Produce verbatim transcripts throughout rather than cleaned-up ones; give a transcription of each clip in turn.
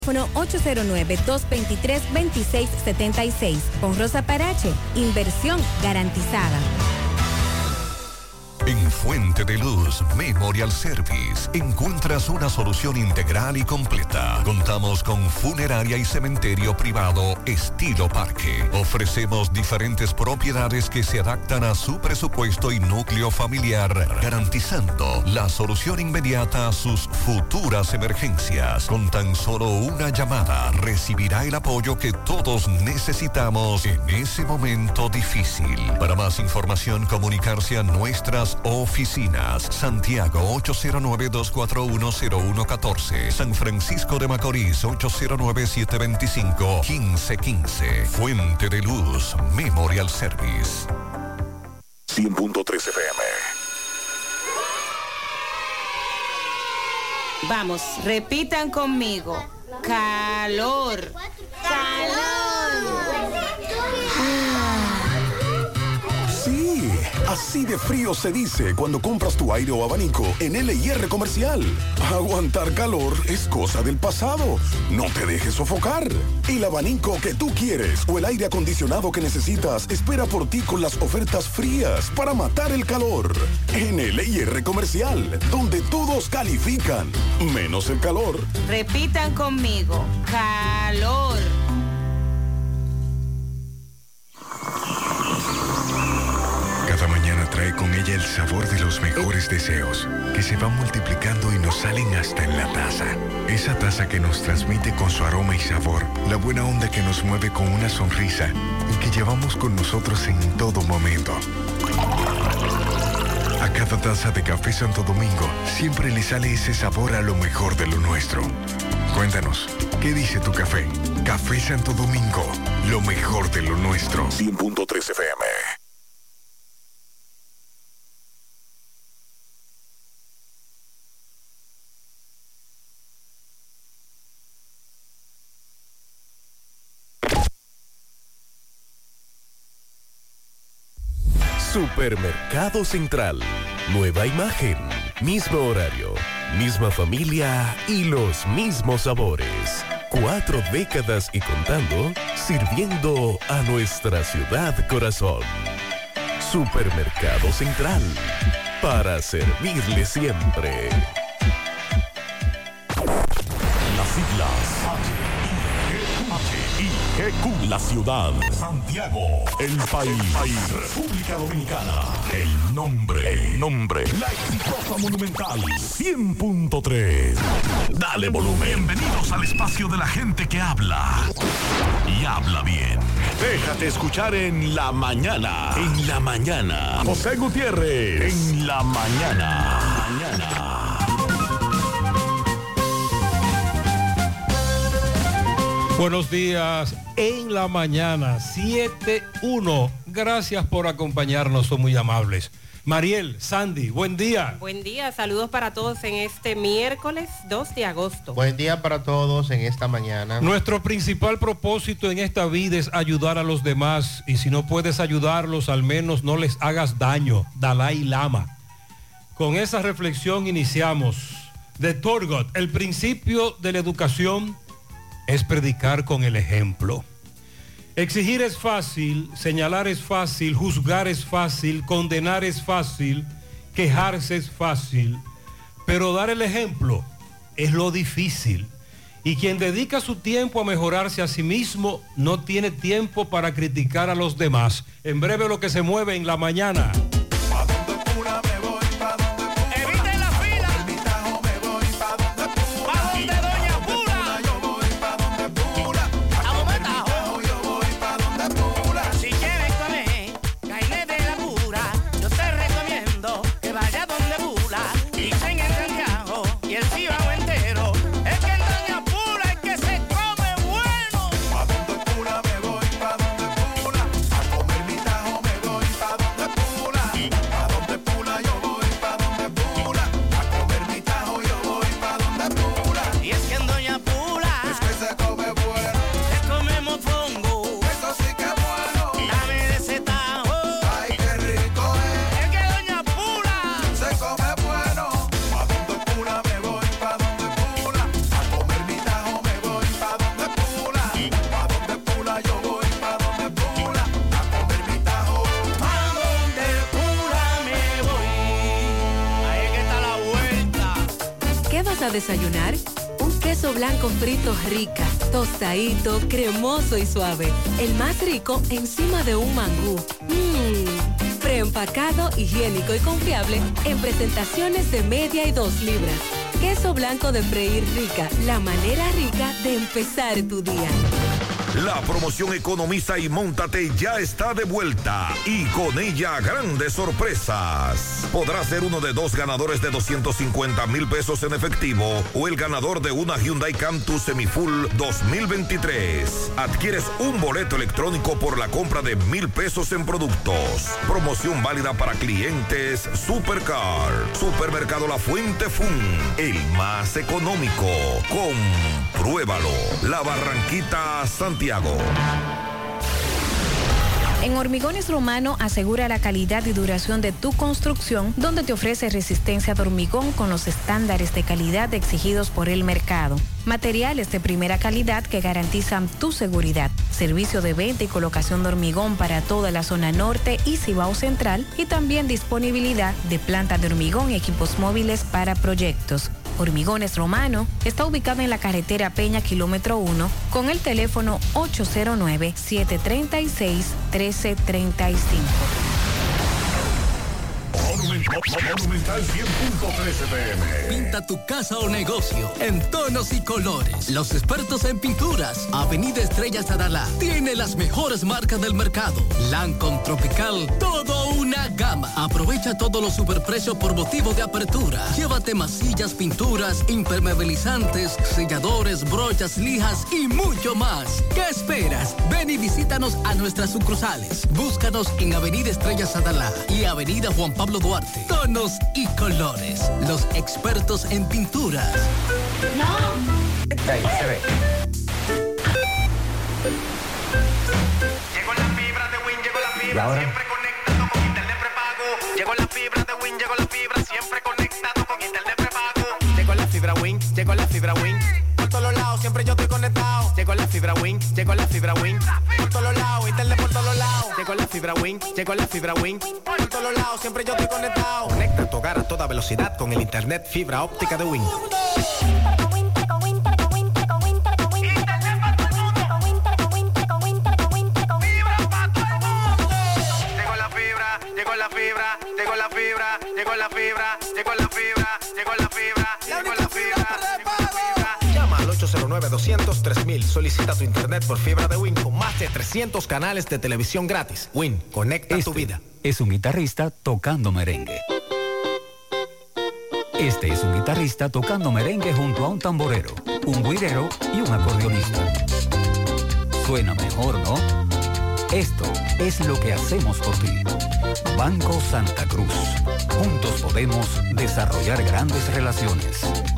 Teléfono ocho cero nueve, dos dos tres, dos seis siete seis. Con Rosa Parache, inversión garantizada. En Fuente de Luz Memorial Service encuentras una solución integral y completa. Contamos con funeraria y cementerio privado estilo parque. Ofrecemos diferentes propiedades que se adaptan a su presupuesto y núcleo familiar, garantizando la solución inmediata a sus futuras emergencias. Con tan solo una llamada recibirá el apoyo que todos necesitamos en ese momento difícil. Para más información, comunicarse a nuestras oficinas. Santiago ocho cero nueve, dos cuatro uno, cero uno uno cuatro. San Francisco de Macorís ocho cero nueve, siete dos cinco, uno cinco uno cinco. Fuente de Luz Memorial Service. cien punto tres F M. Vamos, repitan conmigo. Calor. Calor. Sí, así de frío se dice cuando compras tu aire o abanico en L I R Comercial. Aguantar calor es cosa del pasado. No te dejes sofocar. El abanico que tú quieres o el aire acondicionado que necesitas espera por ti con las ofertas frías para matar el calor. En L I R Comercial, donde todos califican, menos el calor. Repitan conmigo. Calor. Cada mañana trae con ella el sabor de los mejores deseos, que se van multiplicando y nos salen hasta en la taza. Esa taza que nos transmite con su aroma y sabor, la buena onda que nos mueve con una sonrisa y que llevamos con nosotros en todo momento. A cada taza de Café Santo Domingo siempre le sale ese sabor a lo mejor de lo nuestro. Cuéntanos, ¿qué dice tu café? Café Santo Domingo, lo mejor de lo nuestro. cien punto tres F M. Supermercado Central. Nueva imagen, mismo horario, misma familia y los mismos sabores. Cuatro décadas y contando, sirviendo a nuestra ciudad corazón. Supermercado Central. Para servirle siempre. Las siglas H I G Q, la ciudad, Santiago, el país, el país, República Dominicana, el nombre, el nombre, la exitosa Monumental, cien punto tres. Dale volumen. Bienvenidos al espacio de la gente que habla y habla bien. Déjate escuchar en la mañana, en la mañana. José Gutiérrez, en la mañana, mañana. Buenos días en la mañana, siete uno. Gracias por acompañarnos, son muy amables. Mariel, Sandy, buen día. Buen día, saludos para todos en este miércoles dos de agosto. Buen día para todos en esta mañana. Nuestro principal propósito en esta vida es ayudar a los demás, y si no puedes ayudarlos, al menos no les hagas daño. Dalai Lama. Con esa reflexión iniciamos. De Turgot, el principio de la educación es predicar con el ejemplo. Exigir es fácil, señalar es fácil, juzgar es fácil, condenar es fácil, quejarse es fácil, pero dar el ejemplo es lo difícil. Y quien dedica su tiempo a mejorarse a sí mismo no tiene tiempo para criticar a los demás. En breve lo que se mueve en la mañana. desayunar? Un queso blanco frito rica, tostadito, cremoso y suave. El más rico encima de un mangú. Mmm, preempacado, higiénico y confiable en presentaciones de media y dos libras. Queso blanco de freír rica, la manera rica de empezar tu día. La promoción Economiza y Móntate ya está de vuelta y con ella grandes sorpresas. Podrás ser uno de dos ganadores de doscientos cincuenta mil pesos en efectivo o el ganador de una Hyundai Cantus Semifull dos mil veintitrés. Adquieres un boleto electrónico por la compra de mil pesos en productos. Promoción válida para clientes Supercar. Supermercado La Fuente Fun, el más económico. Compruébalo. La Barranquita, Santiago. En Hormigones Romano asegura la calidad y duración de tu construcción, donde te ofrece resistencia de hormigón con los estándares de calidad exigidos por el mercado. Materiales de primera calidad que garantizan tu seguridad. Servicio de venta y colocación de hormigón para toda la zona norte y Cibao Central, y también disponibilidad de planta de hormigón y equipos móviles para proyectos. Hormigones Romano está ubicado en la carretera Peña, kilómetro uno, con el teléfono ocho cero nueve, siete tres seis, uno tres tres cinco. Monumental cien punto trece P M. Pinta tu casa o negocio en tonos y colores. Los expertos en pinturas, Avenida Estrellas Adalá, tiene las mejores marcas del mercado. Lancome, Tropical, todo una gama. Aprovecha todos los superprecios por motivo de apertura. Llévate masillas, pinturas, impermeabilizantes, selladores, brochas, lijas y mucho más. ¿Qué esperas? Ven y visítanos a nuestras sucursales. Búscanos en Avenida Estrellas Adalá y Avenida Juan Pablo Duarte. Tonos y colores. Los expertos en pinturas. No. Ahí se ve. Llegó la fibra de Win, llegó la fibra, siempre conectado con internet prepago. Llegó la fibra de Win, llegó la fibra, siempre conectado con internet prepago. Llegó la fibra Win, llegó la fibra Win. Por todos lados, siempre yo estoy conectado. Llegó la fibra Win, llegó la fibra Win. Por todos lados, internet por todos lados. Llegó la fibra Win, llegó la fibra Win. Por todos lados, siempre yo estoy conectado. Conecta tu hogar a toda velocidad con el internet fibra óptica de Win. Llegó la fibra, llegó la fibra, llegó la fibra, llegó la fibra, llegó la fibra, llegó la fibra. Llama al ocho cero nueve, dos cero tres mil. Solicita tu internet por fibra de Win con más de trescientos canales de televisión gratis. Win, conecta este tu vida. Es un guitarrista tocando merengue. Este es un guitarrista tocando merengue junto a un tamborero, un güirero y un acordeonista. Suena mejor, ¿no? Esto es lo que hacemos por ti. Banco Santa Cruz. Juntos podemos desarrollar grandes relaciones.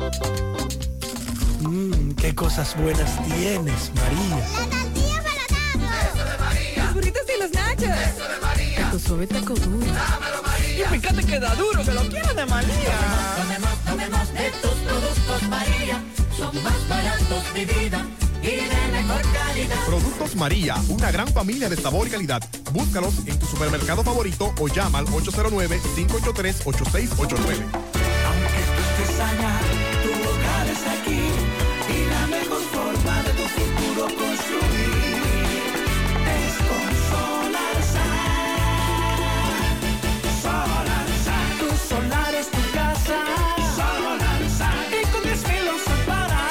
Mmm, qué cosas buenas tienes, María. La tortilla para Eso de María. Los burritos y los nachos. Eso de María. Tu suave taco duro. Dámelo, María. Y fíjate que da duro, que lo quiero de María. Tomemos, tomemos, tomemos de tus productos, María. Son más baratos, mi vida. Y de mejor calidad. Productos María, una gran familia de sabor y calidad. Búscalos en tu supermercado favorito o llama al ocho cero nueve, cinco ocho tres, ocho seis ocho nueve. Aunque tú estés allá, tu hogar es aquí. Y la mejor forma de tu futuro construir es con Solarsan. Solarsan. Tu solar es tu casa. Solarsan. Y con diez mil lo separas.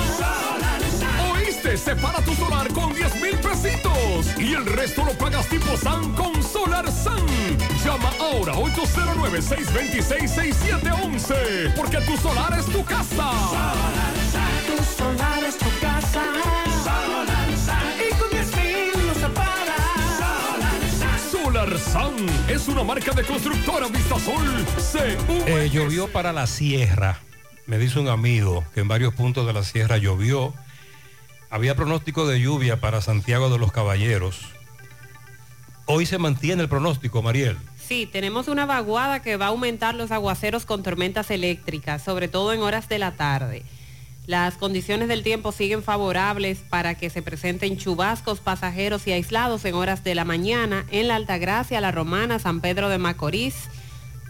Separa tu solar con diez mil pesitos y el resto lo pagas tipo S A N con Solar S A N. Llama ahora ocho cero nueve, seis dos seis, seis siete uno uno porque tu solar es tu casa. Solar S A N. Tu solar es tu casa. Solar S A N. Y con diez mil lo separas. Solar S A N. Solar S A N es una marca de constructora Vistasol. C U Eh, llovió para la sierra. Me dice un amigo que en varios puntos de la sierra llovió. Había pronóstico de lluvia para Santiago de los Caballeros. Hoy se mantiene el pronóstico, Mariel. Sí, tenemos una vaguada que va a aumentar los aguaceros con tormentas eléctricas, sobre todo en horas de la tarde. Las condiciones del tiempo siguen favorables para que se presenten chubascos pasajeros y aislados en horas de la mañana en la Altagracia, La Romana, San Pedro de Macorís,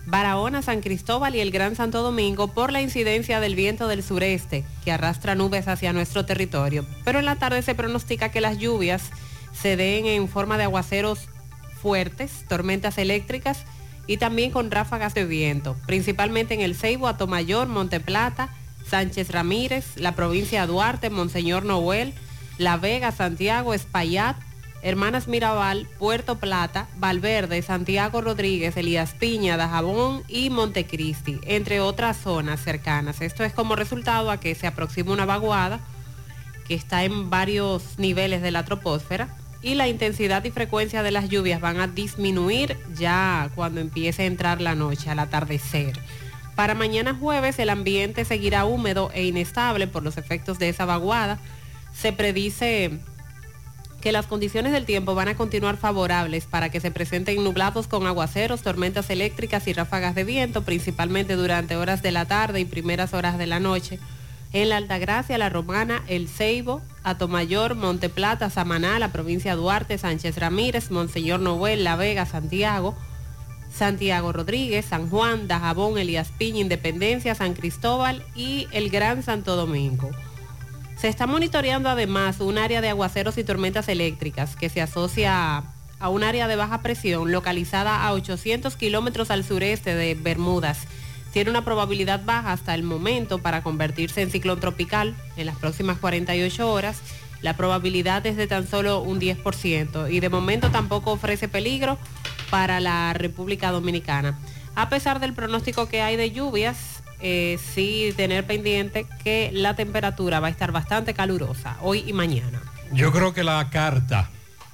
Barahona, San Cristóbal y el Gran Santo Domingo por la incidencia del viento del sureste que arrastra nubes hacia nuestro territorio. Pero en la tarde se pronostica que las lluvias se den en forma de aguaceros fuertes, tormentas eléctricas y también con ráfagas de viento, principalmente en el Ceibo, Atomayor, Monteplata, Sánchez Ramírez, la provincia de Duarte, Monseñor Noel, La Vega, Santiago, Espaillat, Hermanas Mirabal, Puerto Plata, Valverde, Santiago Rodríguez, Elías Piña, Dajabón y Montecristi, entre otras zonas cercanas. Esto es como resultado a que se aproxima una vaguada que está en varios niveles de la troposfera y la intensidad y frecuencia de las lluvias van a disminuir ya cuando empiece a entrar la noche, al atardecer. Para mañana jueves el ambiente seguirá húmedo e inestable por los efectos de esa vaguada. Se predice que las condiciones del tiempo van a continuar favorables para que se presenten nublados con aguaceros, tormentas eléctricas y ráfagas de viento, principalmente durante horas de la tarde y primeras horas de la noche. En la Altagracia, La Romana, El Ceibo, Atomayor, Monteplata, Samaná, la provincia de Duarte, Sánchez Ramírez, Monseñor Noel, La Vega, Santiago, Santiago Rodríguez, San Juan, Dajabón, Elías Piña, Independencia, San Cristóbal y el Gran Santo Domingo. Se está monitoreando además un área de aguaceros y tormentas eléctricas que se asocia a un área de baja presión localizada a ochocientos kilómetros al sureste de Bermudas. Tiene una probabilidad baja hasta el momento para convertirse en ciclón tropical en las próximas cuarenta y ocho horas. La probabilidad es de tan solo un diez por ciento y de momento tampoco ofrece peligro para la República Dominicana. A pesar del pronóstico que hay de lluvias, Eh, sí tener pendiente que la temperatura va a estar bastante calurosa hoy y mañana. Yo creo que la carta,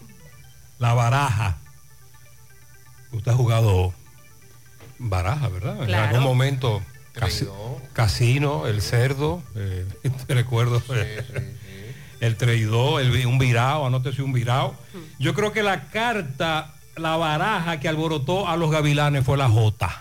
la baraja, usted ha jugado baraja, ¿verdad? Claro. En algún momento, casi, casino, el cerdo, eh, recuerdo, sí, sí, sí. El traidor, el, un virao, anótese un virao. Hmm. Yo creo que la carta, la baraja que alborotó a los gavilanes fue la Jota.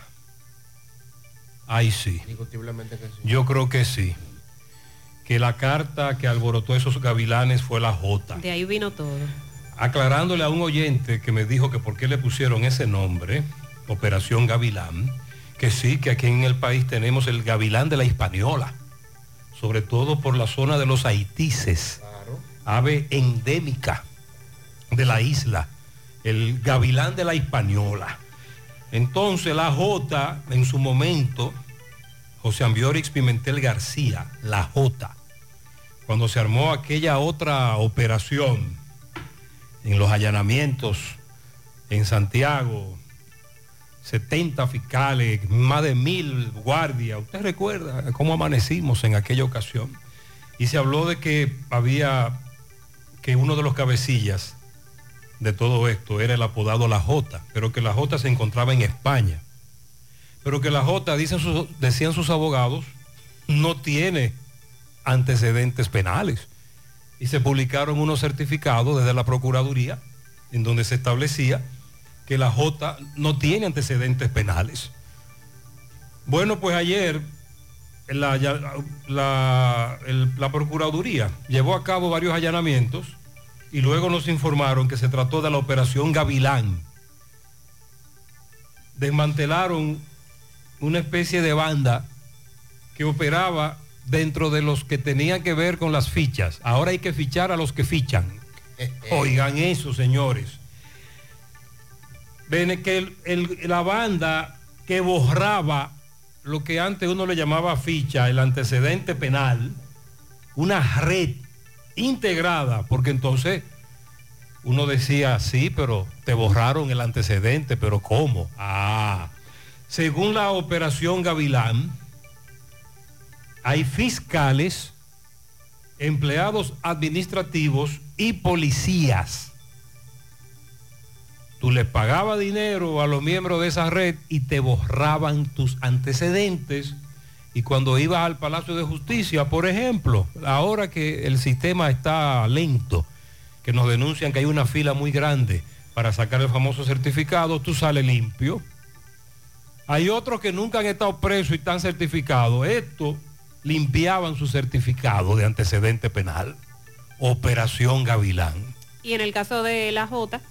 Ahí sí. Indiscutiblemente que sí. Yo creo que sí. Que la carta que alborotó a esos gavilanes fue la Jota. De ahí vino todo. Aclarándole a un oyente que me dijo que por qué le pusieron ese nombre, Operación Gavilán, que sí, que aquí en el país tenemos el gavilán de la Hispaniola, sobre todo por la zona de los haitises, claro. Ave endémica de la isla, el gavilán de la Hispaniola. Entonces la Jota, en su momento, José Ambiorix Pimentel García, la Jota, cuando se armó aquella otra operación en los allanamientos en Santiago, setenta fiscales, más de mil guardias, usted recuerda cómo amanecimos en aquella ocasión, y se habló de que había, que uno de los cabecillas de todo esto era el apodado La Jota, pero que La Jota se encontraba en España, pero que La Jota, dicen sus, decían sus abogados, no tiene antecedentes penales, y se publicaron unos certificados desde la Procuraduría en donde se establecía que La Jota no tiene antecedentes penales. Bueno, pues ayer la, la, el, la Procuraduría llevó a cabo varios allanamientos y luego nos informaron que se trató de la Operación Gavilán. Desmantelaron una especie de banda que operaba dentro de los que tenían que ver con las fichas. Ahora hay que fichar a los que fichan. Oigan eso, señores. Ven que el, el, la banda que borraba lo que antes uno le llamaba ficha, el antecedente penal, una red integrada, porque entonces uno decía, sí, pero te borraron el antecedente, pero ¿cómo? Ah, según la Operación Gavilán, hay fiscales, empleados administrativos y policías. Tú les pagabas dinero a los miembros de esa red y te borraban tus antecedentes. Y cuando ibas al Palacio de Justicia, por ejemplo, ahora que el sistema está lento, que nos denuncian que hay una fila muy grande para sacar el famoso certificado, tú sales limpio. Hay otros que nunca han estado presos y están certificados. Estos limpiaban su certificado de antecedente penal. Operación Gavilán. Y en el caso de la Jota,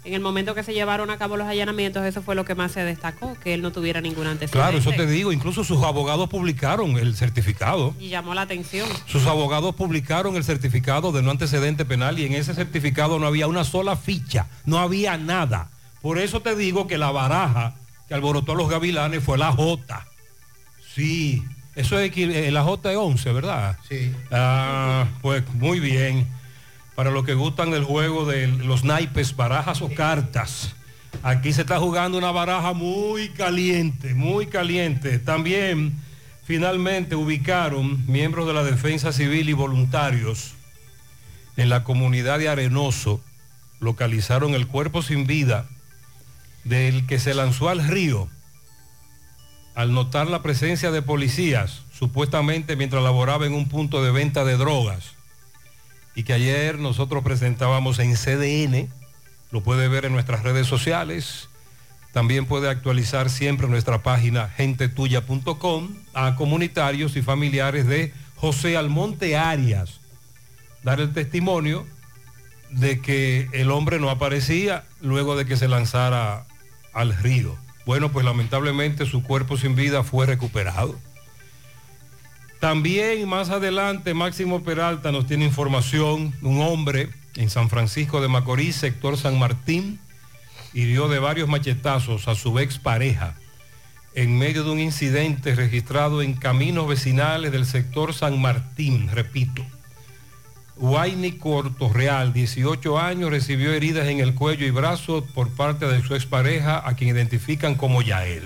En el momento que se llevaron a cabo los allanamientos, eso fue lo que más se destacó, que él no tuviera ningún antecedente. Claro, eso te digo, incluso sus abogados publicaron el certificado. Y llamó la atención. Sus abogados publicaron el certificado de no antecedente penal y en ese certificado no había una sola ficha, no había nada. Por eso te digo que la baraja que alborotó a los gavilanes fue la J. Sí, eso es equi- la J es once, ¿verdad? Sí. Ah, pues muy bien. Para los que gustan del juego de los naipes, barajas o cartas, aquí se está jugando una baraja muy caliente, muy caliente. También finalmente ubicaron miembros de la Defensa Civil y voluntarios en la comunidad de Arenoso, localizaron el cuerpo sin vida del que se lanzó al río al notar la presencia de policías, supuestamente mientras laboraba en un punto de venta de drogas, y que ayer nosotros presentábamos en C D N, lo puede ver en nuestras redes sociales, también puede actualizar siempre nuestra página gente tuya punto com a comunitarios y familiares de José Almonte Arias, dar el testimonio de que el hombre no aparecía luego de que se lanzara al río. Bueno, pues lamentablemente su cuerpo sin vida fue recuperado. También más adelante Máximo Peralta nos tiene información. Un hombre en San Francisco de Macorís, sector San Martín, hirió de varios machetazos a su expareja en medio de un incidente registrado en caminos vecinales del sector San Martín, repito. Guayni Cortorreal, dieciocho años, recibió heridas en el cuello y brazo por parte de su expareja, a quien identifican como Yael.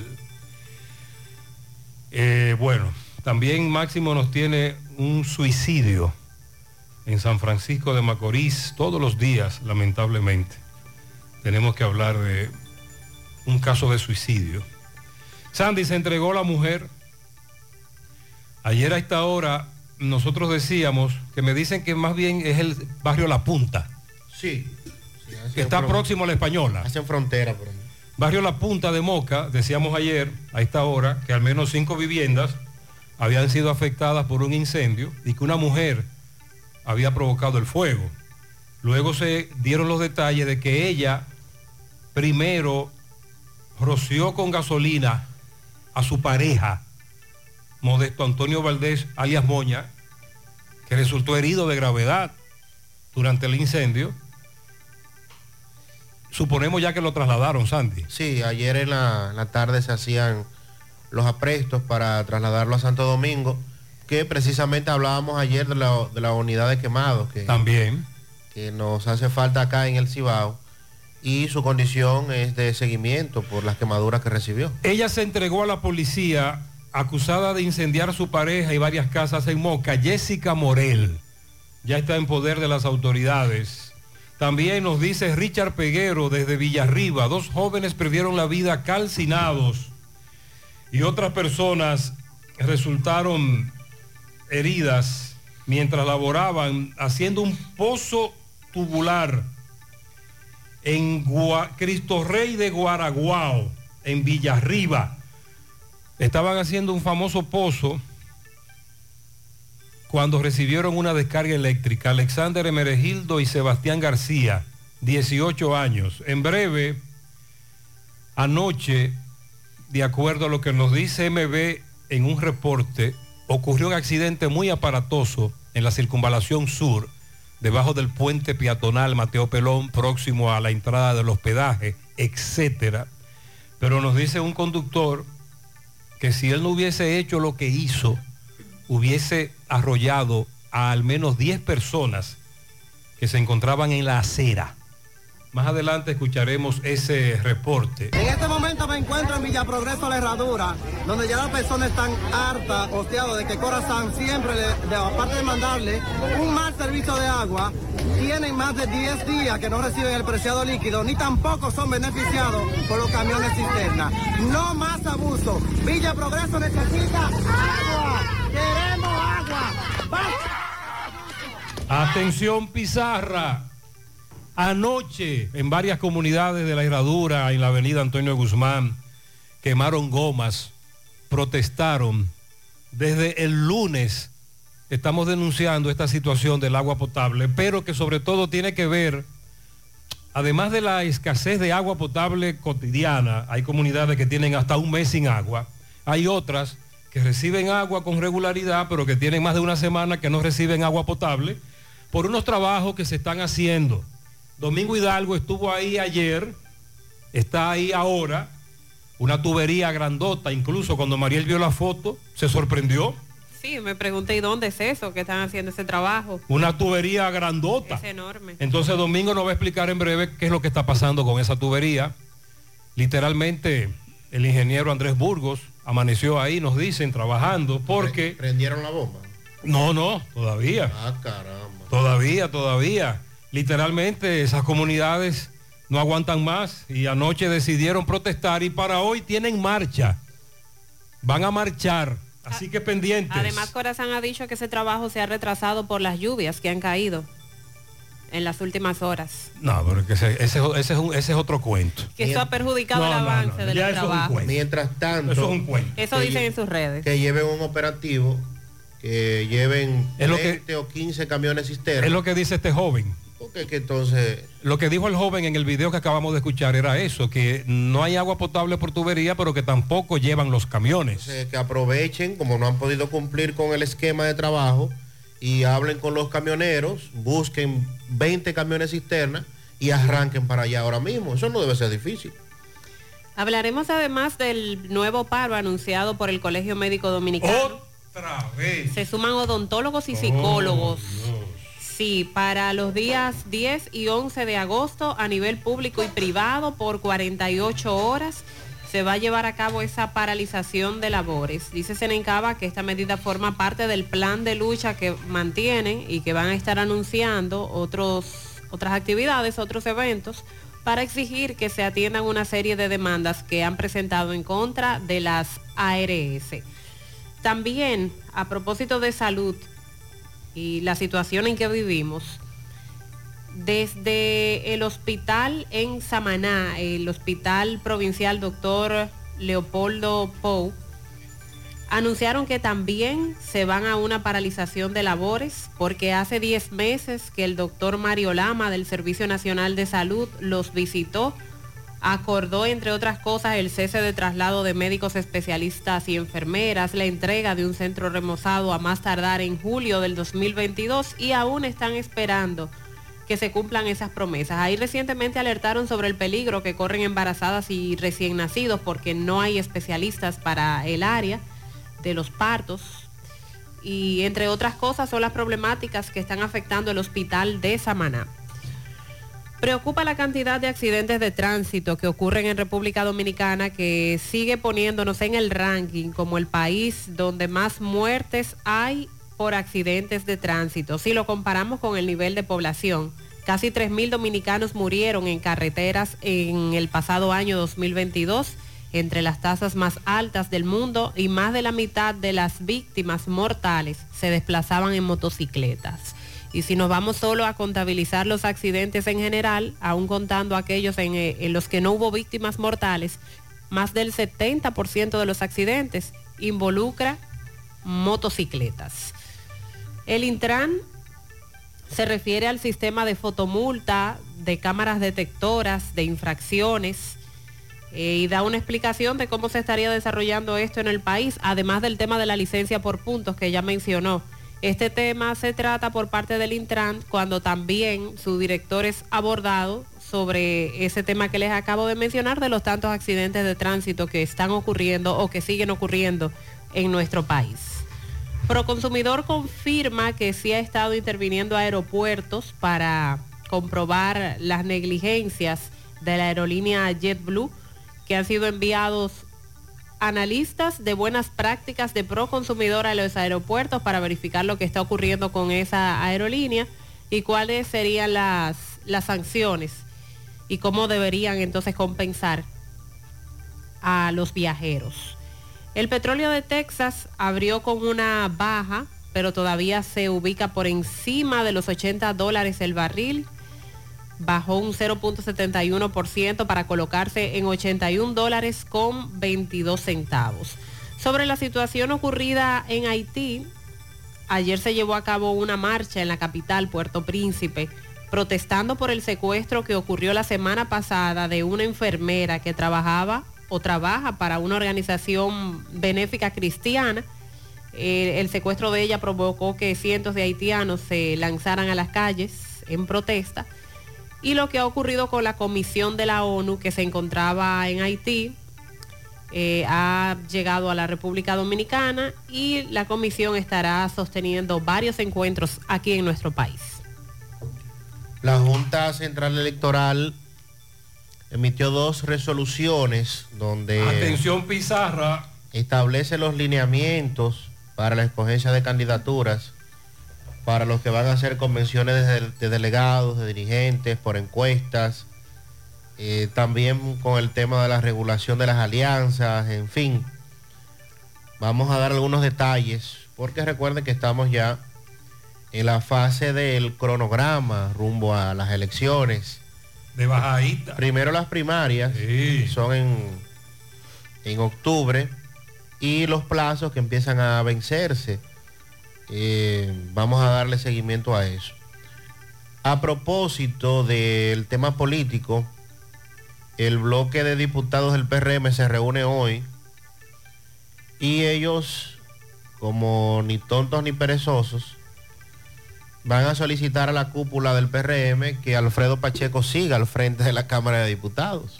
Eh, bueno, también Máximo nos tiene un suicidio en San Francisco de Macorís todos los días, lamentablemente. Tenemos que hablar de un caso de suicidio. Sandy, se entregó la mujer. Ayer a esta hora nosotros decíamos que me dicen que más bien es el barrio La Punta. Sí. sí que está fron- próximo a La Española. Hacen frontera por ahí. Barrio La Punta de Moca, decíamos ayer a esta hora que al menos cinco viviendas habían sido afectadas por un incendio y que una mujer había provocado el fuego. Luego se dieron los detalles de que ella primero roció con gasolina a su pareja, Modesto Antonio Valdés, alias Moña, que resultó herido de gravedad durante el incendio. Suponemos ya que lo trasladaron, Sandy. Sí, ayer en la, en la tarde se hacían los aprestos para trasladarlo a Santo Domingo, que precisamente hablábamos ayer de la, de la unidad de quemados, que también que nos hace falta acá en el Cibao, y su condición es de seguimiento por las quemaduras que recibió. Ella se entregó a la policía acusada de incendiar a su pareja y varias casas en Moca. Jessica Morel ya está en poder de las autoridades. También nos dice Richard Peguero desde Villarriba, dos jóvenes perdieron la vida calcinados y otras personas resultaron heridas mientras laboraban haciendo un pozo tubular en Gua- Cristo Rey de Guaraguao, en Villarriba. Estaban haciendo un famoso pozo cuando recibieron una descarga eléctrica. Alexander Emeregildo y Sebastián García, dieciocho años. En breve, anoche, de acuerdo a lo que nos dice M B en un reporte, ocurrió un accidente muy aparatoso en la circunvalación sur, debajo del puente peatonal Mateo Pelón, próximo a la entrada del hospedaje, etcétera. Pero nos dice un conductor que si él no hubiese hecho lo que hizo, hubiese arrollado a al menos diez personas que se encontraban en la acera. Más adelante escucharemos ese reporte. En este momento me encuentro en Villa Progreso, La Herradura, donde ya las personas están hartas, hostiados de que Corazán siempre, le, de, aparte de mandarle un mal servicio de agua, tienen más de diez días que no reciben el preciado líquido, ni tampoco son beneficiados por los camiones cisterna. No más abuso. Villa Progreso necesita agua. Queremos agua. ¡Basta! Atención, Pizarra. Anoche, en varias comunidades de La Herradura, en la avenida Antonio Guzmán, quemaron gomas, protestaron. Desde el lunes estamos denunciando esta situación del agua potable, pero que sobre todo tiene que ver además de la escasez de agua potable cotidiana, hay comunidades que tienen hasta un mes sin agua, hay otras que reciben agua con regularidad, pero que tienen más de una semana que no reciben agua potable por unos trabajos que se están haciendo. Domingo Hidalgo estuvo ahí ayer, está ahí ahora, una tubería grandota, incluso cuando Mariel vio la foto, se sorprendió. Sí, me pregunté, ¿y dónde es eso que están haciendo ese trabajo? Una tubería grandota. Es enorme. Entonces Domingo nos va a explicar en breve qué es lo que está pasando con esa tubería. Literalmente, el ingeniero Andrés Burgos amaneció ahí, nos dicen, trabajando, porque... ¿Prendieron la bomba? No, no, todavía. Ah, caramba. Todavía, todavía. Literalmente, esas comunidades no aguantan más y anoche decidieron protestar y para hoy tienen marcha. Van a marchar, así que pendientes. Además, Corazán ha dicho que ese trabajo se ha retrasado por las lluvias que han caído en las últimas horas. No, pero que ese, ese, ese, es, un, ese es otro cuento. Que eso ha perjudicado No, el no, avance no, del ya eso es un trabajo. cuento. Mientras tanto, Eso es un cuento. Eso que dicen lle- en sus redes. que lleven un operativo, que lleven Es lo que- veinte o quince camiones cisternas. Es lo que dice este joven. Porque que entonces... Lo que dijo el joven en el video que acabamos de escuchar era eso, que no hay agua potable por tubería, pero que tampoco llevan los camiones. eh, que aprovechen, como no han podido cumplir con el esquema de trabajo, y hablen con los camioneros, busquen veinte camiones cisternas y arranquen para allá ahora mismo. Eso no debe ser difícil. Hablaremos además del nuevo paro anunciado por el Colegio Médico Dominicano. Otra vez. Se suman odontólogos y psicólogos. Sí, para los días diez y once de agosto a nivel público y privado por cuarenta y ocho horas se va a llevar a cabo esa paralización de labores. Dice Senencaba que esta medida forma parte del plan de lucha que mantienen y que van a estar anunciando otros, otras actividades, otros eventos, para exigir que se atiendan una serie de demandas que han presentado en contra de las A R S. También, a propósito de salud y la situación en que vivimos, desde el hospital en Samaná, el hospital provincial doctor Leopoldo Pou, anunciaron que también se van a una paralización de labores porque hace diez meses que el doctor Mario Lama del Servicio Nacional de Salud los visitó, acordó entre otras cosas el cese de traslado de médicos especialistas y enfermeras, la entrega de un centro remozado a más tardar en julio del dos mil veintidós y aún están esperando que se cumplan esas promesas. Ahí recientemente alertaron sobre el peligro que corren embarazadas y recién nacidos porque no hay especialistas para el área de los partos y entre otras cosas son las problemáticas que están afectando el hospital de Samaná. Preocupa la cantidad de accidentes de tránsito que ocurren en República Dominicana, que sigue poniéndonos en el ranking como el país donde más muertes hay por accidentes de tránsito. Si lo comparamos con el nivel de población, casi tres mil dominicanos murieron en carreteras en el pasado año dos mil veintidós, entre las tasas más altas del mundo, y más de la mitad de las víctimas mortales se desplazaban en motocicletas. Y si nos vamos solo a contabilizar los accidentes en general, aún contando aquellos en, en los que no hubo víctimas mortales, más del setenta por ciento de los accidentes involucra motocicletas. El Intran se refiere al sistema de fotomulta, de cámaras detectoras, de infracciones, eh, y da una explicación de cómo se estaría desarrollando esto en el país, además del tema de la licencia por puntos que ya mencionó. Este tema se trata por parte del Intran cuando también su director es abordado sobre ese tema que les acabo de mencionar de los tantos accidentes de tránsito que están ocurriendo o que siguen ocurriendo en nuestro país. Proconsumidor confirma que sí ha estado interviniendo a aeropuertos para comprobar las negligencias de la aerolínea JetBlue, que han sido enviados analistas de buenas prácticas de Proconsumidor a los aeropuertos para verificar lo que está ocurriendo con esa aerolínea y cuáles serían las, las sanciones y cómo deberían entonces compensar a los viajeros. El petróleo de Texas abrió con una baja, pero todavía se ubica por encima de los ochenta dólares el barril. Bajó un cero punto setenta y uno por ciento para colocarse en ochenta y un dólares con veintidós centavos. Sobre la situación ocurrida en Haití, ayer se llevó a cabo una marcha en la capital, Puerto Príncipe, protestando por el secuestro que ocurrió la semana pasada de una enfermera que trabajaba o trabaja para una organización benéfica cristiana. Eh, el secuestro de ella provocó que cientos de haitianos se lanzaran a las calles en protesta. Y lo que ha ocurrido con la comisión de la ONU que se encontraba en Haití, eh, ha llegado a la República Dominicana y la comisión estará sosteniendo varios encuentros aquí en nuestro país. La Junta Central Electoral emitió dos resoluciones donde... Atención, pizarra. Establece los lineamientos para la escogencia de candidaturas para los que van a hacer convenciones de, de delegados, de dirigentes, por encuestas, eh, también con el tema de la regulación de las alianzas, en fin. Vamos a dar algunos detalles, porque recuerden que estamos ya en la fase del cronograma rumbo a las elecciones. De bajadita. Primero las primarias, sí. son en, en octubre, y los plazos que empiezan a vencerse. Eh, vamos a darle seguimiento a eso. A propósito del tema político, el bloque de diputados del P R M se reúne hoy y ellos, como ni tontos ni perezosos, van a solicitar a la cúpula del P R M que Alfredo Pacheco siga al frente de la Cámara de Diputados.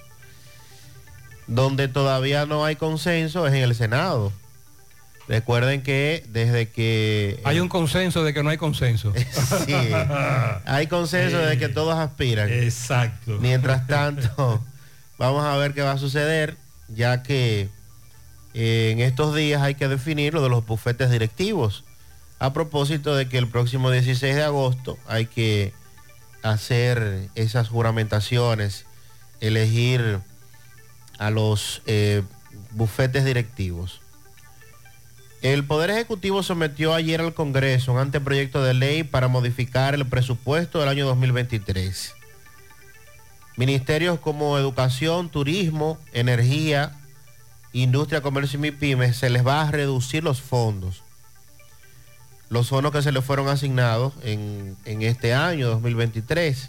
Donde todavía no hay consenso es en el Senado. Recuerden que desde que... Hay un consenso de que no hay consenso. Sí, hay consenso de que todos aspiran. Exacto. Mientras tanto, vamos a ver qué va a suceder, ya que eh, en estos días hay que definir lo de los bufetes directivos. A propósito de que el próximo dieciséis de agosto hay que hacer esas juramentaciones, elegir a los eh, bufetes directivos. El Poder Ejecutivo sometió ayer al Congreso un anteproyecto de ley para modificar el presupuesto del año dos mil veintitrés. Ministerios como Educación, Turismo, Energía, Industria, Comercio y MIPYMES se les va a reducir los fondos. Los fondos que se les fueron asignados en, en este año dos mil veintitrés.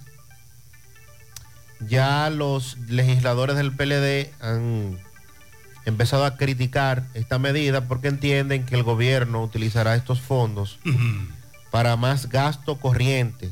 Ya los legisladores del P L D han empezado a criticar esta medida porque entienden que el gobierno utilizará estos fondos uh-huh. para más gasto corriente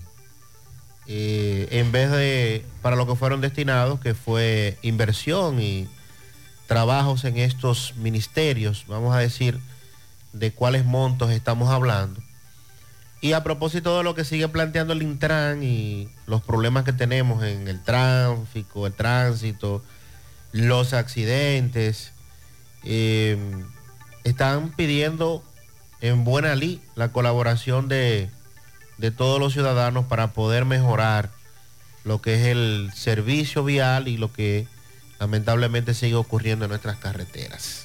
eh, en vez de para lo que fueron destinados, que fue inversión y trabajos en estos ministerios. Vamos a decir de cuáles montos estamos hablando. Y a propósito de lo que sigue planteando el Intran y los problemas que tenemos en el tráfico, el tránsito, los accidentes, eh, están pidiendo en buena ley la colaboración de, de todos los ciudadanos para poder mejorar lo que es el servicio vial y lo que lamentablemente sigue ocurriendo en nuestras carreteras.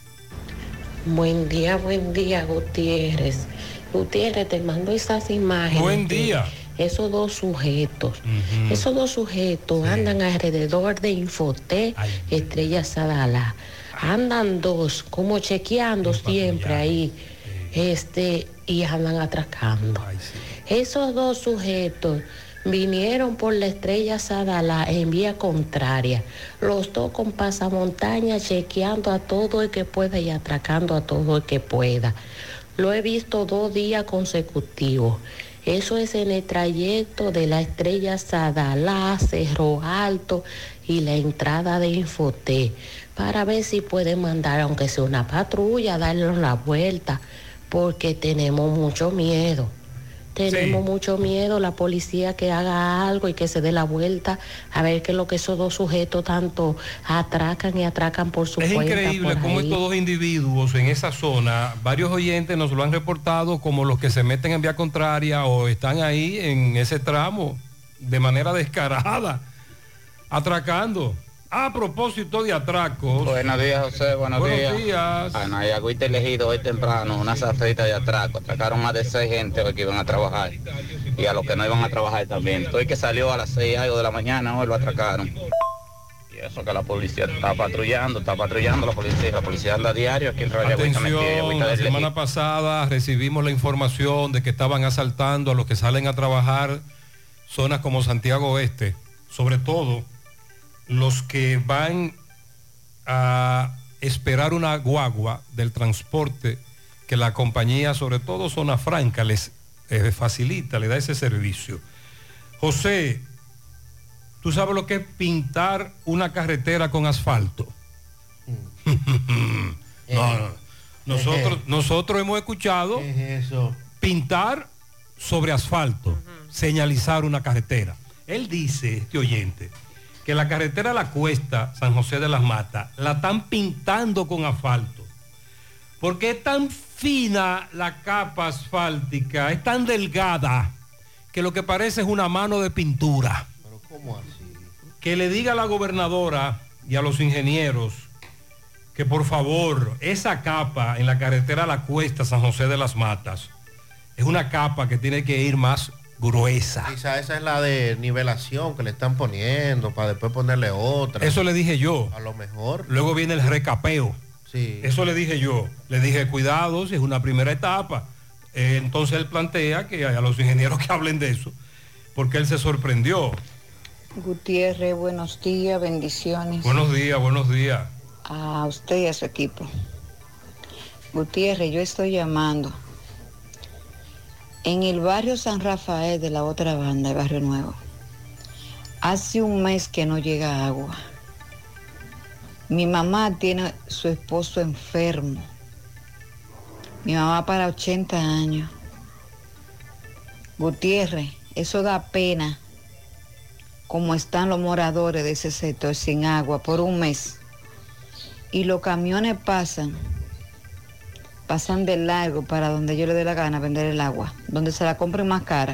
Buen día, buen día, Gutiérrez. Gutiérrez, te mando esas imágenes. Buen día. Esos dos sujetos, uh-huh. esos dos sujetos sí. andan alrededor de Infotec, Ay. Estrella Sadala. Andan dos, como chequeando siempre ahí, sí. este, y andan atracando. Ay, sí. Esos dos sujetos vinieron por la Estrella Sadala en vía contraria, los dos con pasamontaña chequeando a todo el que pueda y atracando a todo el que pueda. Lo he visto dos días consecutivos. Eso es en el trayecto de la Estrella Sadala, Cerro Alto y la entrada de Infotec, para ver si pueden mandar, aunque sea una patrulla, darle la vuelta, porque tenemos mucho miedo. Tenemos sí. mucho miedo, la policía que haga algo y que se dé la vuelta a ver qué es lo que esos dos sujetos tanto atracan y atracan por su es cuenta. Es increíble cómo estos dos individuos en esa zona, varios oyentes nos lo han reportado como los que se meten en vía contraria o están ahí en ese tramo de manera descarada, atracando. A propósito de atracos. Buenos días, José, buenos, buenos días. días. Bueno, ahí agüita elegido hoy temprano, una zafrita de atraco. Atracaron más de seis gente hoy que iban a trabajar. Y a los que no iban a trabajar también. Hoy que salió a las seis algo de la mañana, hoy lo atracaron. Y eso que la policía está patrullando, está patrullando la policía. La policía anda a diario aquí en Raya. Atención, la semana pasada recibimos la información de que estaban asaltando a los que salen a trabajar zonas como Santiago Oeste, sobre todo los que van a esperar una guagua del transporte que la compañía, sobre todo Zona Franca, les eh, facilita, le da ese servicio. José, ¿tú sabes lo que es pintar una carretera con asfalto? Mm. no, no. Nosotros, nosotros hemos escuchado eso? pintar sobre asfalto, uh-huh. señalizar una carretera. Él dice, este oyente, que la carretera La Cuesta, San José de las Matas, la están pintando con asfalto. Porque es tan fina la capa asfáltica, es tan delgada, que lo que parece es una mano de pintura. ¿Pero cómo así? Que le diga a la gobernadora y a los ingenieros que por favor, esa capa en la carretera La Cuesta, San José de las Matas, es una capa que tiene que ir más gruesa. Quizá esa es la de nivelación que le están poniendo para después ponerle otra. Eso le dije yo. A lo mejor. Luego viene el recapeo. Sí. Eso le dije yo. Le dije, cuidado, si es una primera etapa. Eh, entonces él plantea que a los ingenieros que hablen de eso, porque él se sorprendió. Gutiérrez, buenos días, bendiciones. Buenos días, buenos días. A usted y a su equipo. Gutiérrez, yo estoy llamando. En el barrio San Rafael de la otra banda, el barrio nuevo, hace un mes que no llega agua. Mi mamá tiene su esposo enfermo. Mi mamá para ochenta años. Gutiérrez, eso da pena. Como están los moradores de ese sector sin agua por un mes. Y los camiones pasan, pasan de largo para donde yo le dé la gana vender el agua, donde se la compren más cara.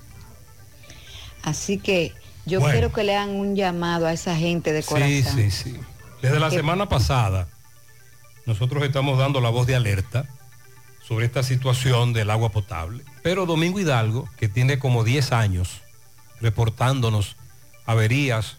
Así que yo bueno. quiero que le hagan un llamado a esa gente de corazón. Sí, sí, sí. Desde la que... semana pasada, nosotros estamos dando la voz de alerta sobre esta situación del agua potable. Pero Domingo Hidalgo, que tiene como diez años reportándonos averías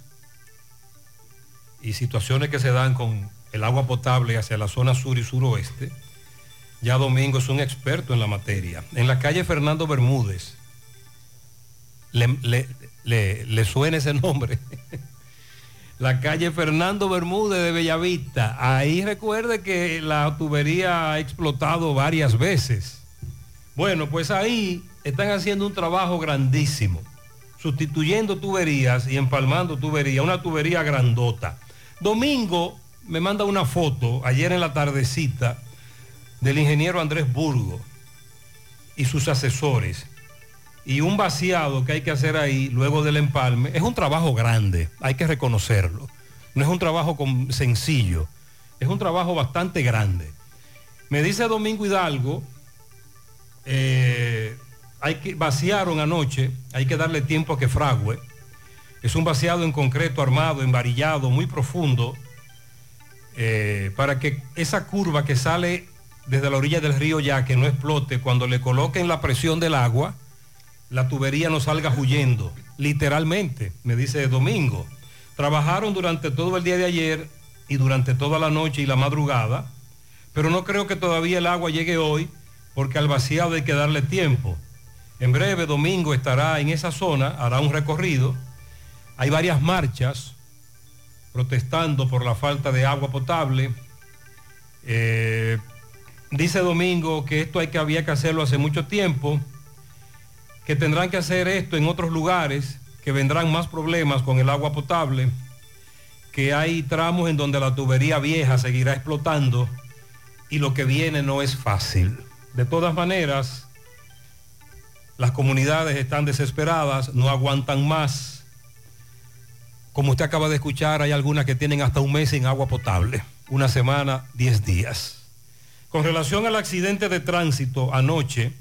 y situaciones que se dan con el agua potable hacia la zona sur y suroeste, ya Domingo es un experto en la materia. En la calle Fernando Bermúdez, le, le, le, le suena ese nombre, la calle Fernando Bermúdez de Bellavista, ahí recuerde que la tubería ha explotado varias veces. Bueno, pues ahí están haciendo un trabajo grandísimo, sustituyendo tuberías y empalmando tuberías, una tubería grandota. Domingo me manda una foto ayer en la tardecita del ingeniero Andrés Burgo y sus asesores y un vaciado que hay que hacer ahí luego del empalme. Es un trabajo grande, hay que reconocerlo. No es un trabajo con, sencillo, es un trabajo bastante grande. Me dice Domingo Hidalgo, eh, hay que, vaciaron anoche, hay que darle tiempo a que frague. Es un vaciado en concreto armado, embarillado, muy profundo, eh, para que esa curva que sale desde la orilla del río Yaque no explote. Cuando le coloquen la presión del agua, la tubería no salga huyendo, literalmente, me dice Domingo. Trabajaron durante todo el día de ayer y durante toda la noche y la madrugada, pero no creo que todavía el agua llegue hoy, porque al vaciado hay que darle tiempo. En breve Domingo estará en esa zona, hará un recorrido. Hay varias marchas protestando por la falta de agua potable. Eh, dice Domingo que esto hay que, había que hacerlo hace mucho tiempo, que tendrán que hacer esto en otros lugares, que vendrán más problemas con el agua potable, que hay tramos en donde la tubería vieja seguirá explotando y lo que viene no es fácil. De todas maneras, las comunidades están desesperadas, no aguantan más. Como usted acaba de escuchar, hay algunas que tienen hasta un mes sin agua potable, una semana, diez días. Con relación al accidente de tránsito anoche,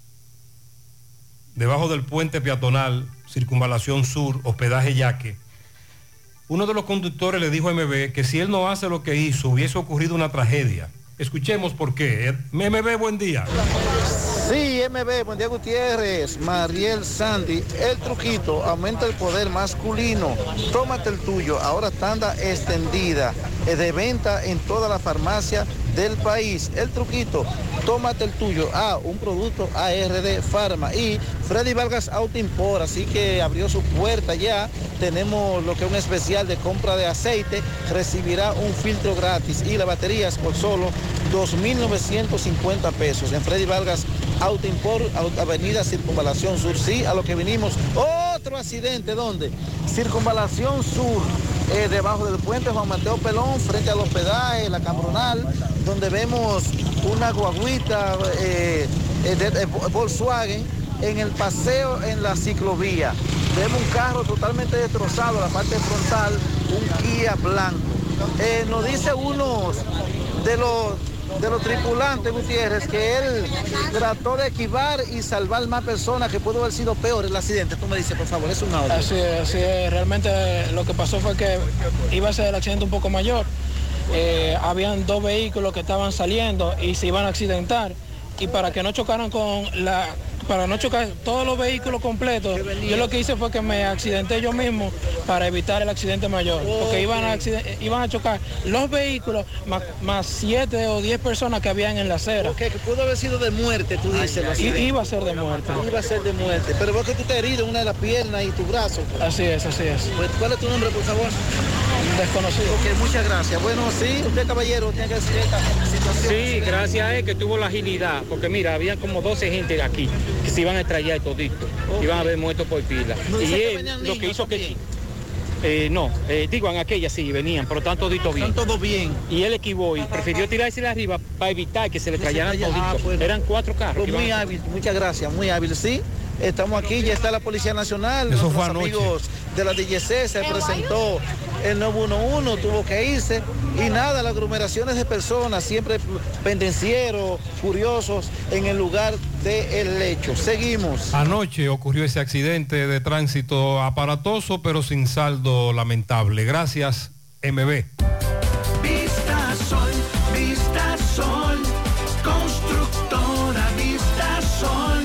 debajo del puente peatonal, Circunvalación Sur, hospedaje Yaque, uno de los conductores le dijo a M B que si él no hace lo que hizo, hubiese ocurrido una tragedia. Escuchemos por qué. M B, buen día. Sí, M B, buen día Gutiérrez, Mariel Sandy, el truquito, aumenta el poder masculino, tómate el tuyo, ahora tanda extendida, es de venta en toda la farmacia del país. El Truquito, tómate el tuyo. Ah, un producto A R D Pharma. Y Freddy Vargas Auto Import, así que abrió su puerta ya. Tenemos lo que es un especial de compra de aceite. Recibirá un filtro gratis y las baterías por solo dos mil novecientos cincuenta pesos. En Freddy Vargas Auto Import, avenida Circunvalación Sur. Sí, a lo que vinimos. Otro accidente, ¿dónde? Circunvalación Sur. Eh, debajo del puente Juan Mateo Pelón, frente al hospedaje, la Cambronal, donde vemos una guaguita eh, eh, de, de Volkswagen en el paseo en la ciclovía. Vemos un carro totalmente destrozado, la parte frontal, un Kia blanco. Eh, nos dice uno de los, de los tripulantes, Gutiérrez, que él trató de esquivar y salvar más personas, que pudo haber sido peor el accidente. Tú me dices, por favor, es un audio. Así es, así es. Realmente lo que pasó fue que iba a ser el accidente un poco mayor. Eh, habían dos vehículos que estaban saliendo y se iban a accidentar. Y para que no chocaran con la... para no chocar todos los vehículos completos, yo lo que hice fue que me accidenté yo mismo para evitar el accidente mayor, porque iban a, iban a chocar los vehículos más, más siete o diez personas que habían en la acera. Okay, que pudo haber sido de muerte, tú dices. I, iba a ser de muerte. Iba a ser de muerte, pero vos que tú te has herido en una de las piernas y tu brazo. Así es, así es. Pues, ¿cuál es tu nombre, por favor? Desconocido. Ok, muchas gracias. Bueno, sí, usted, caballero, tiene que decir esta situación. Sí, gracias a él que tuvo la agilidad, porque mira, había como doce gente aquí que se iban a estrellar todito, okay. Iban a haber muerto por pila. No, y él lo que hizo también. que... Eh, no, eh, digo, en aquella sí venían, pero están toditos bien. Están todos bien. Y él esquivó y prefirió tirarse de arriba para evitar que se le trayeran toditos. Ah, bueno. Eran cuatro carros. Pues muy hábil, muchas gracias, muy hábil, sí. Estamos aquí, ya está la Policía Nacional, Eso los amigos de la D G C, se presentó el nueve uno uno, tuvo que irse, y nada, las aglomeraciones de personas, siempre pendencieros, curiosos, en el lugar del hecho. Seguimos. Anoche ocurrió ese accidente de tránsito aparatoso, pero sin saldo lamentable. Gracias, M B. Vista Sol, Vista Sol, constructora Vista Sol.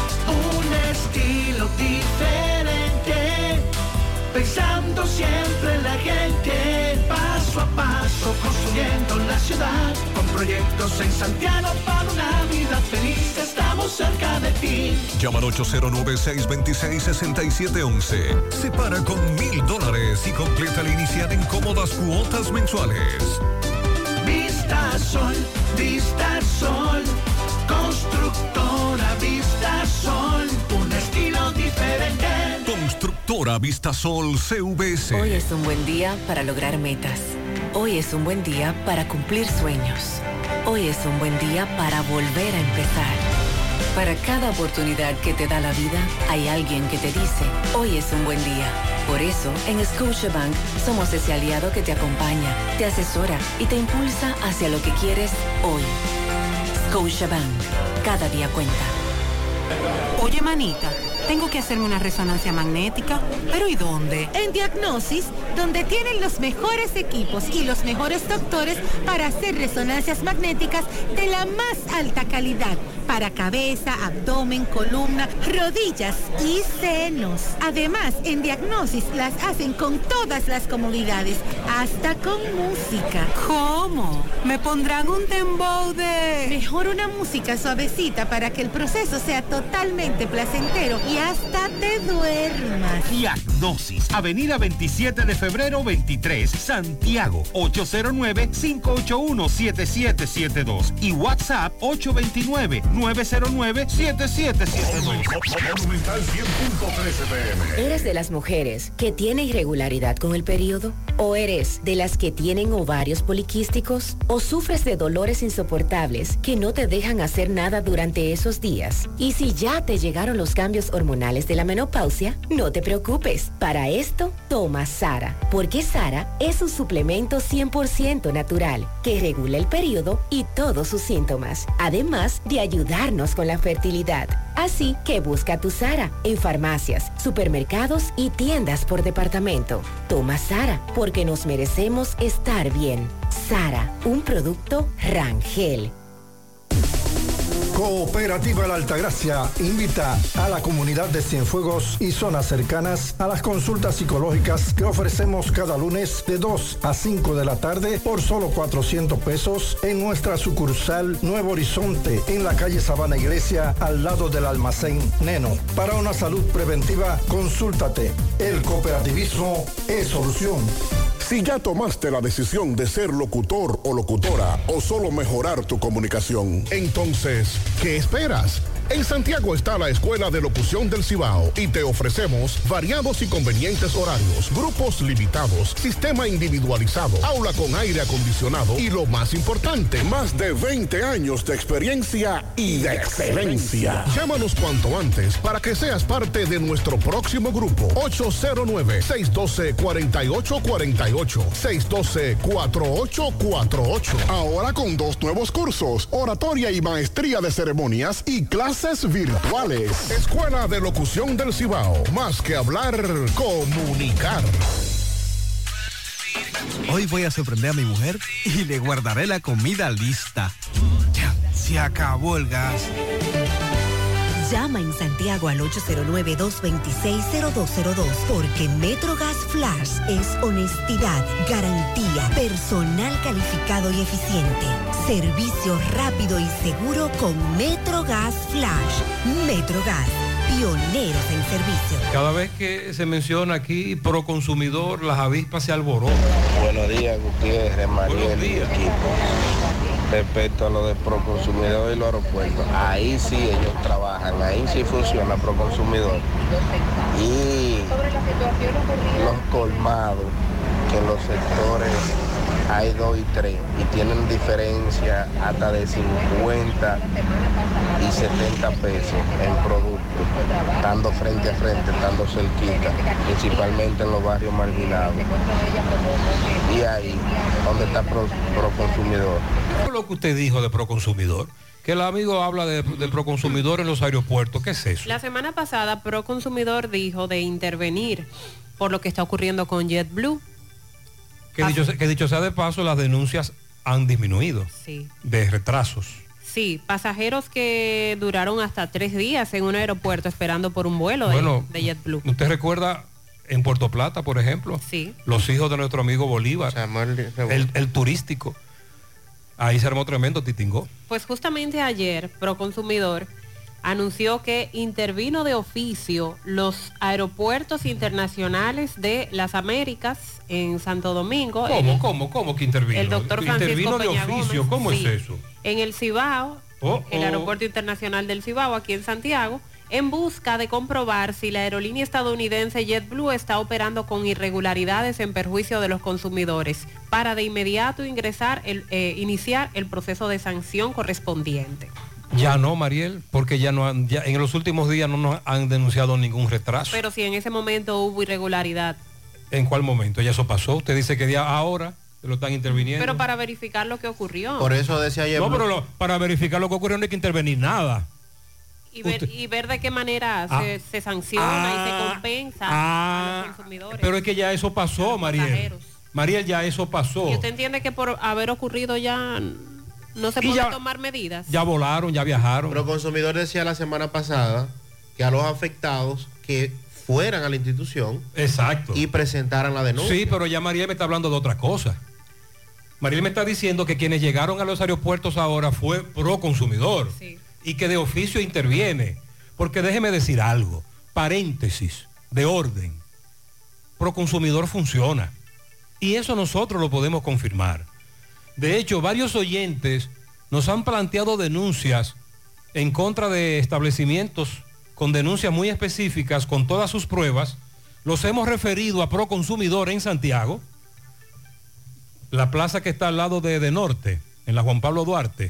Diferente, pensando siempre en la gente, paso a paso construyendo la ciudad, con proyectos en Santiago para una vida feliz, estamos cerca de ti. Llama al ocho cero nueve, seis dos seis, seis siete uno uno. Separa con mil dólares y completa la inicial en cómodas cuotas mensuales. Vista Sol, Vista Sol, constructora Vista Sol, un estilo diferente. Constructora Vista Sol C V S. Hoy es un buen día para lograr metas. Hoy es un buen día para cumplir sueños. Hoy es un buen día para volver a empezar. Para cada oportunidad que te da la vida, hay alguien que te dice, hoy es un buen día. Por eso, en Scotiabank somos ese aliado que te acompaña, te asesora y te impulsa hacia lo que quieres hoy. Scotiabank, cada día cuenta. Oye, manita, tengo que hacerme una resonancia magnética, ¿pero y dónde? En Diagnosis, donde tienen los mejores equipos y los mejores doctores para hacer resonancias magnéticas de la más alta calidad, para cabeza, abdomen, columna, rodillas y senos. Además, en Diagnosis las hacen con todas las comodidades, hasta con música. ¿Cómo? ¿Me pondrán un dembow de...? Mejor una música suavecita para que el proceso sea totalmente placentero y hasta te duermas. Diagnosis, Avenida veintisiete de febrero veintitrés, Santiago, ocho cero nueve, cinco ocho uno, siete siete siete dos y WhatsApp ocho dos nueve, nueve cero nueve, siete siete siete dos. ¿Eres de las mujeres que tiene irregularidad con el periodo? ¿O eres de las que tienen ovarios poliquísticos? ¿O sufres de dolores insoportables que no te dejan hacer nada durante esos días? Y si ya te llegaron los cambios hormonales de la menopausia, no te preocupes. Para esto, toma Sara, porque Sara es un suplemento cien por ciento natural que regula el periodo y todos sus síntomas, además de ayudarnos con la fertilidad. Así que busca tu Sara en farmacias, supermercados y tiendas por departamento. Toma Sara, porque nos merecemos estar bien. Sara, un producto Rangel. Cooperativa La Altagracia invita a la comunidad de Cienfuegos y zonas cercanas a las consultas psicológicas que ofrecemos cada lunes de dos a cinco de la tarde por solo cuatrocientos pesos en nuestra sucursal Nuevo Horizonte en la calle Sabana Iglesia al lado del almacén Neno. Para una salud preventiva, consúltate. El cooperativismo es solución. Si ya tomaste la decisión de ser locutor o locutora o solo mejorar tu comunicación, entonces, ¿qué esperas? En Santiago está la Escuela de Locución del Cibao y te ofrecemos variados y convenientes horarios, grupos limitados, sistema individualizado, aula con aire acondicionado y lo más importante, más de veinte años de experiencia y de excelencia. Llámanos cuanto antes para que seas parte de nuestro próximo grupo. ocho cero nueve, seis uno dos, cuatro ocho cuatro ocho, seis uno dos, cuatro ocho cuatro ocho. Ahora con dos nuevos cursos, oratoria y maestría de ceremonias y clases virtuales. Escuela de Locución del Cibao. Más que hablar, comunicar. Hoy voy a sorprender a mi mujer y le guardaré la comida lista. Ya, se acabó el gas. Llama en Santiago al ocho cero nueve, dos dos seis, cero dos cero dos porque Metrogas Flash es honestidad, garantía, personal calificado y eficiente, servicio rápido y seguro con Metrogas Flash. Metrogas, pioneros en servicio. Cada vez que se menciona aquí pro consumidor, las avispas se alborotan. Buenos días, Gutiérrez, Mariel y equipo. Respecto a lo de Proconsumidor y los aeropuertos, ahí sí ellos trabajan, ahí sí funciona Proconsumidor. Y los colmados, que en los sectores hay dos y tres, y tienen diferencia hasta de cincuenta y setenta pesos en productos, estando frente a frente, estando cerquita, principalmente en los barrios marginados. Y ahí, donde está Pro, Proconsumidor. ¿Qué es lo que usted dijo de Proconsumidor? Que el amigo habla de, de Proconsumidor en los aeropuertos. ¿Qué es eso? La semana pasada Proconsumidor dijo de intervenir por lo que está ocurriendo con JetBlue. Que dicho, que dicho sea de paso, las denuncias han disminuido. Sí. De retrasos. Sí, pasajeros que duraron hasta tres días en un aeropuerto esperando por un vuelo bueno, de, de JetBlue. ¿Usted recuerda en Puerto Plata, por ejemplo? Sí. Los hijos de nuestro amigo Bolívar. El, el turístico. Ahí se armó tremendo titingó. Pues justamente ayer Proconsumidor anunció que intervino de oficio los aeropuertos internacionales de las Américas en Santo Domingo. ¿Cómo, el, cómo, cómo que intervino? El doctor Francisco intervino de Peña oficio, Gómez, ¿cómo sí, es eso? En el Cibao, oh, el oh. Aeropuerto Internacional del Cibao, aquí en Santiago, en busca de comprobar si la aerolínea estadounidense JetBlue está operando con irregularidades en perjuicio de los consumidores, para de inmediato ingresar el, eh, iniciar el proceso de sanción correspondiente. Ya no, Mariel, porque ya no han, ya en los últimos días no nos han denunciado ningún retraso. Pero si en ese momento hubo irregularidad. ¿En cuál momento? Ya eso pasó. Usted dice que ya ahora lo están interviniendo. Pero para verificar lo que ocurrió. Por eso decía ayer. No, pero lo, para verificar lo que ocurrió no hay que intervenir nada. Y ver, y ver de qué manera ah, se, se sanciona ah, y se compensa ah, a los consumidores. Pero es que ya eso pasó, Mariel. Mariel, ya eso pasó. ¿Y usted entiende que por haber ocurrido ya no se puede tomar medidas? Ya volaron, ya viajaron. Pero Consumidor decía la semana pasada que a los afectados que fueran a la institución. Exacto. Y presentaran la denuncia. Sí, pero ya Mariel me está hablando de otra cosa. Mariel me está diciendo que quienes llegaron a los aeropuertos ahora fue Proconsumidor. Sí. Y que de oficio interviene. Porque déjeme decir algo, paréntesis, de orden. Proconsumidor funciona. Y eso nosotros lo podemos confirmar. De hecho, varios oyentes nos han planteado denuncias en contra de establecimientos con denuncias muy específicas, con todas sus pruebas. Los hemos referido a Proconsumidor en Santiago, la plaza que está al lado de, de Norte, en la Juan Pablo Duarte.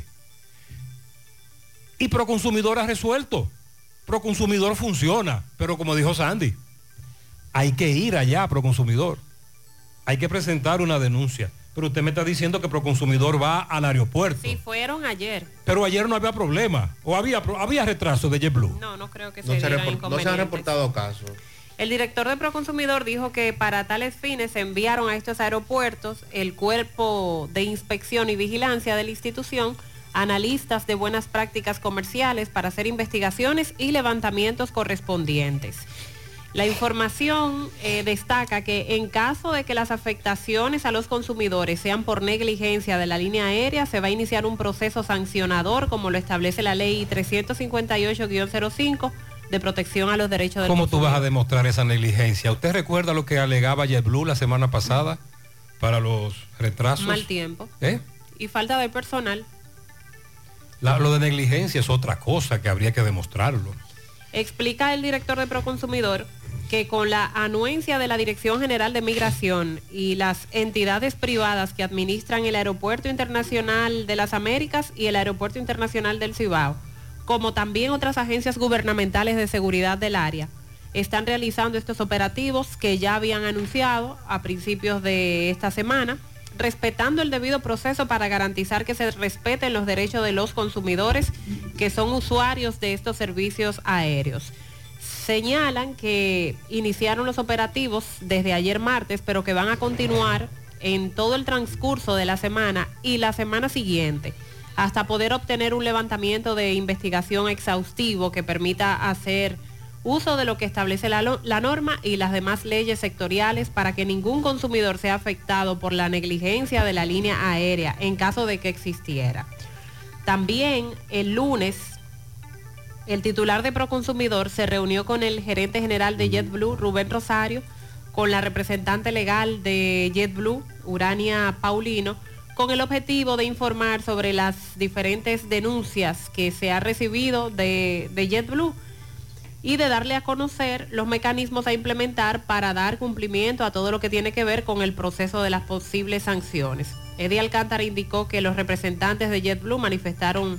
Y Proconsumidor ha resuelto. Proconsumidor funciona, pero como dijo Sandy, hay que ir allá a Proconsumidor. Hay que presentar una denuncia. Pero usted me está diciendo que Proconsumidor va al aeropuerto. Sí, fueron ayer. Pero ayer no había problema. ¿O había, había retraso de JetBlue? No, no creo que no se, report, no se han reportado casos. El director de Proconsumidor dijo que para tales fines se enviaron a estos aeropuertos el cuerpo de inspección y vigilancia de la institución analistas de buenas prácticas comerciales para hacer investigaciones y levantamientos correspondientes. La información eh, destaca que en caso de que las afectaciones a los consumidores sean por negligencia de la línea aérea, se va a iniciar un proceso sancionador, como lo establece la ley trescientos cincuenta y ocho guión cero cinco de protección a los derechos del ¿Cómo consumidor. tú vas a demostrar esa negligencia? ¿Usted recuerda lo que alegaba JetBlue la semana pasada para los retrasos? Mal tiempo. ¿Eh? Y falta de personal. La, lo de negligencia es otra cosa que habría que demostrarlo. Explica el director de Proconsumidor que con la anuencia de la Dirección General de Migración y las entidades privadas que administran el Aeropuerto Internacional de las Américas y el Aeropuerto Internacional del Cibao, como también otras agencias gubernamentales de seguridad del área, están realizando estos operativos que ya habían anunciado a principios de esta semana, respetando el debido proceso para garantizar que se respeten los derechos de los consumidores que son usuarios de estos servicios aéreos. Señalan que iniciaron los operativos desde ayer martes, pero que van a continuar en todo el transcurso de la semana y la semana siguiente, hasta poder obtener un levantamiento de investigación exhaustivo que permita hacer uso de lo que establece la, la norma y las demás leyes sectoriales para que ningún consumidor sea afectado por la negligencia de la línea aérea en caso de que existiera. También el lunes, el titular de Proconsumidor se reunió con el gerente general de JetBlue, Rubén Rosario, con la representante legal de JetBlue, Urania Paulino, con el objetivo de informar sobre las diferentes denuncias que se ha recibido de, de JetBlue y de darle a conocer los mecanismos a implementar para dar cumplimiento a todo lo que tiene que ver con el proceso de las posibles sanciones. Eddie Alcántara indicó que los representantes de JetBlue manifestaron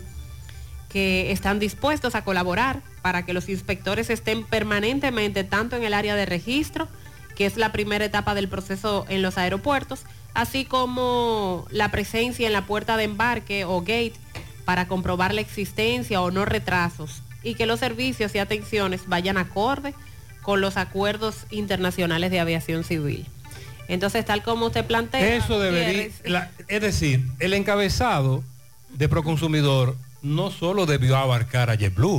que están dispuestos a colaborar para que los inspectores estén permanentemente tanto en el área de registro, que es la primera etapa del proceso en los aeropuertos, así como la presencia en la puerta de embarque o gate para comprobar la existencia o no retrasos, y que los servicios y atenciones vayan acorde con los acuerdos internacionales de aviación civil. Entonces, tal como usted plantea... Eso debería... La, es decir, el encabezado de Proconsumidor no solo debió abarcar a JetBlue,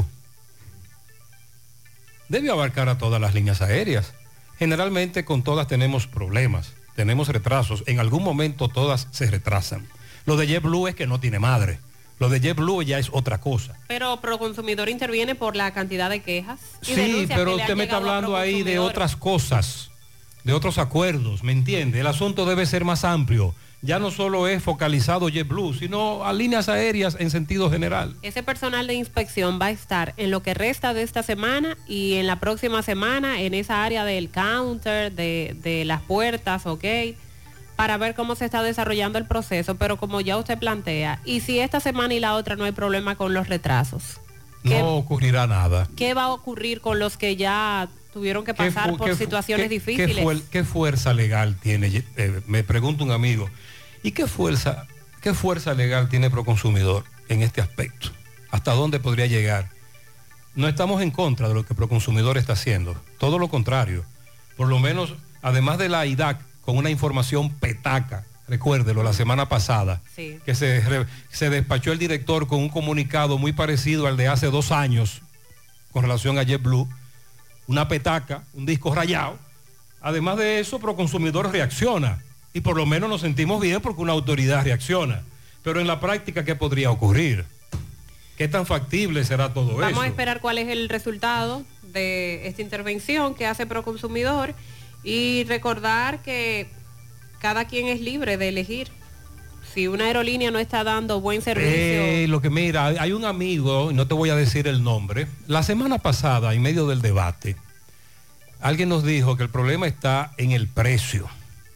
debió abarcar a todas las líneas aéreas. Generalmente con todas tenemos problemas, tenemos retrasos, en algún momento todas se retrasan. Lo de JetBlue es que no tiene madre. Lo de JetBlue ya es otra cosa. Pero Proconsumidor interviene por la cantidad de quejas. Y sí, pero usted me está hablando ahí de otras cosas, de otros acuerdos, ¿me entiende? El asunto debe ser más amplio. Ya no solo es focalizado JetBlue, sino a líneas aéreas en sentido general. Ese personal de inspección va a estar en lo que resta de esta semana y en la próxima semana en esa área del counter, de, de las puertas o gate, para ver cómo se está desarrollando el proceso, pero como ya usted plantea, y si esta semana y la otra no hay problema con los retrasos, no ocurrirá nada. ¿Qué va a ocurrir con los que ya tuvieron que pasar ¿Qué, por qué, situaciones qué, difíciles? ¿qué, fu ¿Qué fuerza legal tiene? Eh, me pregunta un amigo, ¿y qué fuerza, qué fuerza legal tiene Proconsumidor en este aspecto? ¿Hasta dónde podría llegar? No estamos en contra de lo que Proconsumidor está haciendo, todo lo contrario. Por lo menos, además de la I D A C, con una información petaca, recuérdelo, la semana pasada, sí, que se, se despachó el director con un comunicado muy parecido al de hace dos años con relación a JetBlue, una petaca, un disco rayado. Además de eso, Proconsumidor reacciona y por lo menos nos sentimos bien porque una autoridad reacciona. Pero en la práctica, ¿qué podría ocurrir? ¿Qué tan factible será todo eso? Vamos a esperar cuál es el resultado de esta intervención que hace Proconsumidor. Y recordar que cada quien es libre de elegir. Si una aerolínea no está dando buen servicio... Eh, lo que mira, hay un amigo, y no te voy a decir el nombre, la semana pasada, en medio del debate, alguien nos dijo que el problema está en el precio.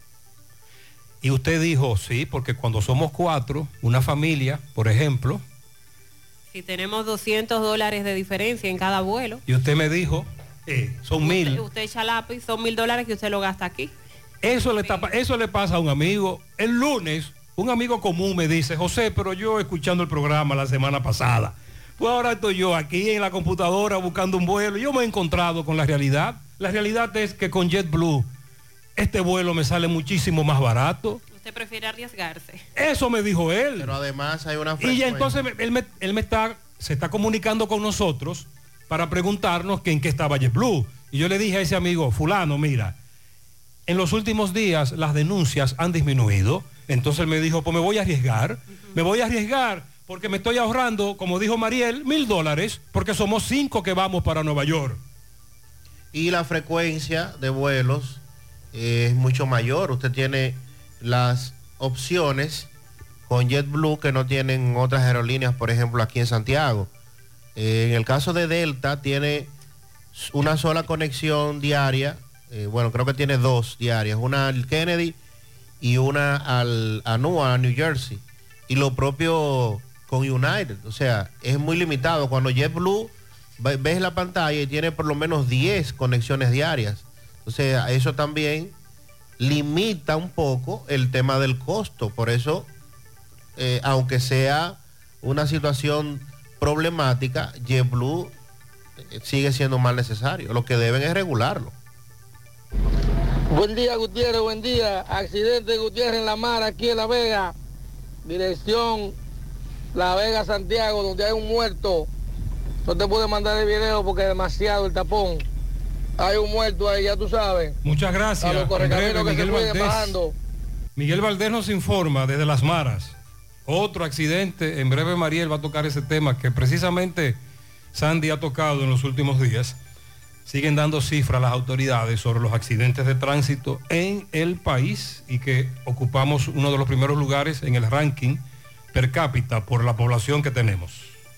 Y usted dijo, sí, porque cuando somos cuatro, una familia, por ejemplo... Si tenemos doscientos dólares de diferencia en cada vuelo... Y usted me dijo... Eh, son usted, mil. Usted echa lápiz, son mil dólares que usted lo gasta aquí. Eso le, tapa, eso le pasa a un amigo. El lunes, un amigo común me dice, José, pero yo escuchando el programa la semana pasada, pues ahora estoy yo aquí en la computadora buscando un vuelo. Yo me he encontrado con la realidad. La realidad es que con JetBlue este vuelo me sale muchísimo más barato. gente prefiere arriesgarse. Eso me dijo él. Pero además hay una Y frecuencia. ya entonces él, me, él me está, se está comunicando con nosotros para preguntarnos que en qué estaba JetBlue. Y yo le dije a ese amigo, fulano, mira, en los últimos días las denuncias han disminuido. Entonces él me dijo, pues me voy a arriesgar, uh-huh. me voy a arriesgar porque me estoy ahorrando, como dijo Mariel, mil dólares, porque somos cinco que vamos para Nueva York. Y la frecuencia de vuelos es mucho mayor. Usted tiene las opciones con JetBlue que no tienen otras aerolíneas, por ejemplo, aquí en Santiago. Eh, en el caso de Delta, tiene una sola conexión diaria. Eh, bueno, creo que tiene dos diarias. Una al Kennedy y una al, a Newark, New Jersey. Y lo propio con United. O sea, es muy limitado. Cuando JetBlue ves la pantalla y tiene por lo menos diez conexiones diarias. Entonces, eso también limita un poco el tema del costo. Por eso, eh, aunque sea una situación problemática, JetBlue eh, sigue siendo más necesario. Lo que deben es regularlo. Buen día, Gutiérrez, buen día. Accidente de Gutiérrez en la mar, aquí en La Vega. Dirección La Vega, Santiago, donde hay un muerto. No te puedo mandar el video porque es demasiado el tapón. Hay un muerto ahí, ya tú sabes. Muchas gracias. A los correcaminos que Miguel se pueden Valdés. bajando. Miguel Valdés nos informa desde Las Maras. Otro accidente. En breve Mariel va a tocar ese tema que precisamente Sandy ha tocado en los últimos días. Siguen dando cifras las autoridades sobre los accidentes de tránsito en el país y que ocupamos uno de los primeros lugares en el ranking per cápita por la población que tenemos.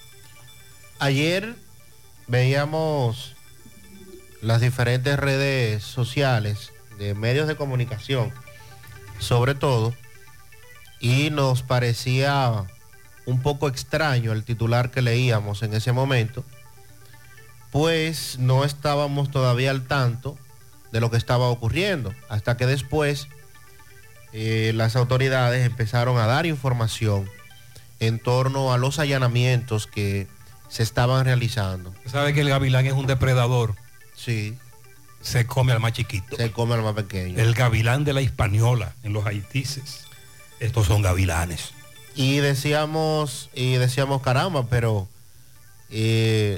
Ayer veíamos las diferentes redes sociales de medios de comunicación, sobre todo, y nos parecía un poco extraño el titular que leíamos en ese momento, pues no estábamos todavía al tanto de lo que estaba ocurriendo, hasta que después eh, las autoridades empezaron a dar información en torno a los allanamientos que se estaban realizando. ¿Sabe que el gavilán es un depredador? Sí. Se come al más chiquito. Se come al más pequeño. El gavilán de la Hispaniola, en los Haitises. Estos son gavilanes. Y decíamos, y decíamos, caramba, pero eh,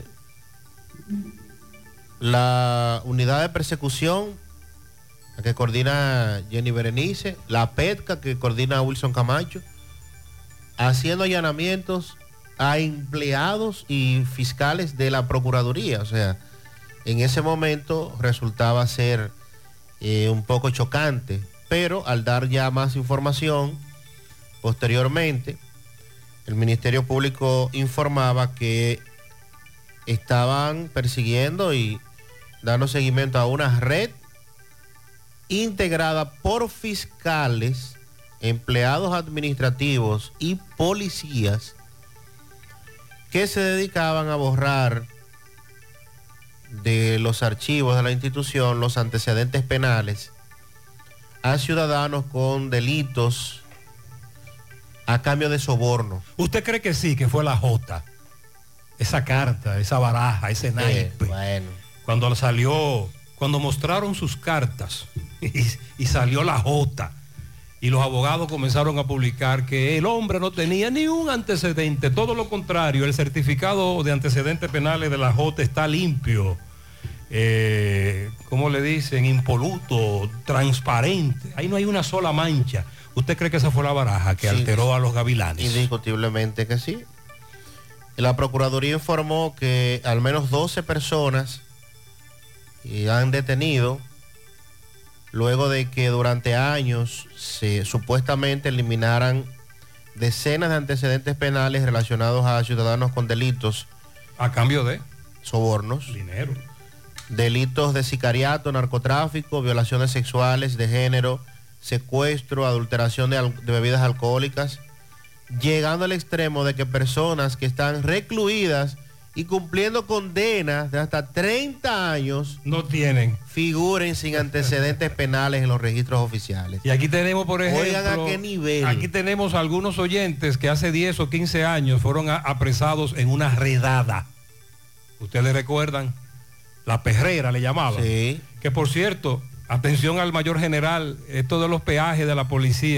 la unidad de persecución la que coordina Jenny Berenice, la PETCA que coordina Wilson Camacho, haciendo allanamientos a empleados y fiscales de la Procuraduría. O sea, en ese momento resultaba ser eh, un poco chocante, pero al dar ya más información, posteriormente, el Ministerio Público informaba que estaban persiguiendo y dando seguimiento a una red integrada por fiscales, empleados administrativos y policías que se dedicaban a borrar de los archivos de la institución los antecedentes penales a ciudadanos con delitos a cambio de soborno. ¿Usted cree que sí, que fue la Jota? Esa carta, esa baraja, ese naipe. Eh, bueno. Cuando salió, cuando mostraron sus cartas y, y salió la Jota y los abogados comenzaron a publicar que el hombre no tenía ni un antecedente, todo lo contrario, el certificado de antecedentes penales de la Jota está limpio, eh, ¿cómo le dicen? Impoluto, transparente, ahí no hay una sola mancha. ¿Usted cree que esa fue la baraja que sí, alteró a los gavilanes? Indiscutiblemente que sí. La Procuraduría informó que al menos doce personas han detenido luego de que durante años se supuestamente eliminaran decenas de antecedentes penales relacionados a ciudadanos con delitos. ¿A cambio de? Sobornos. Dinero. Delitos de sicariato, narcotráfico, violaciones sexuales de género, secuestro, adulteración de, de bebidas alcohólicas, llegando al extremo de que personas que están recluidas y cumpliendo condenas de hasta treinta años no tienen, figuren sin antecedentes penales en los registros oficiales. Y aquí tenemos, por ejemplo, oigan a qué nivel. Aquí tenemos algunos oyentes que hace diez o quince años fueron a, apresados en una redada. ¿Ustedes le recuerdan? La Perrera le llamaban. Sí. Que por cierto, atención al mayor general, esto de los peajes de la policía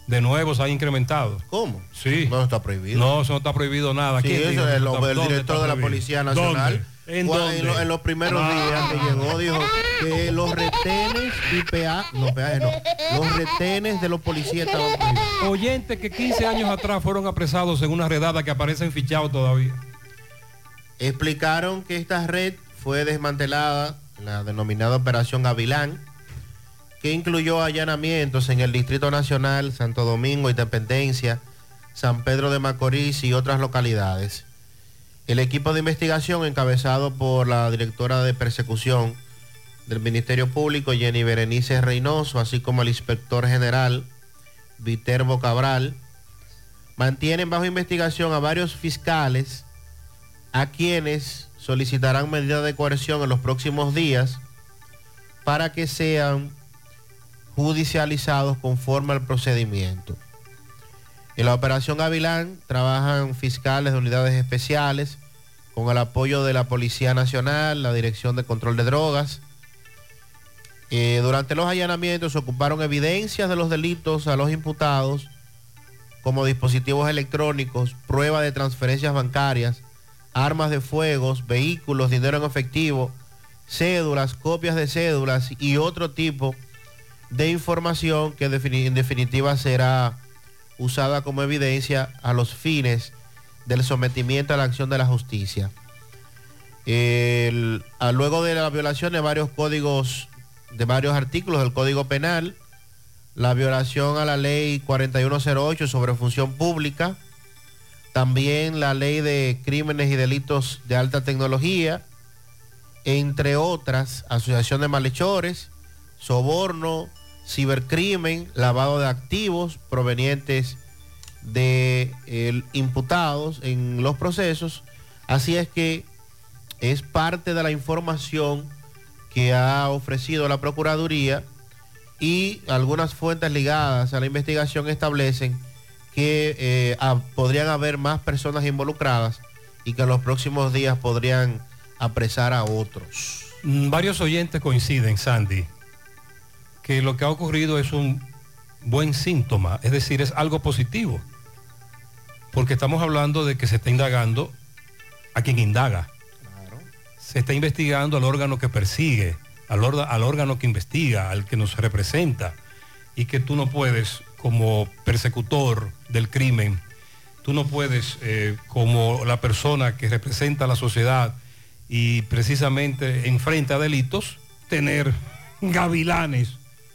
de nuevo se ha incrementado. ¿Cómo? Sí. No está prohibido. No, eso no está prohibido nada. Sí, eso dijo es que lo, está- el ¿dónde director está de la prohibido? Policía Nacional. ¿Dónde? ¿En Cuando- dónde? En, lo- en los primeros Ah. días que llegó, dijo que los retenes y peajes, no, peajes no, los retenes de los policías estaban prohibidos. Oyentes que quince años atrás fueron apresados en una redada que aparecen fichados todavía. Explicaron que esta red fue desmantelada, la denominada Operación Gavilán, que incluyó allanamientos en el Distrito Nacional, Santo Domingo, Independencia, San Pedro de Macorís y otras localidades. El equipo de investigación, encabezado por la directora de persecución del Ministerio Público, Jenny Berenice Reynoso, así como el inspector general Viterbo Cabral, mantienen bajo investigación a varios fiscales a quienes solicitarán medidas de coerción en los próximos días para que sean judicializados conforme al procedimiento. En la operación Gavilán trabajan fiscales de unidades especiales con el apoyo de la Policía Nacional, la Dirección de Control de Drogas. Eh, durante los allanamientos se ocuparon evidencias de los delitos a los imputados, como dispositivos electrónicos, prueba de transferencias bancarias, armas de fuego, vehículos, dinero en efectivo, cédulas, copias de cédulas y otro tipo de información que en definitiva será usada como evidencia a los fines del sometimiento a la acción de la justicia. El, a, luego de la violación de varios códigos, de varios artículos del Código Penal, la violación a la ley cuarenta y uno cero ocho sobre función pública, también la ley de crímenes y delitos de alta tecnología, entre otras, asociación de malhechores, soborno, cibercrimen, lavado de activos provenientes de eh, imputados en los procesos. Así es que es parte de la información que ha ofrecido la Procuraduría, y algunas fuentes ligadas a la investigación establecen que eh, a, podrían haber más personas involucradas y que en los próximos días podrían apresar a otros. Varios oyentes coinciden, Sandy, que lo que ha ocurrido es un buen síntoma, es decir, es algo positivo, porque estamos hablando de que se está indagando a quien indaga. Claro. Se está investigando al órgano que persigue, al, orda, al órgano que investiga, al que nos representa, y que tú no puedes, como persecutor del crimen, tú no puedes, eh, como la persona que representa a la sociedad y precisamente enfrenta delitos, tener gavilanes,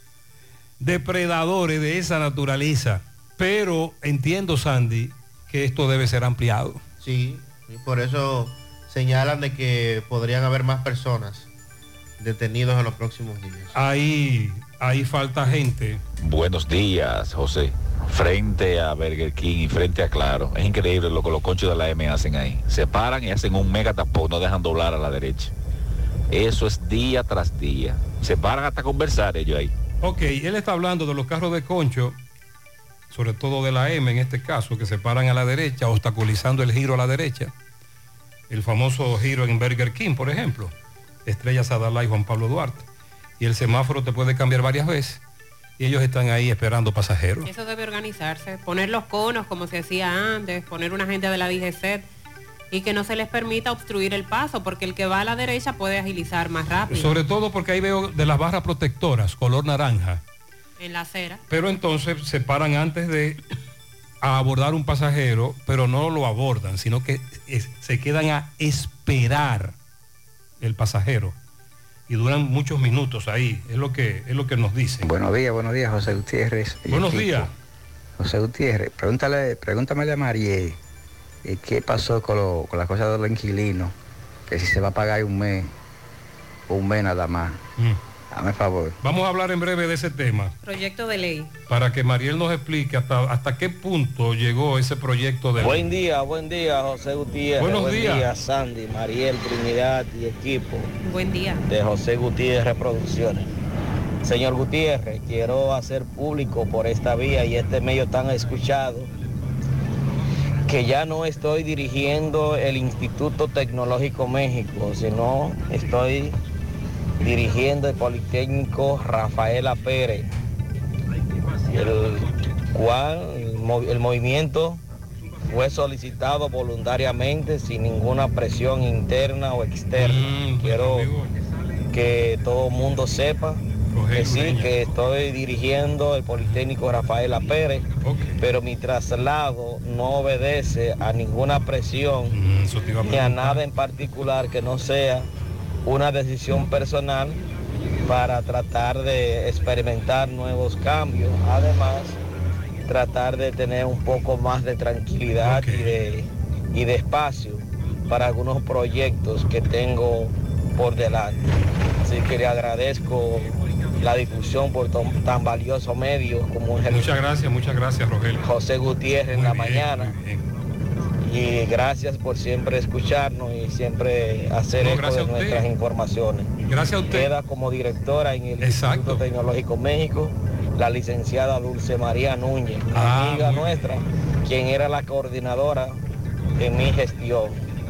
depredadores de esa naturaleza. Pero entiendo, Sandy, que esto debe ser ampliado. Sí, y por eso señalan de que podrían haber más personas detenidos en los próximos días. Ahí, ahí falta gente. Buenos días, José. Frente a Burger King y frente a Claro, es increíble lo que los conchos de la M hacen ahí. Se paran y hacen un mega tapón, no dejan doblar a la derecha. Eso es día tras día. Se paran hasta conversar ellos ahí. Ok, él está hablando de los carros de concho, sobre todo de la M en este caso, que se paran a la derecha, obstaculizando el giro a la derecha. El famoso giro en Burger King, por ejemplo, Estrella Sadalá y Juan Pablo Duarte. Y el semáforo te puede cambiar varias veces. Y ellos están ahí esperando pasajeros. Eso debe organizarse, poner los conos como se hacía antes, poner una gente de la D G C E T y que no se les permita obstruir el paso, porque el que va a la derecha puede agilizar más rápido. Sobre todo porque ahí veo de las barras protectoras, color naranja. En la acera. Pero entonces se paran antes de abordar un pasajero, pero no lo abordan, sino que es, se quedan a esperar el pasajero. Y duran muchos minutos ahí, es lo que es lo que nos dicen. Buenos días, buenos días, José Gutiérrez. Buenos días. José Gutiérrez, pregúntale, pregúntame a Mariel eh, qué pasó con, lo, con la cosa de los inquilinos, que si se va a pagar un mes, o un mes nada más. Mm. Dame favor. Vamos a hablar en breve de ese tema. Proyecto de ley. Para que Mariel nos explique hasta, hasta qué punto llegó ese proyecto de buen ley. Día, buen día, José Gutiérrez. Buenos buen días. día, Sandy, Mariel, Trinidad y equipo. Buen día. De José Gutiérrez Producciones. Señor Gutiérrez, quiero hacer público por esta vía y este medio tan escuchado que ya no estoy dirigiendo el Instituto Tecnológico México, sino estoy dirigiendo el Politécnico Rafaela Pérez. El cual el movimiento fue solicitado voluntariamente sin ninguna presión interna o externa. Mm, Quiero amigo. que todo el mundo sepa que sí, que estoy dirigiendo el Politécnico Rafaela Pérez, okay. pero mi traslado no obedece a ninguna presión mm, a ni a nada en particular que no sea una decisión personal para tratar de experimentar nuevos cambios. Además, tratar de tener un poco más de tranquilidad okay. y, de, y de espacio para algunos proyectos que tengo por delante. Así que le agradezco la difusión por tan, tan valioso medio como el Muchas gracias, muchas gracias, Rogelio. José Gutiérrez en la bien, mañana. Y gracias por siempre escucharnos y siempre hacer no, eco de nuestras informaciones. Gracias a usted. Queda como directora en el Exacto. Instituto Tecnológico México la licenciada Dulce María Núñez, ah, amiga nuestra, quien era la coordinadora de mi gestión.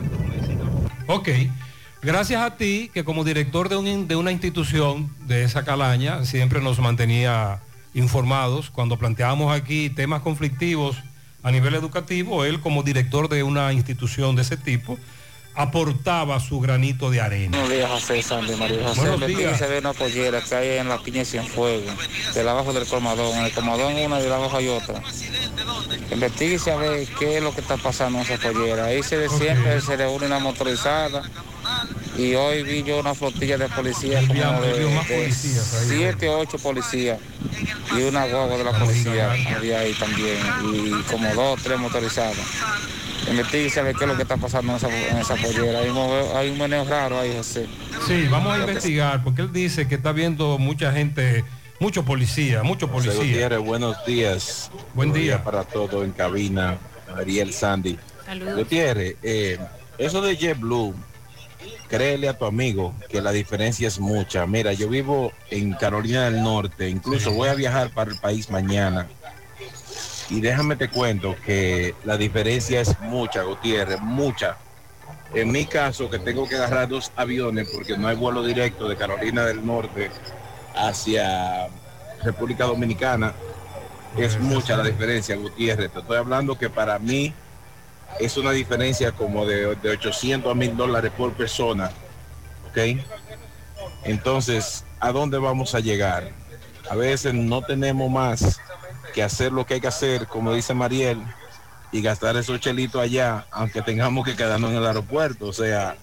Ok, gracias a ti, que como director de, un, de una institución de esa calaña, siempre nos mantenía informados cuando planteábamos aquí temas conflictivos a nivel educativo. Él, como director de una institución de ese tipo, aportaba su granito de arena. Buenos días, José Sandy, María José. Buenos días. Se ve una pollera que hay en la Piña y Cienfuegos, de la abajo del colmadón. En el colmadón una y de la abajo hay otra. Investigue y se ve qué es lo que está pasando en esa pollera. Ahí se ve okay. siempre se reúne una motorizada. Y hoy vi yo una flotilla de policías, como día, de, más de policías ahí, siete o ocho policías y una guagua de la policía había ahí también y como dos o tres motorizadas. Investigue y sabe qué es lo que está pasando en esa, en esa pollera. Hay un, hay un meneo raro ahí, José. Sí, vamos a Creo investigar, que... porque él dice que está viendo mucha gente, mucho policía, mucho policía. José Gutiérrez, buenos días. Buen día. día para todo en cabina. Ariel Sandy. Saludos. Gutiérrez, eh, eso de JetBlue, créele a tu amigo que la diferencia es mucha. Mira, yo vivo en Carolina del Norte, incluso sí. voy a viajar para el país mañana. Y déjame te cuento que la diferencia es mucha, Gutiérrez, mucha. En mi caso, que tengo que agarrar dos aviones porque no hay vuelo directo de Carolina del Norte hacia República Dominicana, es mucha la diferencia, Gutiérrez. Te estoy hablando que para mí es una diferencia como de, de ochocientos a mil dólares por persona, ¿ok? Entonces, ¿a dónde vamos a llegar? A veces no tenemos más que hacer lo que hay que hacer, como dice Mariel, y gastar esos chelitos allá, aunque tengamos que quedarnos en el aeropuerto. O sea,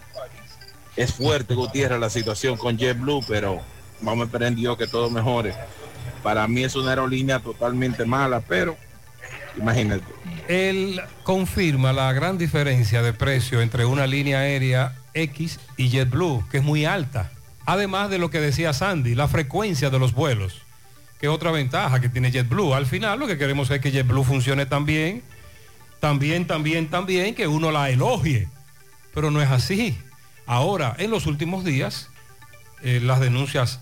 es fuerte, Gutiérrez, la situación con JetBlue, pero vamos a esperar en Dios que todo mejore. Para mí es una aerolínea totalmente mala, pero imagínate. Él confirma la gran diferencia de precio entre una línea aérea X y JetBlue, que es muy alta. Además de lo que decía Sandy, la frecuencia de los vuelos, que es otra ventaja que tiene JetBlue. Al final lo que queremos es que JetBlue funcione tan bien, también, también, también, que uno la elogie. Pero no es así. Ahora, en los últimos días, eh, las denuncias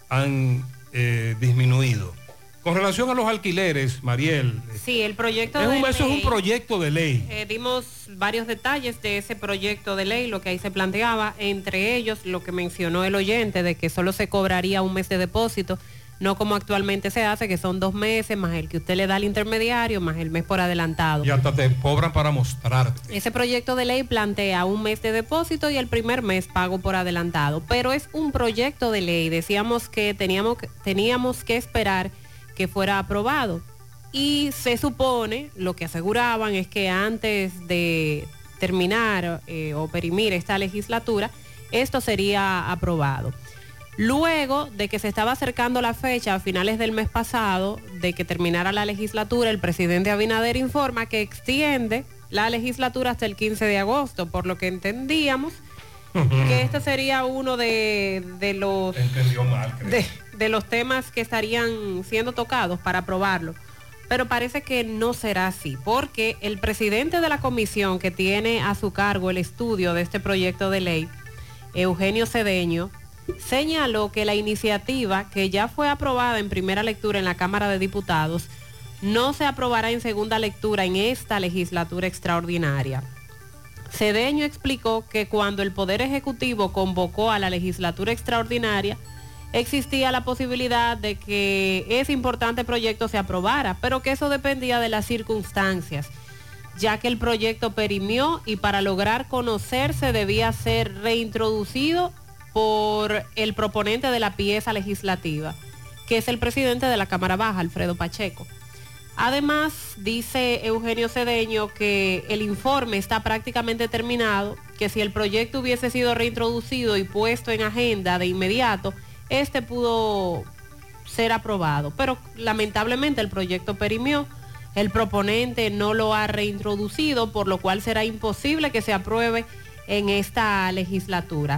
han eh, disminuido. Con relación a los alquileres, Mariel. Sí, el proyecto es un, de ley. Eso es un proyecto de ley. Eh, dimos varios detalles de ese proyecto de ley, lo que ahí se planteaba, entre ellos lo que mencionó el oyente, de que solo se cobraría un mes de depósito, no como actualmente se hace, que son dos meses, más el que usted le da al intermediario, más el mes por adelantado. Y hasta te cobran para mostrarte. Ese proyecto de ley plantea un mes de depósito y el primer mes pago por adelantado, pero es un proyecto de ley. Decíamos que teníamos, teníamos que esperar que fuera aprobado. Y se supone, lo que aseguraban es que antes de terminar eh, o perimir esta legislatura, esto sería aprobado. Luego de que se estaba acercando la fecha a finales del mes pasado de que terminara la legislatura, el presidente Abinader informa que extiende la legislatura hasta el quince de agosto, por lo que entendíamos que este sería uno de, de los Entendió mal, creo. de, de los temas que estarían siendo tocados para aprobarlo. Pero parece que no será así, porque el presidente de la comisión que tiene a su cargo el estudio de este proyecto de ley, Eugenio Cedeño, señaló que la iniciativa, que ya fue aprobada en primera lectura en la Cámara de Diputados, no se aprobará en segunda lectura en esta legislatura extraordinaria. Cedeño explicó que cuando el Poder Ejecutivo convocó a la legislatura extraordinaria, existía la posibilidad de que ese importante proyecto se aprobara, pero que eso dependía de las circunstancias, ya que el proyecto perimió y para lograr conocerse debía ser reintroducido por el proponente de la pieza legislativa, que es el presidente de la Cámara Baja, Alfredo Pacheco. Además, dice Eugenio Cedeño que el informe está prácticamente terminado, que si el proyecto hubiese sido reintroducido y puesto en agenda de inmediato, este pudo ser aprobado. Pero lamentablemente el proyecto perimió, el proponente no lo ha reintroducido, por lo cual será imposible que se apruebe en esta legislatura.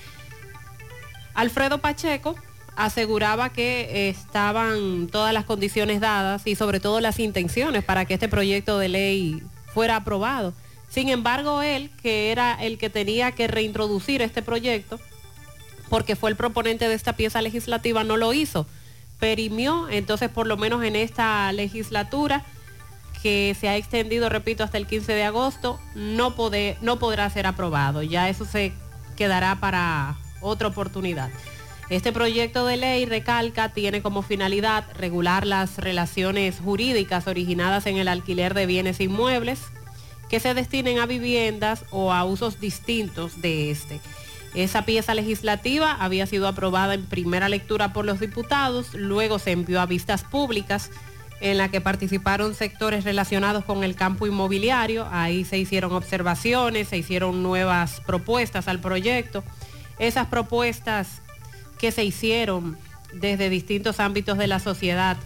Alfredo Pacheco aseguraba que estaban todas las condiciones dadas y sobre todo las intenciones para que este proyecto de ley fuera aprobado. Sin embargo, él, que era el que tenía que reintroducir este proyecto, porque fue el proponente de esta pieza legislativa, no lo hizo. Perimió, entonces por lo menos en esta legislatura, que se ha extendido, repito, hasta el quince de agosto, no, poder, no podrá ser aprobado. Ya eso se quedará para otra oportunidad. Este proyecto de ley, recalca, tiene como finalidad regular las relaciones jurídicas originadas en el alquiler de bienes inmuebles que se destinen a viviendas o a usos distintos de este. Esa pieza legislativa había sido aprobada en primera lectura por los diputados, luego se envió a vistas públicas en la que participaron sectores relacionados con el campo inmobiliario. Ahí se hicieron observaciones, se hicieron nuevas propuestas al proyecto. Esas propuestas que se hicieron desde distintos ámbitos de la sociedad,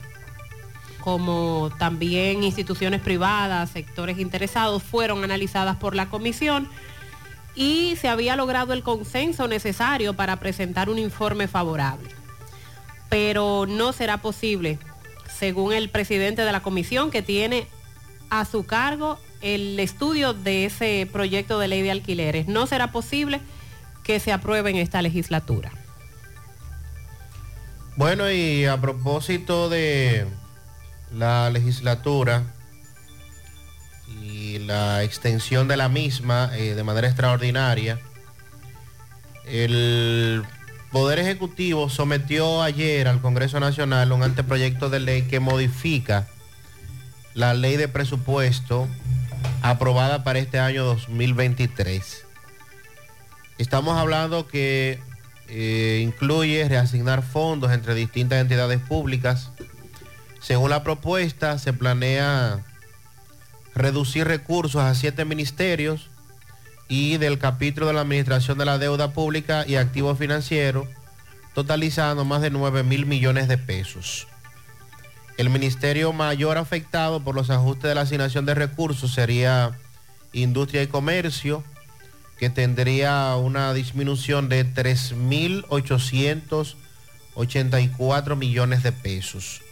como también instituciones privadas, sectores interesados, fueron analizadas por la comisión y se había logrado el consenso necesario para presentar un informe favorable. Pero no será posible, según el presidente de la comisión, que tiene a su cargo el estudio de ese proyecto de ley de alquileres, no será posible que se apruebe en esta legislatura. Bueno, y a propósito de la legislatura y la extensión de la misma eh, de manera extraordinaria, el Poder Ejecutivo sometió ayer al Congreso Nacional un anteproyecto de ley que modifica la ley de presupuesto aprobada para este año dos mil veintitrés. Estamos hablando que Eh, incluye reasignar fondos entre distintas entidades públicas. Según la propuesta, se planea reducir recursos a siete ministerios y del capítulo de la Administración de la Deuda Pública y Activos Financieros, totalizando más de nueve mil millones de pesos. El ministerio mayor afectado por los ajustes de la asignación de recursos sería Industria y Comercio, que tendría una disminución de tres mil ochocientos ochenta y cuatro millones de pesos.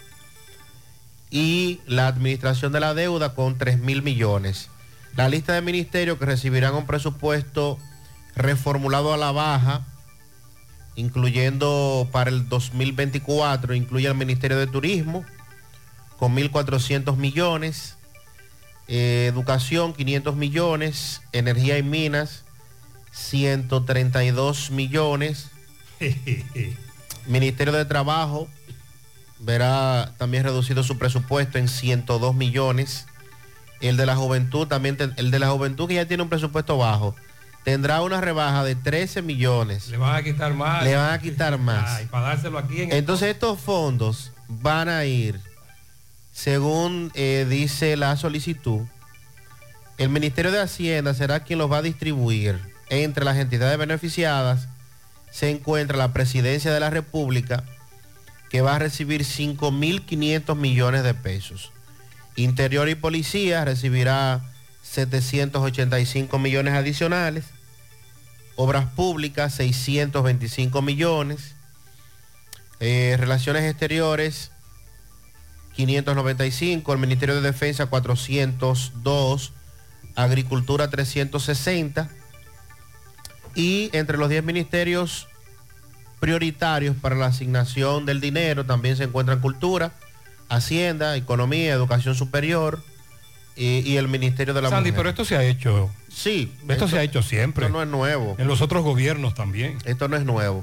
Y la administración de la deuda con tres mil millones. La lista de ministerios que recibirán un presupuesto reformulado a la baja, incluyendo para el dos mil veinticuatro, incluye el Ministerio de Turismo con mil cuatrocientos millones, eh, Educación quinientos millones, Energía y Minas ciento treinta y dos millones. Ministerio de Trabajo verá también reducido su presupuesto en ciento dos millones. El de la Juventud también, el de la Juventud, que ya tiene un presupuesto bajo, tendrá una rebaja de trece millones. Le van a quitar más. Le van a quitar más. Ay, para dárselo aquí en Entonces estos fondos van a ir, según eh, dice la solicitud, el Ministerio de Hacienda será quien los va a distribuir. Entre las entidades beneficiadas se encuentra la Presidencia de la República, que va a recibir cinco mil quinientos millones de pesos. Interior y Policía recibirá setecientos ochenta y cinco millones adicionales. Obras Públicas, seiscientos veinticinco millones. Eh, Relaciones Exteriores, quinientos noventa y cinco. El Ministerio de Defensa, cuatrocientos dos. Agricultura, trescientos sesenta. Y entre los diez ministerios prioritarios para la asignación del dinero también se encuentran Cultura, Hacienda, Economía, Educación Superior y, y el Ministerio de la Sandy, Mujer. pero esto se ha hecho. Sí. Esto, esto se ha hecho siempre. Esto no es nuevo. En los otros gobiernos también. Esto no es nuevo.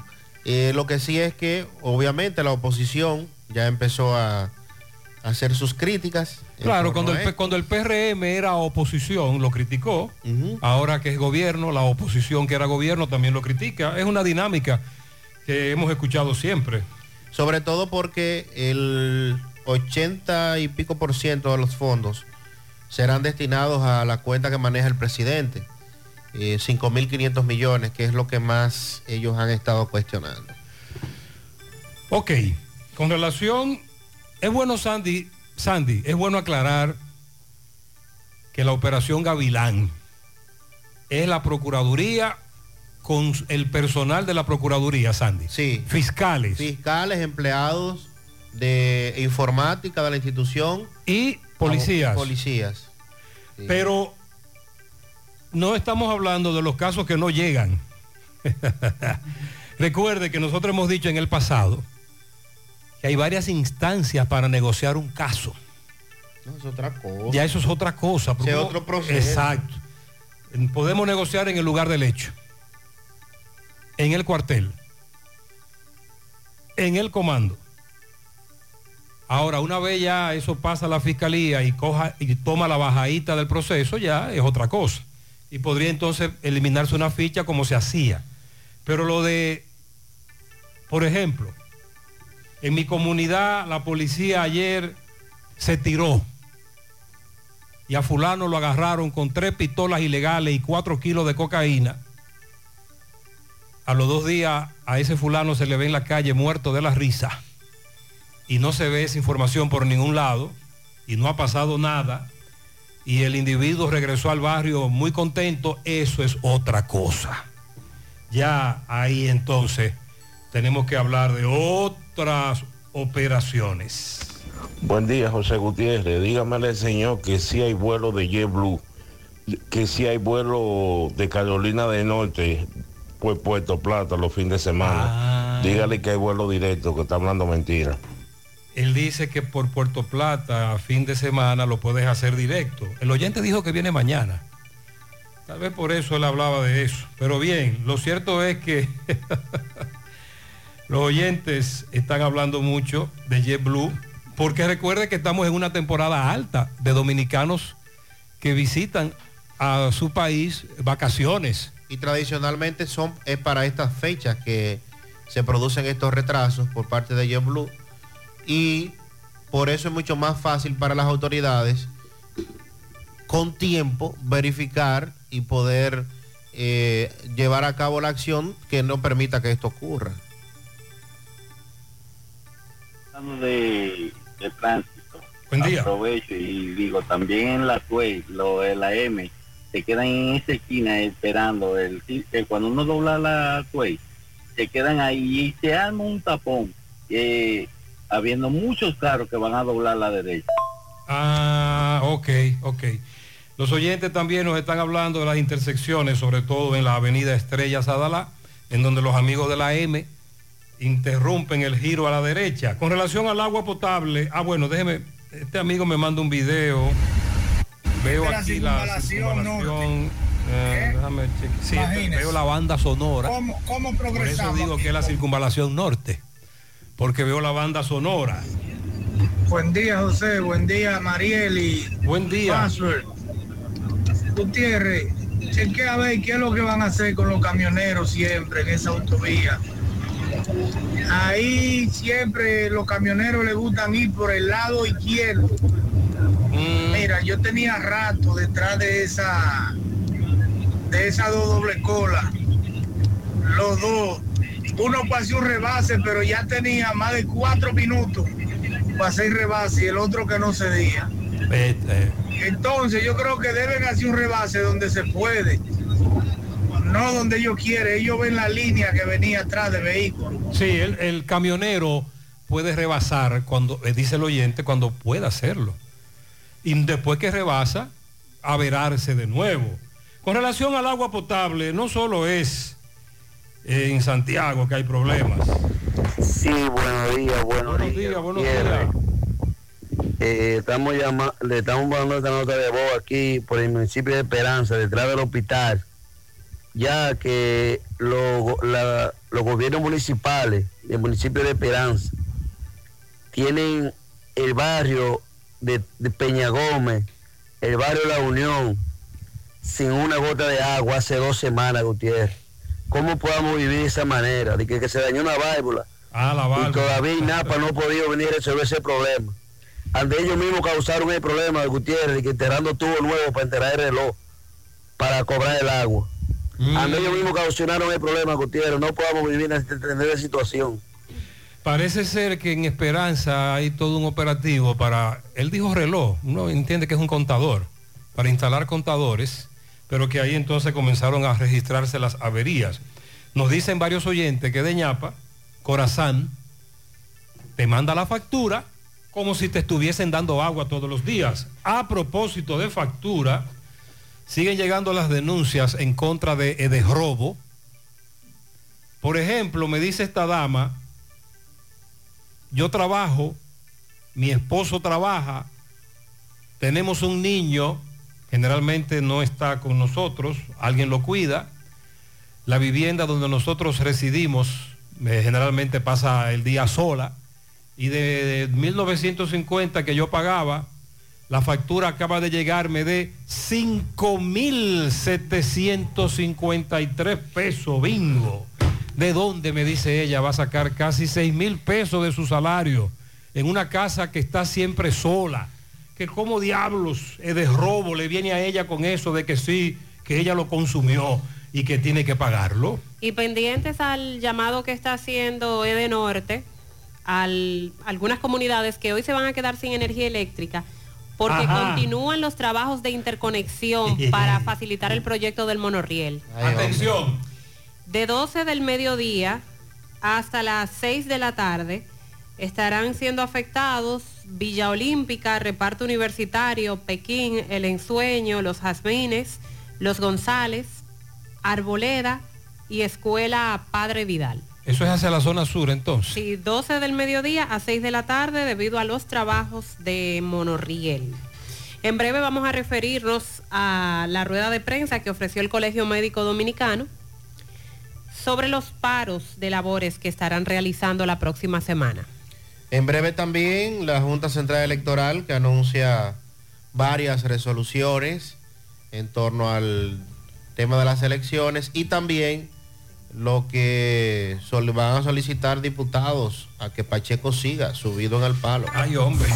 Eh, lo que sí es que obviamente la oposición ya empezó a, a hacer sus críticas. Claro, cuando el, cuando el P R M era oposición lo criticó, uh-huh. Ahora que es gobierno, la oposición que era gobierno también lo critica. Es una dinámica que hemos escuchado siempre. Sobre todo porque el ochenta y pico por ciento de los fondos serán destinados a la cuenta que maneja el presidente, eh, cinco mil quinientos millones, que es lo que más ellos han estado cuestionando. Ok, con relación, es bueno Sandy, Sandy, es bueno aclarar que la operación Gavilán es la Procuraduría con el personal de la Procuraduría, Sandy. Sí. Fiscales. Fiscales, empleados de informática de la institución. Y policías. Policías. Sí. Pero no estamos hablando de los casos que no llegan. Recuerde que nosotros hemos dicho en el pasado que hay varias instancias para negociar un caso. No, es otra cosa. Ya eso es otra cosa. Es otro proceso. Exacto. Podemos negociar en el lugar del hecho, en el cuartel, en el comando. Ahora, una vez ya eso pasa a la fiscalía y, coja, y toma la bajadita del proceso, ya es otra cosa. Y podría entonces eliminarse una ficha como se hacía. Pero lo de, por ejemplo, en mi comunidad la policía ayer se tiró y a fulano lo agarraron con tres pistolas ilegales y cuatro kilos de cocaína. A los dos días a ese fulano se le ve en la calle muerto de la risa y no se ve esa información por ningún lado y no ha pasado nada y el individuo regresó al barrio muy contento. Eso es otra cosa. Ya ahí entonces tenemos que hablar de otras operaciones. Buen día, José Gutiérrez. Dígamele al señor que sí hay vuelo de JetBlue, que sí hay vuelo de Carolina del Norte por Puerto Plata los fines de semana. Ah. Dígale que hay vuelo directo, que está hablando mentira. Él dice que por Puerto Plata a fin de semana lo puedes hacer directo. El oyente dijo que viene mañana. Tal vez por eso él hablaba de eso. Pero bien, lo cierto es que los oyentes están hablando mucho de JetBlue, porque recuerde que estamos en una temporada alta de dominicanos que visitan a su país vacaciones. Y tradicionalmente son es para estas fechas que se producen estos retrasos por parte de JetBlue. Y por eso es mucho más fácil para las autoridades con tiempo verificar y poder eh, llevar a cabo la acción que no permita que esto ocurra. De, de tránsito. Buen día. Aprovecho y digo, también la Tuey, lo de la M, se quedan en esa esquina esperando el, el cuando uno dobla la Tuey, se quedan ahí y se arma un tapón, eh, habiendo muchos carros que van a doblar a la derecha. Ah, ok, ok. Los oyentes también nos están hablando de las intersecciones, sobre todo en la avenida Estrella Sadalá, en donde los amigos de la M interrumpen el giro a la derecha. Con relación al agua potable, ah bueno, déjeme, este amigo me manda un video, veo la aquí la circunvalación, eh, déjame chequear, sí, veo la banda sonora. ¿Cómo, cómo progresamos? Por eso digo que es la circunvalación norte, porque veo la banda sonora. Buen día, José, buen día, Mariel y buen día. Password. Gutiérrez, chequea a ver qué es lo que van a hacer con los camioneros siempre en esa autovía. Ahí siempre los camioneros les gustan ir por el lado izquierdo. Mm. Mira, yo tenía rato detrás de esa de esas dos doble cola. Los dos. Uno pasó un rebase, pero ya tenía más de cuatro minutos para hacer rebase y el otro que no cedía. Este. Entonces yo creo que deben hacer un rebase donde se puede. No donde ellos quieren, ellos ven la línea que venía atrás de vehículos. Sí, el, el camionero puede rebasar, cuando dice el oyente, cuando pueda hacerlo. Y después que rebasa, averarse de nuevo. Con relación al agua potable, no solo es en Santiago que hay problemas. Sí, buenos días, buenos, buenos días. días, buenos días. Eh, estamos llamando, le estamos mandando esta nota de voz aquí por el municipio de Esperanza, detrás del hospital, ya que los los gobiernos municipales del municipio de Esperanza tienen el barrio de, de Peña Gómez, el barrio La Unión, sin una gota de agua hace dos semanas, Gutiérrez. ¿Cómo podamos vivir de esa manera? De que, que se dañó una válvula. Ah, la válvula. Y todavía INAPA no ha podido venir a resolver ese problema. Ante ellos mismos causaron el problema de Gutiérrez, de que enterrando tubo nuevo para enterrar el reloj, para cobrar el agua. Mm. Ante ellos mismos causaron el problema, Gutiérrez. No podamos vivir en esta situación. Parece ser que en Esperanza hay todo un operativo para, él dijo reloj, uno entiende que es un contador, para instalar contadores, pero que ahí entonces comenzaron a registrarse las averías. Nos dicen varios oyentes que de Ñapa, Corazán, te manda la factura como si te estuviesen dando agua todos los días. A propósito de factura, siguen llegando las denuncias en contra de Edesrobo. Por ejemplo, me dice esta dama, yo trabajo, mi esposo trabaja, tenemos un niño, generalmente no está con nosotros, alguien lo cuida, la vivienda donde nosotros residimos eh, generalmente pasa el día sola, y de, de mil novecientos cincuenta que yo pagaba, la factura acaba de llegarme de cinco mil setecientos cincuenta y tres pesos, bingo. ¿De dónde, me dice ella, va a sacar casi seis mil pesos de su salario en una casa que está siempre sola? Que cómo diablos Edesrobo le viene a ella con eso de que sí, que ella lo consumió y que tiene que pagarlo. Y pendientes al llamado que está haciendo Edenorte, a algunas comunidades que hoy se van a quedar sin energía eléctrica porque Ajá. continúan los trabajos de interconexión para facilitar el proyecto del monorriel. Ay, atención. De doce del mediodía hasta las seis de la tarde estarán siendo afectados Villa Olímpica, Reparto Universitario, Pekín, El Ensueño, Los Jazmines, Los González, Arboleda y Escuela Padre Vidal. Eso es hacia la zona sur, entonces. Sí, doce del mediodía a seis de la tarde debido a los trabajos de monorriel. En breve vamos a referirnos a la rueda de prensa que ofreció el Colegio Médico Dominicano sobre los paros de labores que estarán realizando la próxima semana. En breve también la Junta Central Electoral, que anuncia varias resoluciones en torno al tema de las elecciones, y también lo que sol, van a solicitar diputados a que Pacheco siga subido en el palo. Ay, hombre.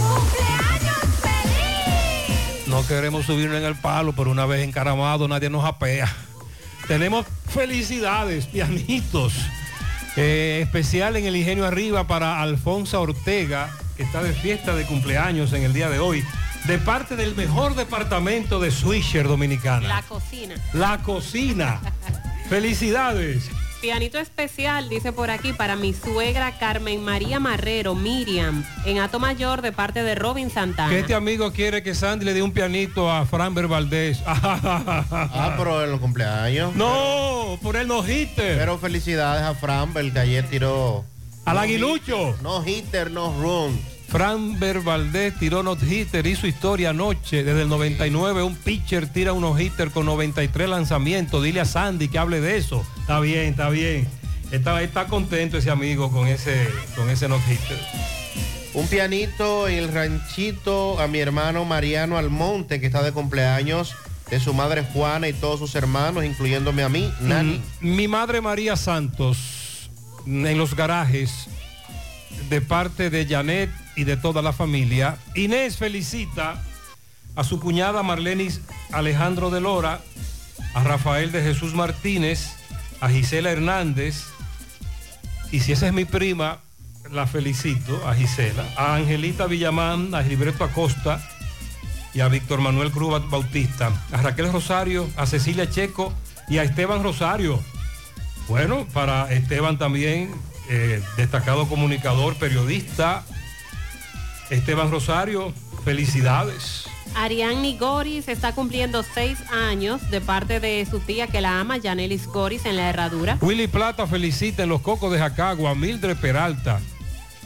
No queremos subirnos en el palo, pero una vez encaramado nadie nos apea. Tenemos felicidades, pianitos. Eh, especial en el Ingenio Arriba para Alfonso Ortega, que está de fiesta de cumpleaños en el día de hoy, de parte del mejor departamento de Swisher Dominicana. La cocina. La cocina. Felicidades. Pianito especial, dice por aquí, para mi suegra Carmen María Marrero, Miriam, en Hato Mayor, de parte de Robin Santana. Que este amigo quiere que Sandy le dé un pianito a Franber Valdés. Ah, pero en los cumpleaños. No, por el no hitter. Pero felicidades a Franber, que ayer tiró. Al no aguilucho. Hit, no hitter, no run. Franber Valdés tiró no hitter, hizo historia anoche. Desde el noventa y nueve un pitcher tira unos hitter con noventa y tres lanzamientos. Dile a Sandy que hable de eso. Está bien, está bien. Está, está contento ese amigo con ese, con ese no hitter. Un pianito en el ranchito a mi hermano Mariano Almonte, que está de cumpleaños, de su madre Juana y todos sus hermanos, incluyéndome a mí, Nani. Mm, mi madre María Santos, en los garajes, de parte de Janet y de toda la familia. Inés felicita a su cuñada Marlenis Alejandro de Lora, a Rafael de Jesús Martínez, a Gisela Hernández, y si esa es mi prima, la felicito, a Gisela, a Angelita Villamán, a Gilberto Acosta y a Víctor Manuel Cruz Bautista, a Raquel Rosario, a Cecilia Checo y a Esteban Rosario. Bueno, para Esteban también, eh, destacado comunicador, periodista, Esteban Rosario, felicidades. Ariadne Goris está cumpliendo seis años de parte de su tía que la ama, Yanelis Goris, en la Herradura. Willy Plata felicita en Los Cocos de Jacagua a Mildred Peralta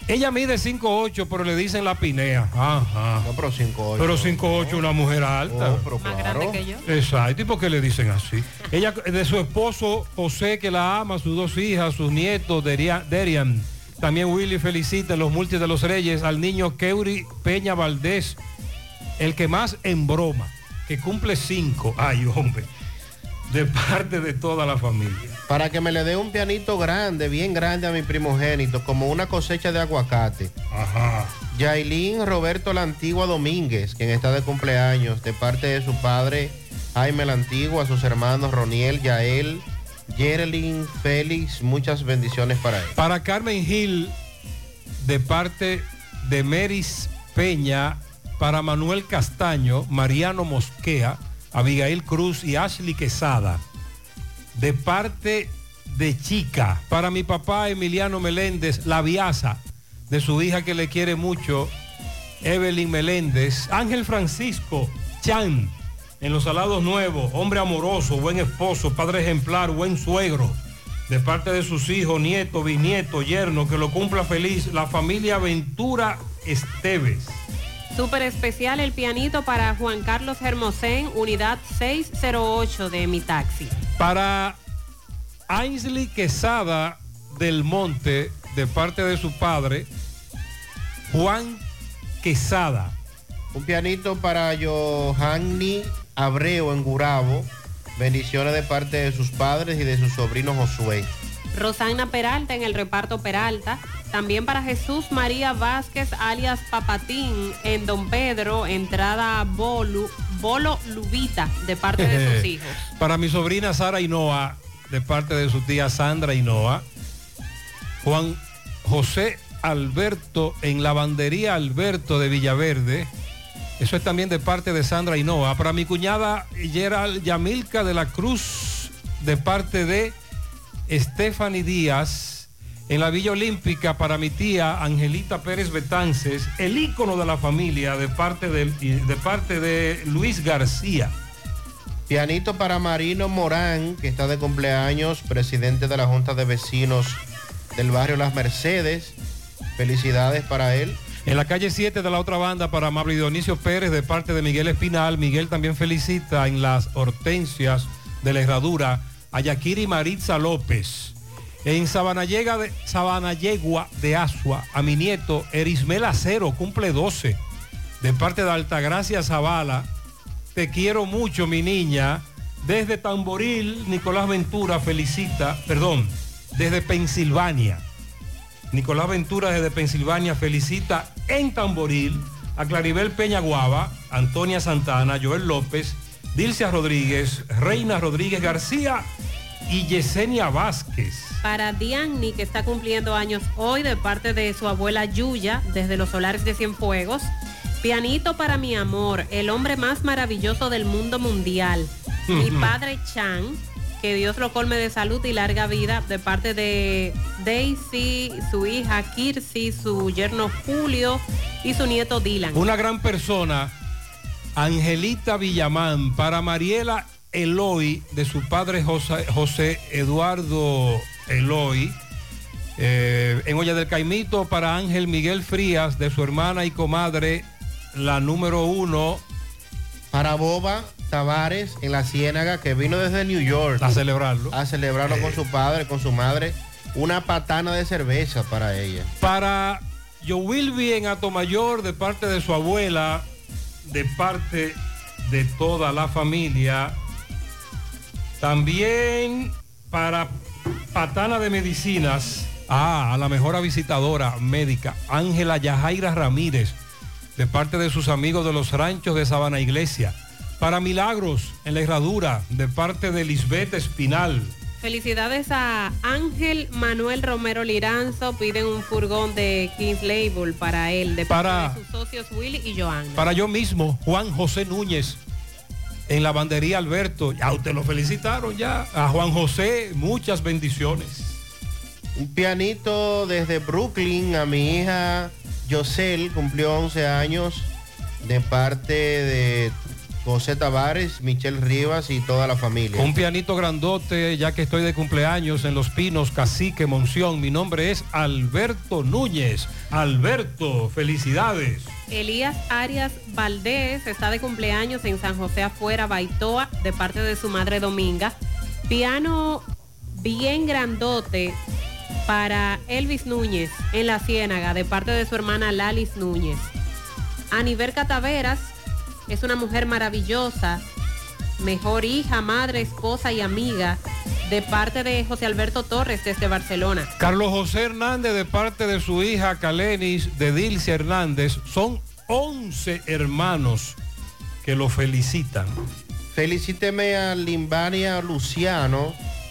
Ella mide cinco ocho, pero le dicen la pinea. Ajá. No, pero cinco ocho. Pero cinco ocho, una mujer alta. Oh, pero Más grande que yo. Exacto. ¿Y por qué le dicen así? Ella, de su esposo José, que la ama, sus dos hijas, sus nietos, Deria- Derian. También Willy felicita en los multis de los Reyes al niño Keuri Peña Valdés, el que más embroma, que cumple cinco. Ay, hombre. De parte de toda la familia. Para que me le dé un pianito grande, bien grande a mi primogénito, como una cosecha de aguacate. Ajá. Yailín Roberto La Antigua Domínguez, quien está de cumpleaños, de parte de su padre Jaime La Antigua, a sus hermanos Roniel, Yael, Yerelin, Félix, muchas bendiciones para él. Para Carmen Gil, de parte de Meris Peña, para Manuel Castaño, Mariano Mosquea, Abigail Cruz y Ashley Quesada. De parte de Chica, para mi papá Emiliano Meléndez, la Viasa, de su hija que le quiere mucho, Evelyn Meléndez. Ángel Francisco Chan, en Los Salados Nuevos, hombre amoroso, buen esposo, padre ejemplar, buen suegro, de parte de sus hijos, nietos, bisnietos, yerno, que lo cumpla feliz, la familia Ventura Esteves. Súper especial el pianito para Juan Carlos Hermosén, unidad seis cero ocho de Mi Taxi. Para Ainsley Quesada del Monte, de parte de su padre, Juan Quesada. Un pianito para Johanny Abreu en Gurabo. Bendiciones de parte de sus padres y de su sobrino Josué. Rosana Peralta en el reparto Peralta. También para Jesús María Vázquez, alias Papatín, en Don Pedro, entrada Bolu, Bolo Lubita, de parte de sus hijos. Para mi sobrina Sara Hinoa, de parte de su tía Sandra Hinoa. Juan José Alberto en Lavandería Alberto de Villaverde. Eso es también de parte de Sandra Hinoa. Para mi cuñada Gerald Yamilca de la Cruz, de parte de Stephanie Díaz. En la Villa Olímpica, para mi tía Angelita Pérez Betances, el ícono de la familia, de parte de, de parte de Luis García. Pianito para Marino Morán, que está de cumpleaños, presidente de la Junta de Vecinos del barrio Las Mercedes. Felicidades para él. En la calle siete de la otra banda, para Amable Dionisio Pérez, de parte de Miguel Espinal. Miguel también felicita en las Hortensias de la Herradura a Yakiri Maritza López. En Sabanallega de, Sabanallegua de Asua, a mi nieto Erismel Acero, cumple doce, de parte de Altagracia Zavala. Te quiero mucho, mi niña. Desde Tamboril, Nicolás Ventura felicita, perdón, desde Pensilvania. Nicolás Ventura desde Pensilvania felicita en Tamboril a Claribel Peña Guava, Antonia Santana, Joel López, Dilcia Rodríguez, Reina Rodríguez García y Yesenia Vázquez. Para Dianni, que está cumpliendo años hoy, de parte de su abuela Yuya, desde los Solares de Cienfuegos. Pianito para mi amor, el hombre más maravilloso del mundo mundial. Mi padre Chan, que Dios lo colme de salud y larga vida, de parte de Daisy, su hija Kirsi, su yerno Julio y su nieto Dylan. Una gran persona, Angelita Villamán, para Mariela Eloy, de su padre José, José Eduardo Eloy, eh, en Olla del Caimito, para Ángel Miguel Frías, de su hermana y comadre, la número uno. Para Boba Tavares en la Ciénaga, que vino desde New York a celebrarlo. A celebrarlo eh. con su padre, con su madre. Una patana de cerveza para ella. Para Jovilby en Atomayor, de parte de su abuela, de parte de toda la familia. También para Patana de Medicinas, ah, a la mejor visitadora médica, Ángela Yajaira Ramírez, de parte de sus amigos de los ranchos de Sabana Iglesia. Para Milagros en la Herradura, de parte de Lisbeth Espinal. Felicidades a Ángel Manuel Romero Liranzo, piden un furgón de Kings Label para él, de parte para, de sus socios Willy y Joan. Para yo mismo, Juan José Núñez, en Lavandería Alberto, ya usted lo felicitaron ya. A Juan José, muchas bendiciones. Un pianito desde Brooklyn a mi hija Yosel, cumplió once años, de parte de José Tavares, Michelle Rivas y toda la familia. Un pianito grandote, ya que estoy de cumpleaños en Los Pinos, Cacique, Monción. Mi nombre es Alberto Núñez. Alberto, felicidades. Elías Arias Valdés está de cumpleaños en San José Afuera, Baitoa, de parte de su madre Dominga. Piano bien grandote para Elvis Núñez en La Ciénaga, de parte de su hermana Lalis Núñez. Aniver Cataveras es una mujer maravillosa, mejor hija, madre, esposa y amiga, de parte de José Alberto Torres desde Barcelona. Carlos José Hernández, de parte de su hija Calenis, de Dilcia Hernández. Son once hermanos que lo felicitan. Felicíteme a Limbania Luciano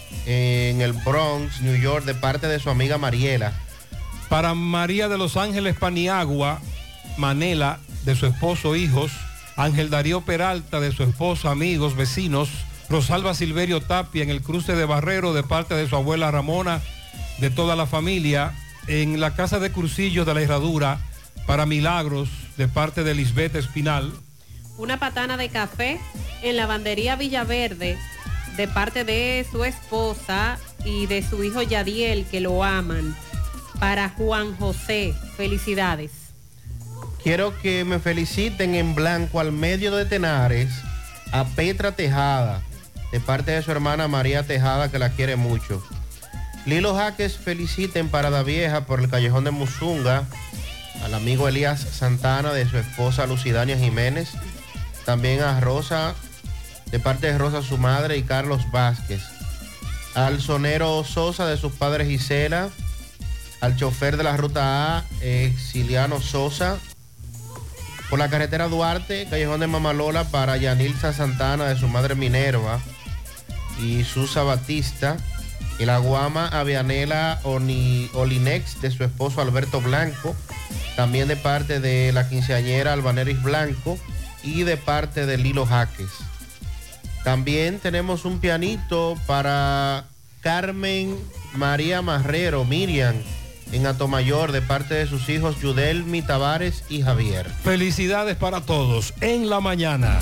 en el Bronx, New York, de parte de su amiga Mariela. Para María de los Ángeles Paniagua, Manela, de su esposo, hijos. Ángel Darío Peralta, de su esposa, amigos, vecinos. Rosalba Silverio Tapia en el cruce de Barrero, de parte de su abuela Ramona, de toda la familia. En la casa de Cursillos de la Herradura, para Milagros, de parte de Lisbeth Espinal. Una patana de café en Lavandería Villaverde, de parte de su esposa y de su hijo Yadiel, que lo aman. Para Juan José, felicidades. Quiero que me feliciten en blanco al medio de Tenares a Petra Tejada, de parte de su hermana María Tejada, que la quiere mucho. Lilo Jaques feliciten para Da Vieja por el Callejón de Musunga, al amigo Elías Santana, de su esposa Lucidania Jiménez. También a Rosa, de parte de Rosa su madre, y Carlos Vázquez. Al sonero Sosa, de sus padres Gisela. Al chofer de la ruta A, Exiliano Sosa. Por la carretera Duarte, Callejón de Mamalola, para Yanilza Santana, de su madre Minerva y Susa Batista. Y la guama Avianela Oni, Olinex, de su esposo Alberto Blanco. También de parte de la quinceañera Albaneris Blanco y de parte de Lilo Jaques. También tenemos un pianito para Carmen María Marrero, Miriam, en Atomayor, de parte de sus hijos Yudelmi Tavares y Javier. Felicidades para todos en la mañana.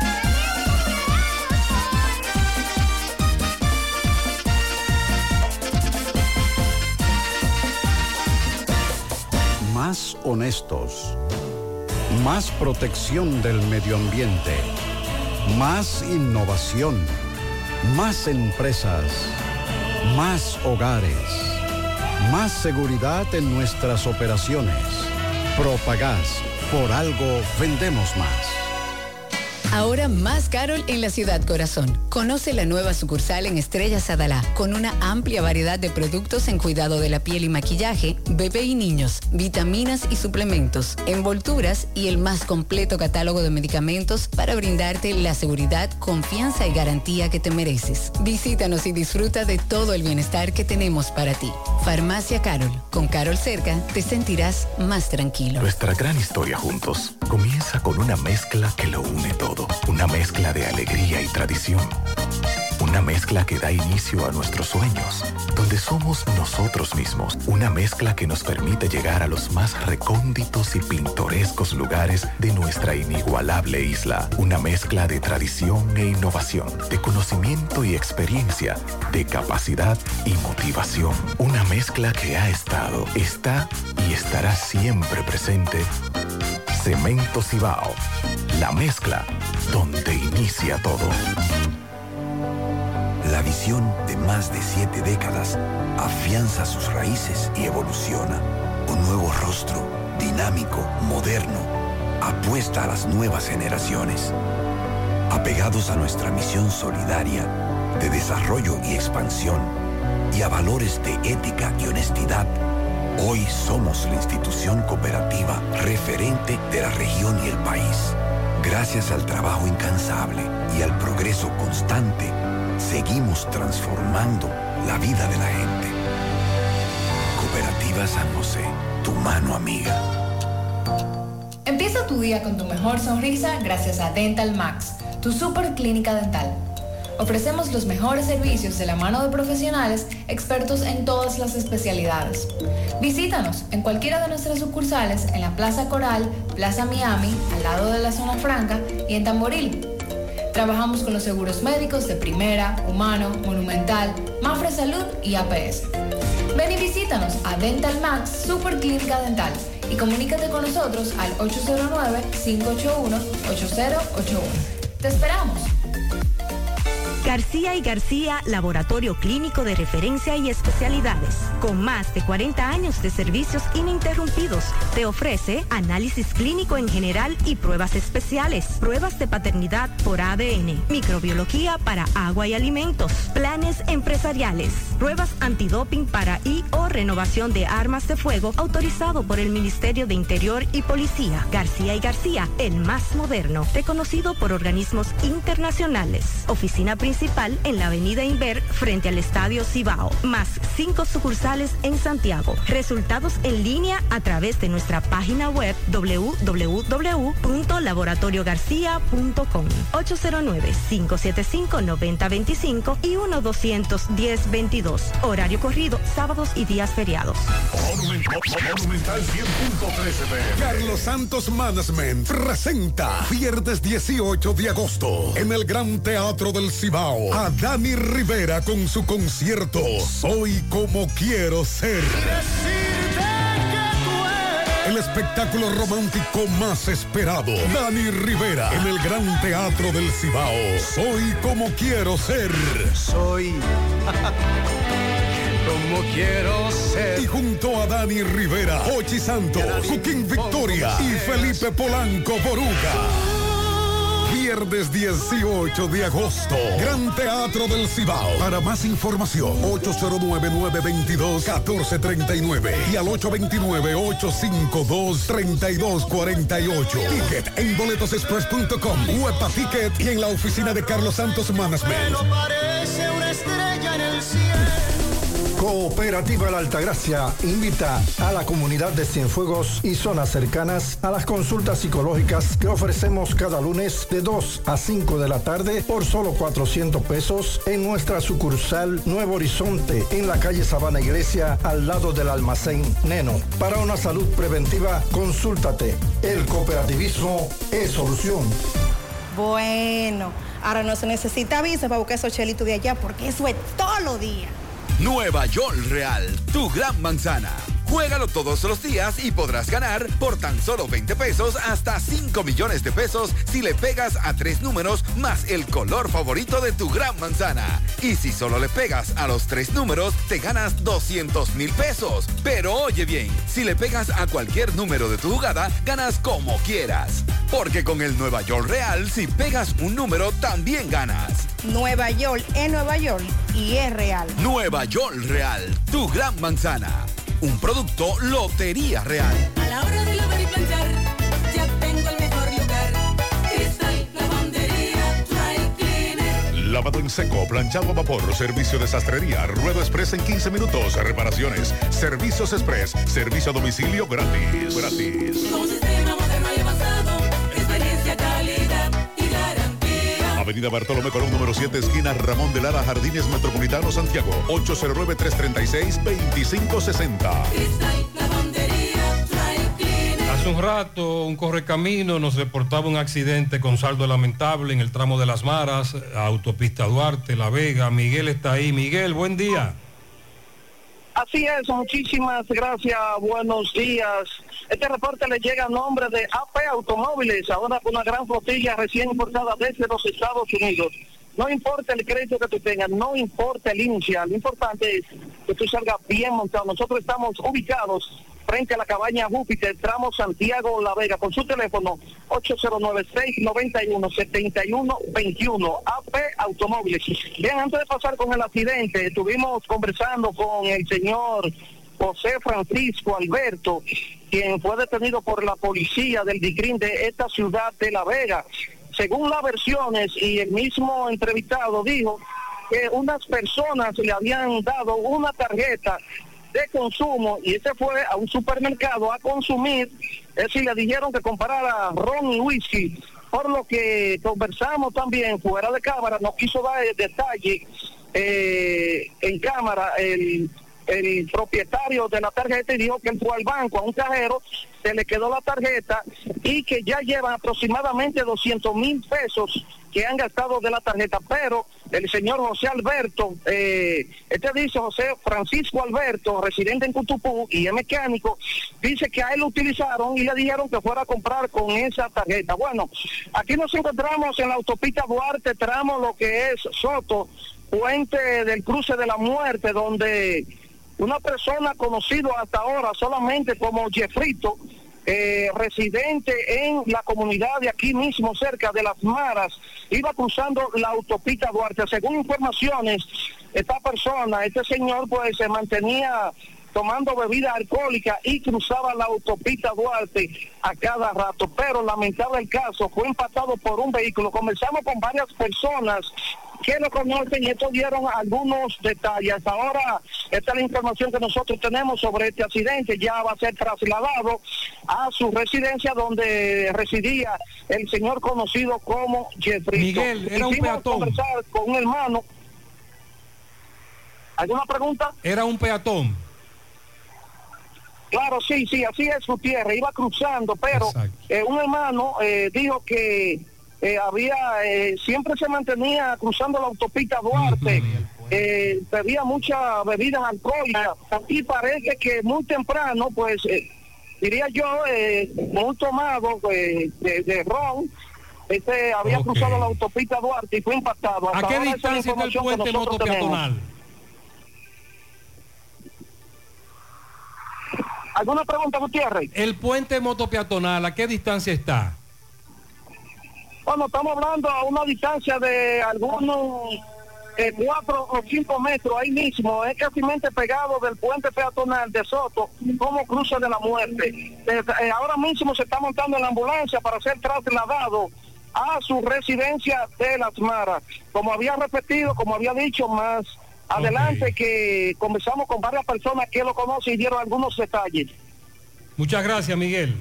Más honestos, más protección del medio ambiente, más innovación, más empresas, más hogares. Más seguridad en nuestras operaciones. Propagás, por algo vendemos más. Ahora más Carol en la Ciudad Corazón. Conoce la nueva sucursal en Estrellas Adalá, con una amplia variedad de productos en cuidado de la piel y maquillaje, bebé y niños, vitaminas y suplementos, envolturas y el más completo catálogo de medicamentos para brindarte la seguridad, confianza y garantía que te mereces. Visítanos y disfruta de todo el bienestar que tenemos para ti. Farmacia Carol. Con Carol cerca, te sentirás más tranquilo. Nuestra gran historia juntos comienza con una mezcla que lo une todo. Una mezcla de alegría y tradición. Una mezcla que da inicio a nuestros sueños, donde somos nosotros mismos. Una mezcla que nos permite llegar a los más recónditos y pintorescos lugares de nuestra inigualable isla. Una mezcla de tradición e innovación, de conocimiento y experiencia, de capacidad y motivación. Una mezcla que ha estado, está y estará siempre presente. Cemento Cibao, la mezcla donde inicia todo. La visión de más de siete décadas afianza sus raíces y evoluciona. Un nuevo rostro, dinámico, moderno, apuesta a las nuevas generaciones. Apegados a nuestra misión solidaria de desarrollo y expansión y a valores de ética y honestidad, hoy somos la institución cooperativa referente de la región y el país. Gracias al trabajo incansable y al progreso constante, seguimos transformando la vida de la gente. Cooperativa San José, tu mano amiga. Empieza tu día con tu mejor sonrisa gracias a Dental Max, tu super clínica dental. Ofrecemos los mejores servicios de la mano de profesionales expertos en todas las especialidades. Visítanos en cualquiera de nuestras sucursales en la Plaza Coral, Plaza Miami, al lado de la Zona Franca y en Tamboril. Trabajamos con los seguros médicos de Primera, Humano, Monumental, Mafre Salud y A P S. Ven y visítanos a Dental Max Super Clínica Dental y comunícate con nosotros al ocho cero nueve, cinco ocho uno, ocho cero ocho uno. ¡Te esperamos! García y García, laboratorio clínico de referencia y especialidades. Con más de cuarenta años de servicios ininterrumpidos, te ofrece análisis clínico en general y pruebas especiales, pruebas de paternidad por A D N, microbiología para agua y alimentos, planes empresariales, pruebas antidoping para y o renovación de armas de fuego autorizado por el Ministerio de Interior y Policía. García y García, el más moderno, reconocido por organismos internacionales. Oficina principal en la avenida Inver frente al Estadio Cibao, más cinco sucursales en Santiago. Resultados en línea a través de nuestra página web doble u doble u doble u punto laboratorio garcía punto com, ocho cero nueve, cinco siete cinco, nueve cero dos cinco y uno doscientos diez veintidós. Horario corrido, sábados y días feriados. Monumental cien punto tres F M. Carlos Santos Management presenta viernes dieciocho de agosto en el Gran Teatro del Cibao a Dani Rivera con su concierto Soy Como Quiero Ser. El espectáculo romántico más esperado. Dani Rivera en el Gran Teatro del Cibao. Soy Como Quiero Ser. Soy como quiero ser. Y junto a Dani Rivera, Ochi Santos, Joaquín Victoria y Felipe Polanco Boruga. Viernes dieciocho de agosto, Gran Teatro del Cibao. Para más información, ocho cero nueve, nueve dos dos, uno cuatro tres nueve y al ocho dos nueve, ocho cinco dos, tres dos cuatro ocho. Ticket en boletos express punto com, Huepa Ticket y en la oficina de Carlos Santos Management. Pero parece una estrella en el cielo. Cooperativa La Altagracia invita a la comunidad de Cienfuegos y zonas cercanas a las consultas psicológicas que ofrecemos cada lunes de dos a cinco de la tarde por solo cuatrocientos pesos en nuestra sucursal Nuevo Horizonte en la calle Sabana Iglesia al lado del almacén Neno. Para una salud preventiva, consúltate. El cooperativismo es solución. Bueno, ahora no se necesita visa para buscar esos chelitos de allá porque eso es todo lo día. Nueva York Real, tu gran manzana. Juégalo todos los días y podrás ganar por tan solo veinte pesos hasta cinco millones de pesos si le pegas a tres números más el color favorito de tu gran manzana. Y si solo le pegas a los tres números, te ganas doscientos mil pesos. Pero oye bien, si le pegas a cualquier número de tu jugada, ganas como quieras. Porque con el Nueva York Real, si pegas un número, también ganas. Nueva York es Nueva York y es real. Nueva York Real, tu gran manzana. Un producto Lotería Real. A la hora de lavar y planchar, ya tengo el mejor lugar. Cristal Lavandería Dry Cleaner. Lavado en seco, planchado a vapor, servicio de sastrería, ruedo express en quince minutos, reparaciones, servicios express, servicio a domicilio gratis. Gratis. Con un sistema moderno y avanzado, experiencia, calidad y garantía. Avenida Bartolomé Colón, número siete, esquina Ramón de Lara, Jardines Metropolitano, Santiago. ocho cero nueve, tres tres seis, dos cinco seis cero. Hace un rato, un correcamino nos reportaba un accidente con saldo lamentable en el tramo de Las Maras, autopista Duarte, La Vega. Miguel está ahí. Miguel, buen día. Así es, muchísimas gracias, buenos días. Este reporte le llega a nombre de A P Automóviles, ahora con una gran flotilla recién importada desde los Estados Unidos. No importa el crédito que tú tengas, no importa el inicial, lo importante es que tú salgas bien montado. Nosotros estamos ubicados frente a la cabaña Júpiter, tramo Santiago La Vega, con su teléfono ocho cero nueve, seis nueve uno, siete uno dos uno, A P Automóviles. Bien, antes de pasar con el accidente, estuvimos conversando con el señor José Francisco Alberto, quien fue detenido por la policía del D I C R I M de esta ciudad de La Vega. Según las versiones, y el mismo entrevistado dijo que unas personas le habían dado una tarjeta de consumo y este fue a un supermercado a consumir, es decir, le dijeron que comparara ron y whisky, por lo que conversamos también fuera de cámara, no quiso dar detalle eh, en cámara el el propietario de la tarjeta y dijo que él fue al banco, a un cajero, se le quedó la tarjeta y que ya llevan aproximadamente doscientos mil pesos que han gastado de la tarjeta, pero el señor José Alberto, eh, este dice José Francisco Alberto, residente en Cutupú y es mecánico, dice que a él lo utilizaron y le dijeron que fuera a comprar con esa tarjeta. Bueno, aquí nos encontramos en la autopista Duarte, tramo lo que es Soto, puente del cruce de la muerte, donde una persona conocida hasta ahora solamente como Jeffrito, eh, residente en la comunidad de aquí mismo, cerca de Las Maras, iba cruzando la autopista Duarte. Según informaciones, esta persona, este señor, pues se mantenía tomando bebida alcohólica y cruzaba la autopista Duarte a cada rato, pero lamentable el caso, fue impactado por un vehículo. Conversamos con varias personas que lo conocen y estos dieron algunos detalles. Ahora, esta es la información que nosotros tenemos sobre este accidente. Ya va a ser trasladado a su residencia donde residía el señor conocido como Jeffrey. Miguel, era un peatón. Conversar con un hermano. ¿Alguna pregunta? Era un peatón. Claro, sí, sí, así es, Gutiérrez, iba cruzando, pero eh, un hermano eh, dijo que eh, había, eh, siempre se mantenía cruzando la autopista Duarte, eh, bebía mucha bebida alcohólica y parece que muy temprano, pues, eh, diría yo, eh, muy tomado eh, de, de ron, este había okay. cruzado la autopista Duarte y fue impactado. Hasta ¿a qué distancia está el puente motopeatonal? ¿Alguna pregunta, Gutiérrez? El puente motopeatonal, ¿a qué distancia está? Bueno, estamos hablando a una distancia de algunos eh, cuatro o cinco metros ahí mismo, es casi pegado del puente peatonal de Soto, como cruce de la muerte. Eh, eh, ahora mismo se está montando en la ambulancia para ser trasladado a su residencia de Las Maras. Como había repetido, como había dicho más adelante, okay. que conversamos con varias personas que lo conocen y dieron algunos detalles. Muchas gracias, Miguel.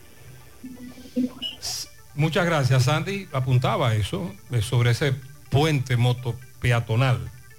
Muchas gracias. Sandy apuntaba eso, sobre ese puente motopeatonal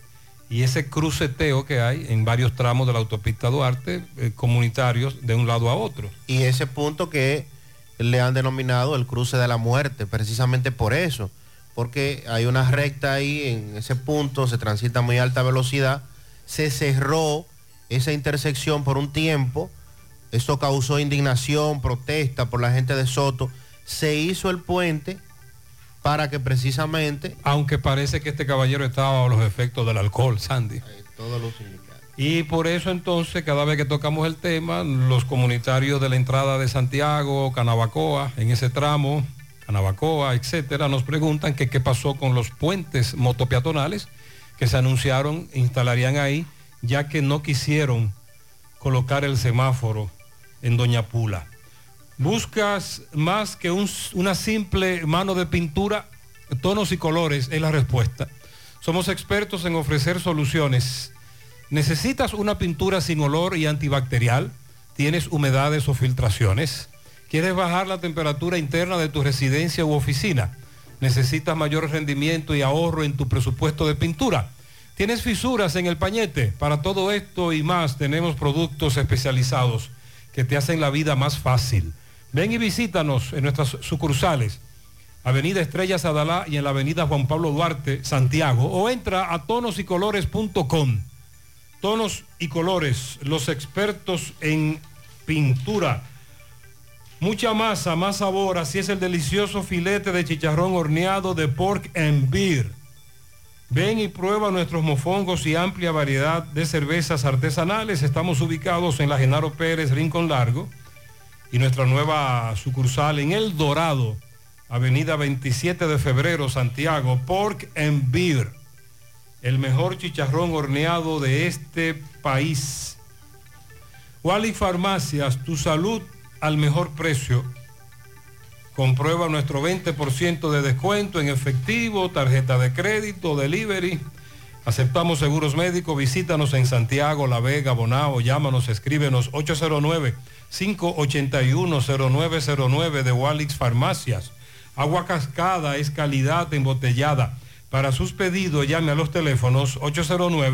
y ese cruceteo que hay en varios tramos de la autopista Duarte, eh, comunitarios de un lado a otro. Y ese punto que le han denominado el cruce de la muerte, precisamente por eso. Porque hay una recta ahí, en ese punto se transita a muy alta velocidad, se cerró esa intersección por un tiempo, esto causó indignación, protesta por la gente de Soto, se hizo el puente para que precisamente... Aunque parece que este caballero estaba bajo los efectos del alcohol, Sandy. Todos los sindicatos. Y por eso entonces, cada vez que tocamos el tema, los comunitarios de la entrada de Santiago, Canabacoa, en ese tramo... Canabacoa, etcétera, nos preguntan que qué pasó con los puentes motopeatonales que se anunciaron instalarían ahí, ya que no quisieron colocar el semáforo en Doña Pula. ¿Buscas más que un, una simple mano de pintura? Tonos y colores es la respuesta. Somos expertos en ofrecer soluciones. ¿Necesitas una pintura sin olor y antibacterial? ¿Tienes humedades o filtraciones? ¿Quieres bajar la temperatura interna de tu residencia u oficina? ¿Necesitas mayor rendimiento y ahorro en tu presupuesto de pintura? ¿Tienes fisuras en el pañete? Para todo esto y más tenemos productos especializados que te hacen la vida más fácil. Ven y visítanos en nuestras sucursales, Avenida Estrellas Adalá y en la Avenida Juan Pablo Duarte, Santiago, o entra a tonos y colores punto com. Tonos y Colores, los expertos en pintura. Mucha masa, más sabor, así es el delicioso filete de chicharrón horneado de Pork and Beer. Ven y prueba nuestros mofongos y amplia variedad de cervezas artesanales. Estamos ubicados en la Genaro Pérez, Rincón Largo, y nuestra nueva sucursal en El Dorado, Avenida veintisiete de febrero, Santiago. Pork and Beer, el mejor chicharrón horneado de este país. Wally Farmacias, tu salud al mejor precio. Comprueba nuestro veinte por ciento de descuento en efectivo, tarjeta de crédito, delivery. Aceptamos seguros médicos. Visítanos en Santiago, La Vega, Bonao. Llámanos, escríbenos ocho cero nueve, cinco ocho uno, cero nueve cero nueve de Walix Farmacias. Agua Cascada es calidad embotellada. Para sus pedidos llame a los teléfonos ocho cero nueve,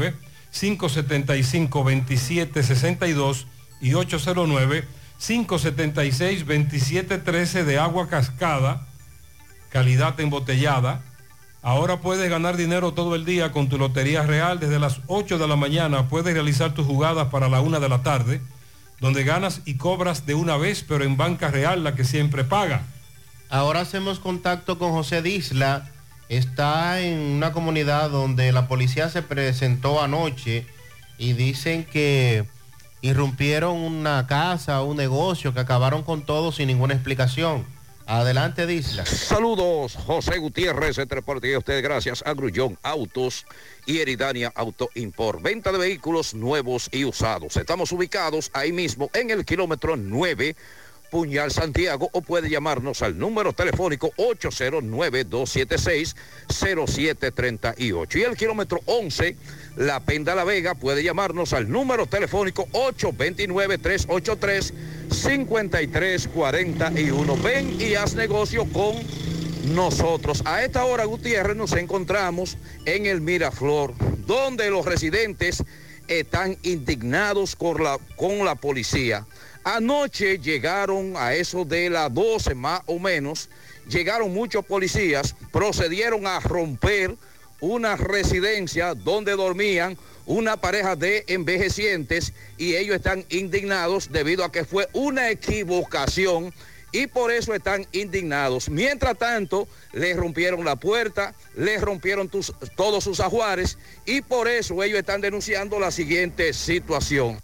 cinco siete cinco, dos siete seis dos y ocho cero nueve, cinco siete seis, dos siete uno tres de agua cascada, calidad embotellada. Ahora puedes ganar dinero todo el día con tu Lotería Real. Desde las ocho de la mañana puedes realizar tus jugadas para la una de la tarde, donde ganas y cobras de una vez, pero en Banca Real, la que siempre paga. Ahora hacemos contacto con José Disla. Está en una comunidad donde la policía se presentó anoche y dicen que irrumpieron una casa, un negocio, que acabaron con todo sin ninguna explicación. Adelante, Disla. Saludos, José Gutiérrez, se reporte a usted gracias a Grullón Autos y Eridania Auto Import. Venta de vehículos nuevos y usados. Estamos ubicados ahí mismo en el kilómetro nueve, Puñal Santiago, o puede llamarnos al número telefónico ocho cero nueve, dos siete seis, cero siete tres ocho. Y el kilómetro once, La Penda La Vega, puede llamarnos al número telefónico ocho dos nueve, tres ocho tres, cinco tres cuatro uno. Ven y haz negocio con nosotros. A esta hora, Gutiérrez, nos encontramos en el Miraflor, donde los residentes están indignados con la, con la policía. Anoche llegaron a eso de las doce más o menos, llegaron muchos policías, procedieron a romper una residencia donde dormían una pareja de envejecientes y ellos están indignados debido a que fue una equivocación y por eso están indignados. Mientras tanto, les rompieron la puerta, les rompieron tus, todos sus ajuares y por eso ellos están denunciando la siguiente situación.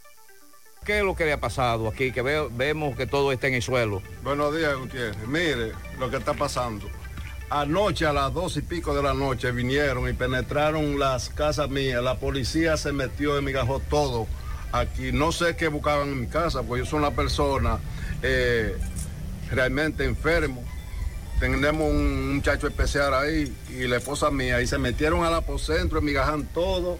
¿Qué es lo que le ha pasado aquí? Que veo, vemos que todo está en el suelo. Buenos días, Gutiérrez. Mire lo que está pasando. Anoche a las dos y pico de la noche vinieron y penetraron las casas mías. La policía se metió y migajó todo aquí. No sé qué buscaban en mi casa, porque yo soy una persona eh, realmente enfermo. Tenemos un muchacho especial ahí y la esposa mía. Y se metieron al aposento y migajan todo.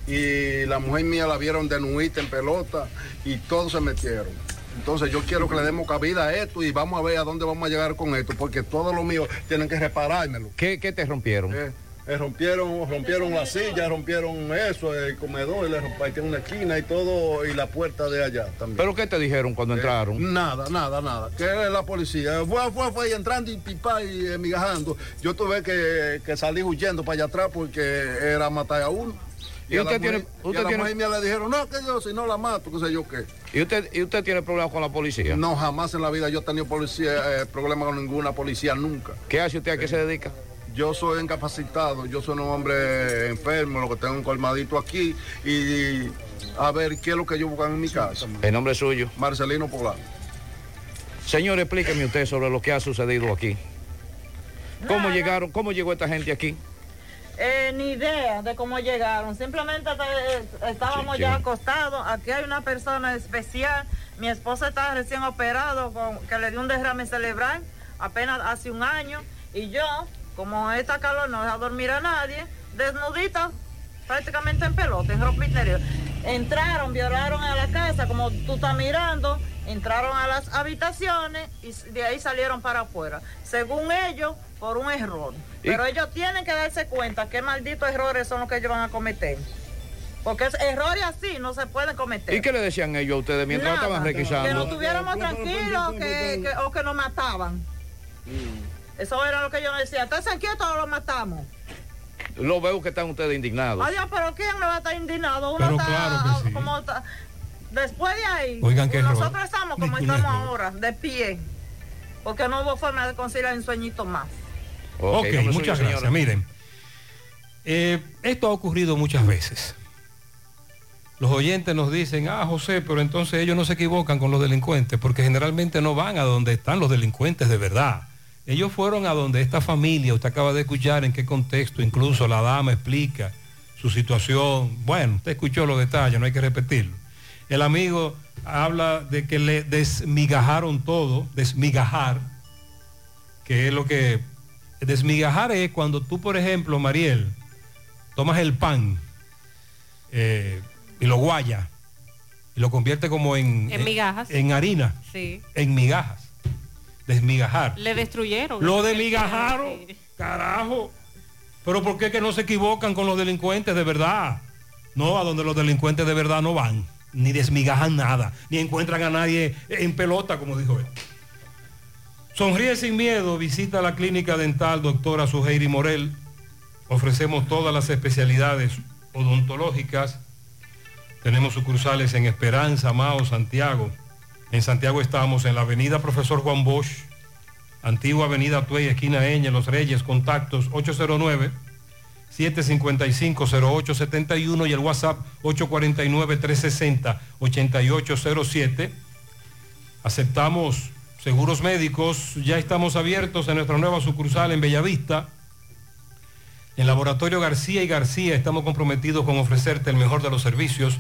Y la mujer mía la vieron de nuita en pelota y todos se metieron. Entonces yo quiero que le demos cabida a esto y vamos a ver a dónde vamos a llegar con esto, porque todo lo mío tienen que reparármelo. ¿Qué, qué te rompieron? Eh, eh, rompieron rompieron la silla, rompieron eso, el comedor, y le rompieron una esquina y todo, y la puerta de allá también. ¿Pero qué te dijeron cuando eh, entraron? Nada, nada, nada. Que es la policía. Fue, fue, fue entrando y pipa y eh, migajando. Yo tuve que, que salir huyendo para allá atrás porque era matar a uno. Y, ¿Y usted mujer, tiene, usted y a la tiene... mujer mía le dijeron, no, que yo si no la mato, qué sé yo qué. ¿Y usted, ¿Y usted tiene problemas con la policía? No, jamás en la vida yo he tenido policía, eh, problemas con ninguna policía, nunca. ¿Qué hace usted? ¿A qué eh, se dedica? Yo soy incapacitado, yo soy un hombre enfermo, lo que tengo un colmadito aquí, y, y a ver qué es lo que yo buscan en mi casa. ¿El nombre suyo? Marcelino Polanco. Señor, explíqueme usted sobre lo que ha sucedido aquí. ¿Cómo Nada. llegaron, cómo llegó esta gente aquí? Eh, ni idea de cómo llegaron, simplemente te- estábamos Sí, ya sí. acostados. Aquí hay una persona especial, mi esposa está recién operado, con, que le dio un derrame cerebral apenas hace un año, y yo, como esta calor no deja dormir a nadie, desnudita, prácticamente en pelota, en ropa interior. Entraron, violaron a la casa, como tú estás mirando, entraron a las habitaciones y de ahí salieron para afuera. Según ellos, por un error. Pero ellos tienen que darse cuenta qué malditos errores son los que ellos van a cometer. Porque es- errores así no se pueden cometer. ¿Y qué le decían ellos a ustedes mientras Nada, estaban requisando? que no estuviéramos tranquilos que, que- o que nos mataban. Eso era lo que ellos decían. Entonces quietos o lo matamos. Lo veo que están ustedes indignados. Adiós, pero ¿quién no va a estar indignado? Uno Pero está claro que sí. como está- después de ahí, Oigan, qué nosotros error. estamos como Ningún estamos error. ahora, de pie. Porque no hubo forma de conciliar un sueñito más. Ok, ¿cómo soy muchas yo, gracias. señora? Miren, eh, esto ha ocurrido muchas veces. Los oyentes nos dicen, ah, José, pero entonces ellos no se equivocan con los delincuentes, porque generalmente no van a donde están los delincuentes de verdad. Ellos fueron a donde esta familia, usted acaba de escuchar en qué contexto, incluso la dama explica su situación. Bueno, usted escuchó los detalles, no hay que repetirlo. El amigo habla de que le desmigajaron todo, desmigajar, que es lo que... Desmigajar es cuando tú, por ejemplo, Mariel, tomas el pan eh, y lo guayas y lo convierte como en... En migajas. En harina. Sí. En migajas. Desmigajar. Le destruyeron. Lo desmigajaron, carajo. Pero ¿por qué que no se equivocan con los delincuentes de verdad? No, a donde los delincuentes de verdad no van, ni desmigajan nada, ni encuentran a nadie en pelota, como dijo él. Sonríe sin miedo, visita la clínica dental doctora Suheiri Morel. Ofrecemos todas las especialidades odontológicas. Tenemos sucursales en Esperanza, Mao, Santiago. En Santiago estamos en la avenida Profesor Juan Bosch, antigua avenida Tuey, esquina Eñe, Los Reyes. Contactos ocho cero nueve, siete cinco cinco, cero ocho siete uno y el WhatsApp ocho cuatro nueve, tres seis cero, ocho ocho cero siete. Aceptamos seguros médicos. Ya estamos abiertos en nuestra nueva sucursal en Bellavista. En Laboratorio García y García estamos comprometidos con ofrecerte el mejor de los servicios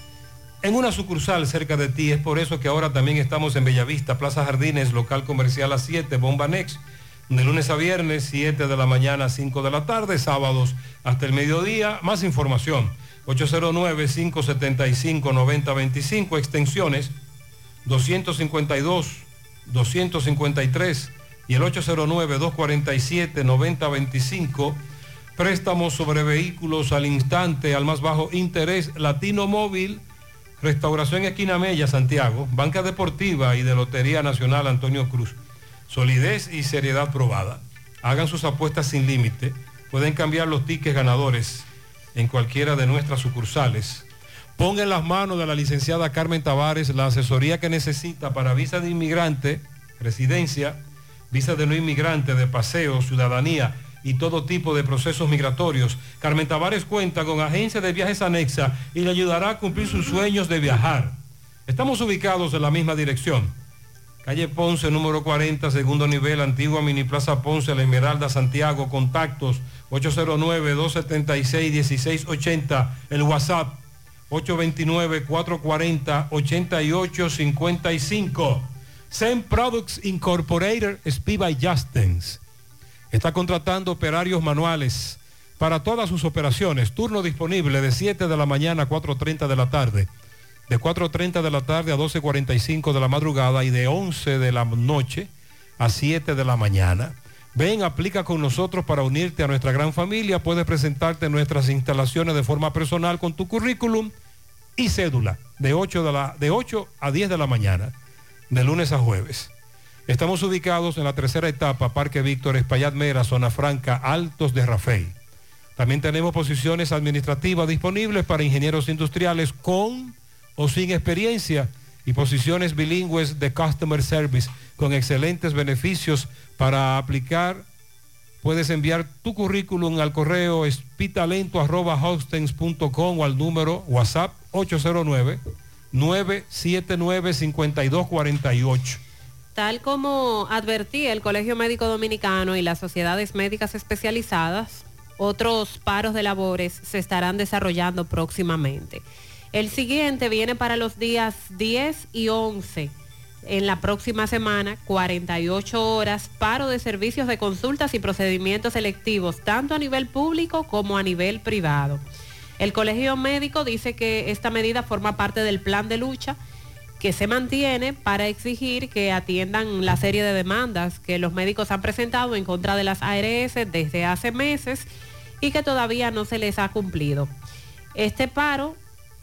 en una sucursal cerca de ti. Es por eso que ahora también estamos en Bellavista, Plaza Jardines, local comercial A siete, Bomba Next, de lunes a viernes, siete de la mañana a cinco de la tarde, sábados hasta el mediodía. Más información, ocho cero nueve, cinco siete cinco, nueve cero dos cinco, extensiones doscientos cincuenta y dos, doscientos cincuenta y tres y el ocho cero nueve, dos cuatro siete, nueve cero dos cinco. Préstamos sobre vehículos al instante, al más bajo interés. Latino Móvil, Restauración Esquina Mella, Santiago. Banca Deportiva y de Lotería Nacional Antonio Cruz. Solidez y seriedad probada. Hagan sus apuestas sin límite. Pueden cambiar los tickets ganadores en cualquiera de nuestras sucursales. Ponga en las manos de la licenciada Carmen Tavares la asesoría que necesita para visa de inmigrante, residencia, visa de no inmigrante, de paseo, ciudadanía y todo tipo de procesos migratorios. Carmen Tavares cuenta con agencia de viajes anexa y le ayudará a cumplir sus sueños de viajar. Estamos ubicados en la misma dirección. Calle Ponce, número cuarenta, segundo nivel, antigua Mini Plaza Ponce, La Esmeralda, Santiago. Contactos ocho cero nueve, dos siete seis, uno seis ocho cero. El WhatsApp ocho dos nueve, cuatro cuatro cero, ocho ocho cinco cinco. Zen Products Incorporated, Spiva y Justens. Está contratando operarios manuales para todas sus operaciones. Turno disponible de siete de la mañana a cuatro treinta de la tarde. De cuatro treinta de la tarde a doce cuarenta y cinco de la madrugada y de once de la noche a siete de la mañana. Ven, aplica con nosotros para unirte a nuestra gran familia. Puedes presentarte en nuestras instalaciones de forma personal con tu currículum y cédula de ocho, de la, de ocho a diez de la mañana, de lunes a jueves. Estamos ubicados en la tercera etapa, Parque Víctor, Espaillat Mera, Zona Franca, Altos de Rafey. También tenemos posiciones administrativas disponibles para ingenieros industriales con o sin experiencia y posiciones bilingües de Customer Service con excelentes beneficios. Para aplicar, puedes enviar tu currículum al correo espitalento arroba hostens punto com o al número WhatsApp ocho cero nueve, nueve siete nueve, cinco dos cuatro ocho. Tal como advertía el Colegio Médico Dominicano y las sociedades médicas especializadas, otros paros de labores se estarán desarrollando próximamente. El siguiente viene para los días diez y once. En la próxima semana, cuarenta y ocho horas, paro de servicios de consultas y procedimientos selectivos, tanto a nivel público como a nivel privado. El Colegio Médico dice que esta medida forma parte del plan de lucha que se mantiene para exigir que atiendan la serie de demandas que los médicos han presentado en contra de las A R S desde hace meses y que todavía no se les ha cumplido. Este paro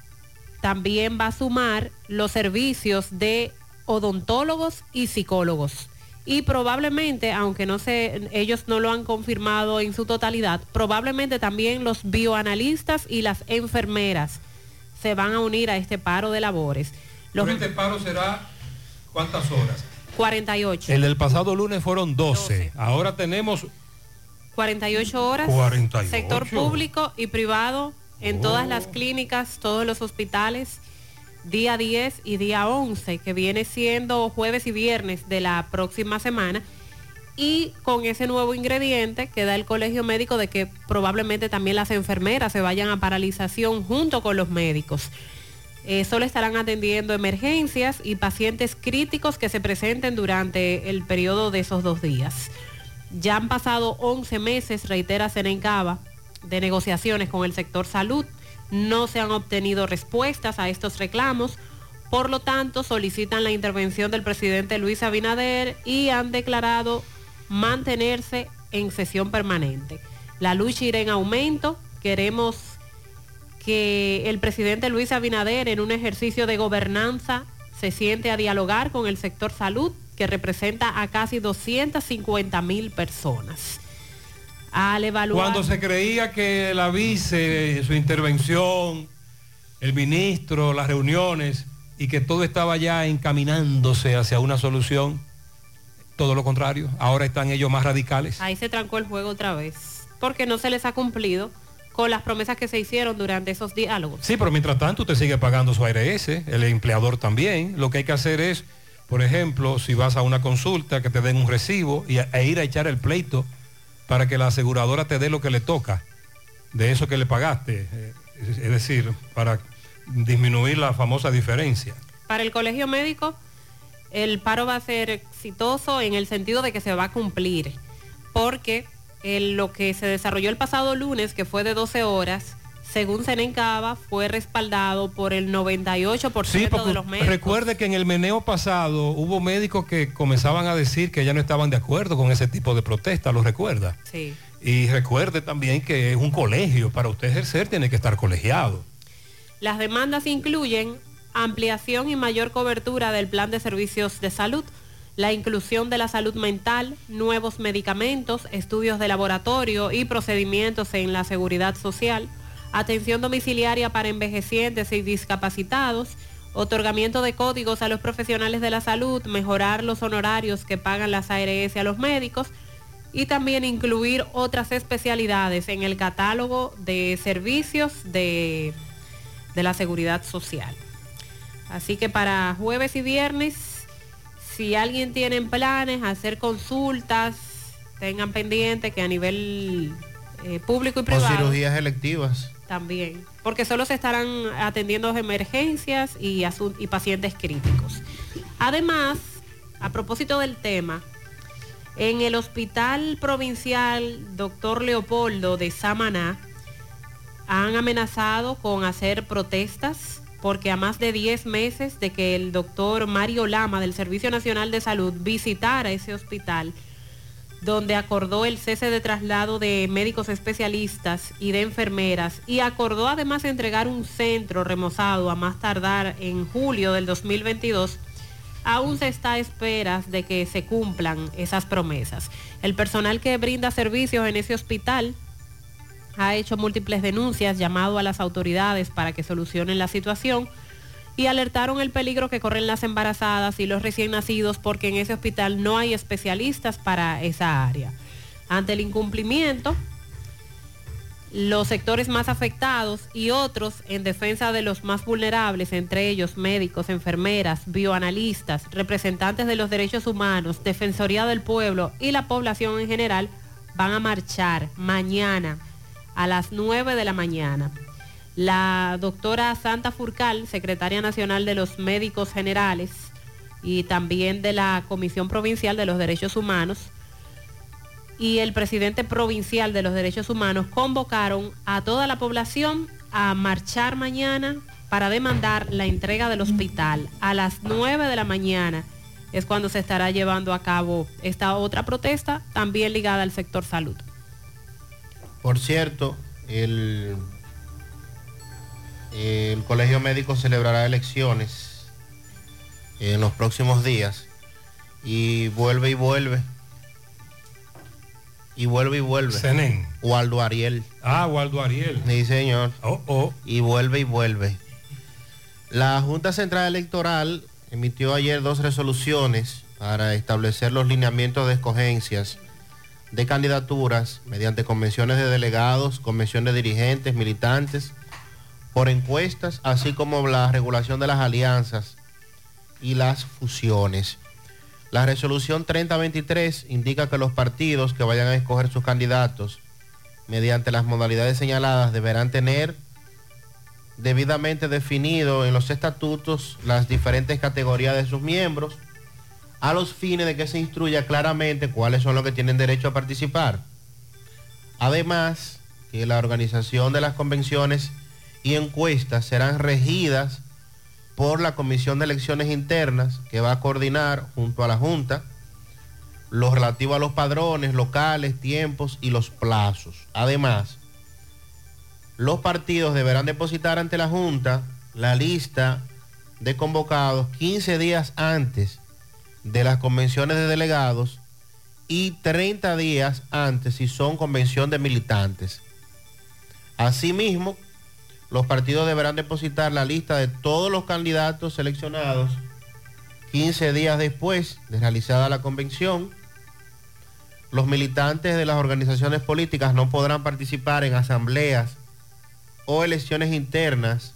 también va a sumar los servicios de odontólogos y psicólogos. Y probablemente, aunque no se, ellos no lo han confirmado en su totalidad, probablemente también los bioanalistas y las enfermeras se van a unir a este paro de labores. Los... Pero este paro será ¿cuántas horas? cuarenta y ocho. El del pasado lunes fueron doce. doce. Ahora tenemos cuarenta y ocho horas. cuarenta y ocho. Sector público y privado en oh. todas las clínicas, todos los hospitales, día diez y día once, que viene siendo jueves y viernes de la próxima semana. Y con ese nuevo ingrediente que da el Colegio Médico de que probablemente también las enfermeras se vayan a paralización junto con los médicos. Eh, solo estarán atendiendo emergencias y pacientes críticos que se presenten durante el periodo de esos dos días. Ya han pasado once meses, reitera Senencaba, de negociaciones con el sector salud. No se han obtenido respuestas a estos reclamos. Por lo tanto, solicitan la intervención del presidente Luis Abinader y han declarado mantenerse en sesión permanente. La lucha irá en aumento. Queremos que el presidente Luis Abinader, en un ejercicio de gobernanza, se siente a dialogar con el sector salud, que representa a casi doscientas cincuenta mil personas. Al evaluar... Cuando se creía que la vice, su intervención, el ministro, las reuniones, y que todo estaba ya encaminándose hacia una solución, todo lo contrario, ahora están ellos más radicales. Ahí se trancó el juego otra vez, porque no se les ha cumplido con las promesas que se hicieron durante esos diálogos. Sí, pero mientras tanto usted sigue pagando su A R S, el empleador también. Lo que hay que hacer es, por ejemplo, si vas a una consulta, que te den un recibo y, e ir a echar el pleito para que la aseguradora te dé lo que le toca de eso que le pagaste. Es decir, para disminuir la famosa diferencia. Para el colegio médico, el paro va a ser exitoso en el sentido de que se va a cumplir, porque el, lo que se desarrolló el pasado lunes, que fue de doce horas, según Senencaba, fue respaldado por el noventa y ocho por ciento sí, de los médicos. Recuerde que en el meneo pasado hubo médicos que comenzaban a decir que ya no estaban de acuerdo con ese tipo de protesta, ¿lo recuerda? Sí. Y recuerde también que es un colegio, para usted ejercer tiene que estar colegiado. Las demandas incluyen ampliación y mayor cobertura del plan de servicios de salud, la inclusión de la salud mental, nuevos medicamentos, estudios de laboratorio y procedimientos en la seguridad social, atención domiciliaria para envejecientes y discapacitados, otorgamiento de códigos a los profesionales de la salud, mejorar los honorarios que pagan las A R S a los médicos y también incluir otras especialidades en el catálogo de servicios de, de la seguridad social. Así que para jueves y viernes, si alguien tiene planes, hacer consultas, tengan pendiente que a nivel eh, público y privado... O cirugías electivas. También, porque solo se estarán atendiendo emergencias y, y pacientes críticos. Además, a propósito del tema, en el Hospital Provincial Doctor Leopoldo de Samaná han amenazado con hacer protestas porque a más de diez meses de que el doctor Mario Lama del Servicio Nacional de Salud visitara ese hospital, donde acordó el cese de traslado de médicos especialistas y de enfermeras y acordó además entregar un centro remozado a más tardar en julio del dos mil veintidós, aún se está a esperas de que se cumplan esas promesas. El personal que brinda servicios en ese hospital ha hecho múltiples denuncias, llamado a las autoridades para que solucionen la situación y alertaron el peligro que corren las embarazadas y los recién nacidos porque en ese hospital no hay especialistas para esa área. Ante el incumplimiento, los sectores más afectados y otros en defensa de los más vulnerables, entre ellos médicos, enfermeras, bioanalistas, representantes de los derechos humanos, Defensoría del Pueblo y la población en general, van a marchar mañana a las nueve de la mañana. La doctora Santa Furcal, secretaria nacional de los médicos generales y también de la Comisión Provincial de los Derechos Humanos, y el presidente provincial de los Derechos Humanos convocaron a toda la población a marchar mañana para demandar la entrega del hospital. A las nueve de la mañana es cuando se estará llevando a cabo esta otra protesta, también ligada al sector salud. Por cierto, el, el Colegio Médico celebrará elecciones en los próximos días y vuelve y vuelve. Y vuelve y vuelve. Senen. Waldo Ariel. Ah, Waldo Ariel. Sí, señor. Oh, oh. Y vuelve y vuelve. La Junta Central Electoral emitió ayer dos resoluciones para establecer los lineamientos de escogencias de candidaturas mediante convenciones de delegados, convenciones de dirigentes, militantes, por encuestas, así como la regulación de las alianzas y las fusiones. La resolución treinta veintitrés indica que los partidos que vayan a escoger sus candidatos mediante las modalidades señaladas deberán tener debidamente definido en los estatutos las diferentes categorías de sus miembros, a los fines de que se instruya claramente cuáles son los que tienen derecho a participar. Además, que la organización de las convenciones y encuestas serán regidas por la Comisión de Elecciones Internas, que va a coordinar junto a la Junta lo relativo a los padrones locales, tiempos y los plazos. Además, los partidos deberán depositar ante la Junta la lista de convocados quince días antes de las convenciones de delegados y treinta días antes si son convención de militantes. Asimismo, los partidos deberán depositar la lista de todos los candidatos seleccionados quince días después de realizada la convención. Los militantes de las organizaciones políticas no podrán participar en asambleas o elecciones internas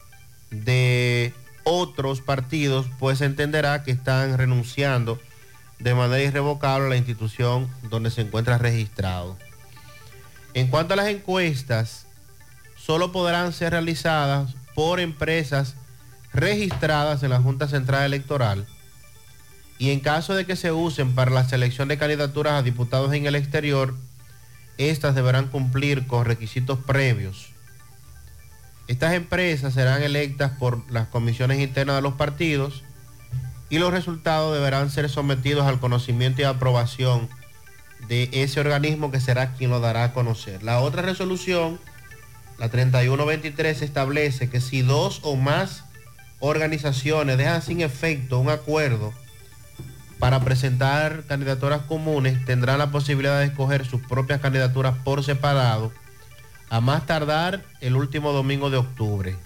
de otros partidos, pues se entenderá que están renunciando de manera irrevocable a la institución donde se encuentra registrado. En cuanto a las encuestas, solo podrán ser realizadas por empresas registradas en la Junta Central Electoral y en caso de que se usen para la selección de candidaturas a diputados en el exterior, estas deberán cumplir con requisitos previos. Estas empresas serán electas por las comisiones internas de los partidos y los resultados deberán ser sometidos al conocimiento y aprobación de ese organismo que será quien lo dará a conocer. La otra resolución, la treinta y uno veintitrés, establece que si dos o más organizaciones dejan sin efecto un acuerdo para presentar candidaturas comunes, tendrán la posibilidad de escoger sus propias candidaturas por separado a más tardar el último domingo de octubre.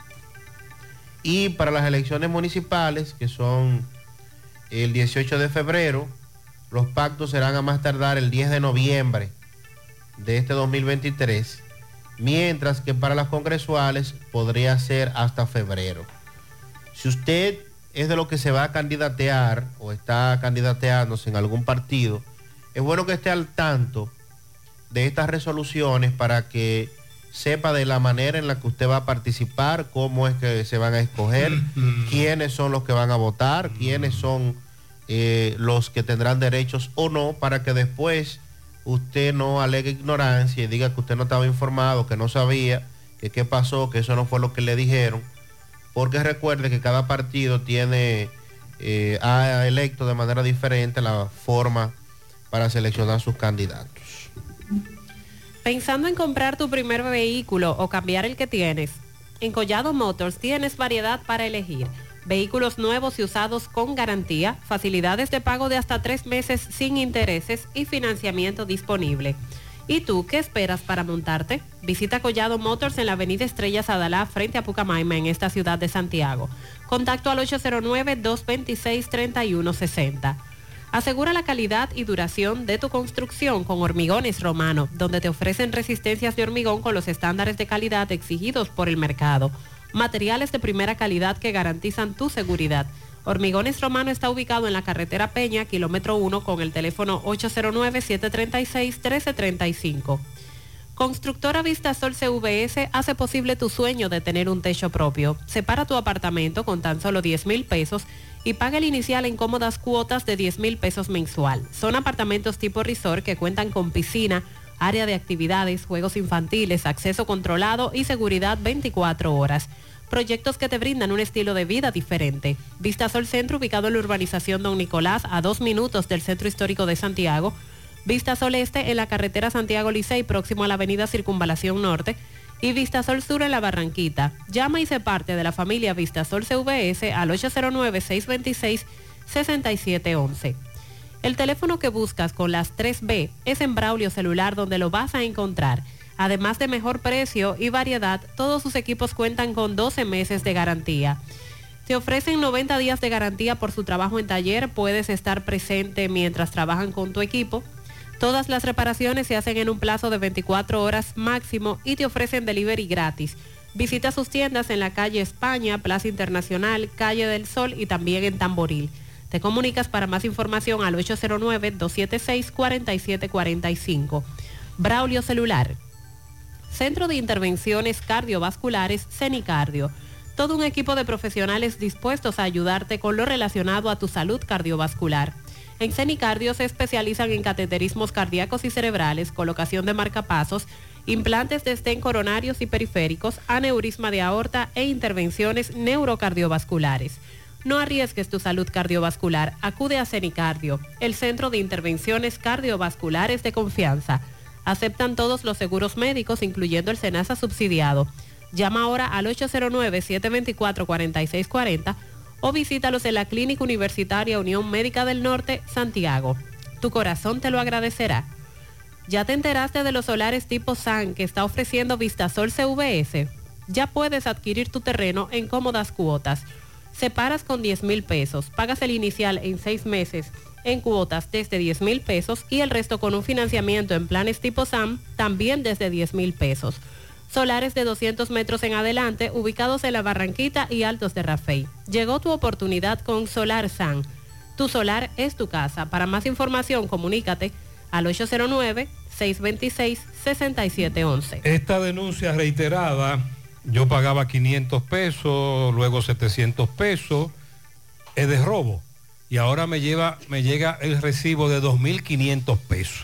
Y para las elecciones municipales, que son el dieciocho de febrero, los pactos serán a más tardar el diez de noviembre de este dos mil veintitrés, mientras que para las congresuales podría ser hasta febrero. Si usted es de lo que se va a candidatear o está candidateándose en algún partido, es bueno que esté al tanto de estas resoluciones para que sepa de la manera en la que usted va a participar, cómo es que se van a escoger, quiénes son los que van a votar, quiénes son eh, los que tendrán derechos o no, para que después usted no alegue ignorancia y diga que usted no estaba informado, que no sabía, que qué pasó, que eso no fue lo que le dijeron, porque recuerde que cada partido tiene, eh, ha electo de manera diferente la forma para seleccionar sus candidatos. Pensando en comprar tu primer vehículo o cambiar el que tienes, en Collado Motors tienes variedad para elegir. Vehículos nuevos y usados con garantía, facilidades de pago de hasta tres meses sin intereses y financiamiento disponible. ¿Y tú qué esperas para montarte? Visita Collado Motors en la avenida Estrellas Adalá frente a Pucamaima en esta ciudad de Santiago. Contacto al ocho cero nueve, dos dos seis, tres uno seis cero. Asegura la calidad y duración de tu construcción con Hormigones Romano, donde te ofrecen resistencias de hormigón con los estándares de calidad exigidos por el mercado. Materiales de primera calidad que garantizan tu seguridad. Hormigones Romano está ubicado en la carretera Peña, kilómetro uno, con el teléfono ocho cero nueve, siete tres seis, uno tres tres cinco. Constructora Vistasol C V S hace posible tu sueño de tener un techo propio. Separa tu apartamento con tan solo diez mil pesos y paga el inicial en cómodas cuotas de diez mil pesos mensual. Son apartamentos tipo resort que cuentan con piscina, área de actividades, juegos infantiles, acceso controlado y seguridad veinticuatro horas. Proyectos que te brindan un estilo de vida diferente. Vistasol Centro, ubicado en la urbanización Don Nicolás, a dos minutos del Centro Histórico de Santiago. Vistasol Este en la carretera Santiago Licey, próximo a la avenida Circunvalación Norte. Y Vistasol Sur en la Barranquita. Llama y sé parte de la familia Vistasol C V S al ocho cero nueve, seis dos seis, seis siete uno uno. El teléfono que buscas con las tres B es en Braulio Celular, donde lo vas a encontrar. Además de mejor precio y variedad, todos sus equipos cuentan con doce meses de garantía. Te ofrecen noventa días de garantía por su trabajo en taller. Puedes estar presente mientras trabajan con tu equipo. Todas las reparaciones se hacen en un plazo de veinticuatro horas máximo y te ofrecen delivery gratis. Visita sus tiendas en la calle España, Plaza Internacional, Calle del Sol y también en Tamboril. Te comunicas para más información al ocho cero nueve, dos siete seis, cuatro siete cuatro cinco. Braulio Celular. Centro de Intervenciones Cardiovasculares CENICardio. Todo un equipo de profesionales dispuestos a ayudarte con lo relacionado a tu salud cardiovascular. En CENICardio se especializan en cateterismos cardíacos y cerebrales, colocación de marcapasos, implantes de estén coronarios y periféricos, aneurisma de aorta e intervenciones neurocardiovasculares. No arriesgues tu salud cardiovascular. Acude a CENICardio, el Centro de Intervenciones Cardiovasculares de Confianza. Aceptan todos los seguros médicos, incluyendo el SENASA subsidiado. Llama ahora al ocho cero nueve, siete dos cuatro, cuatro seis cuatro cero o visítalos en la Clínica Universitaria Unión Médica del Norte, Santiago. Tu corazón te lo agradecerá. ¿Ya te enteraste de los solares tipo S A N que está ofreciendo Vistasol C V S? Ya puedes adquirir tu terreno en cómodas cuotas. Separas con diez mil pesos, pagas el inicial en seis meses en cuotas desde diez mil pesos y el resto con un financiamiento en planes tipo S A M también desde diez mil pesos. Solares de doscientos metros en adelante ubicados en la Barranquita y Altos de Rafey. Llegó tu oportunidad con Solar S A N. Tu solar es tu casa. Para más información comunícate al ocho cero nueve, seis dos seis, seis siete uno uno. Esta denuncia reiterada, yo pagaba quinientos pesos, luego setecientos pesos, es de robo. Y ahora me, lleva, me llega el recibo de dos mil quinientos pesos.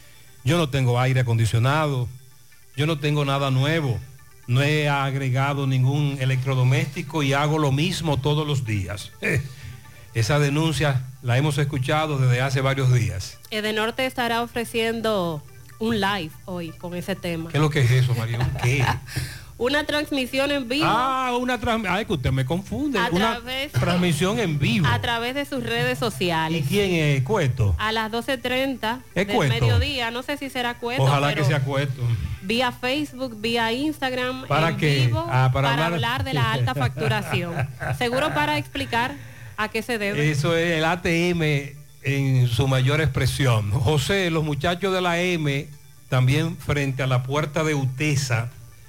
Yo no tengo aire acondicionado, yo no tengo nada nuevo, no he agregado ningún electrodoméstico y hago lo mismo todos los días. Eh, esa denuncia la hemos escuchado desde hace varios días. Edenorte estará ofreciendo un live hoy con ese tema. ¿Qué es lo que es eso, María? ¿Qué? Una transmisión en vivo. Ah, una transmisión. Ay, que usted me confunde. A una través, transmisión en vivo. A través de sus redes sociales. ¿Y quién es Cueto? A las doce treinta ¿Es del Cueto? mediodía. No sé si será Cueto. Ojalá pero que sea Cueto. Vía Facebook, vía Instagram. ¿Para en qué? vivo, Ah, para para, hablar... hablar de la alta facturación. Seguro para explicar a qué se debe. Eso es el A T M en su mayor expresión. José, los muchachos de la M, también frente a la puerta de UTESA,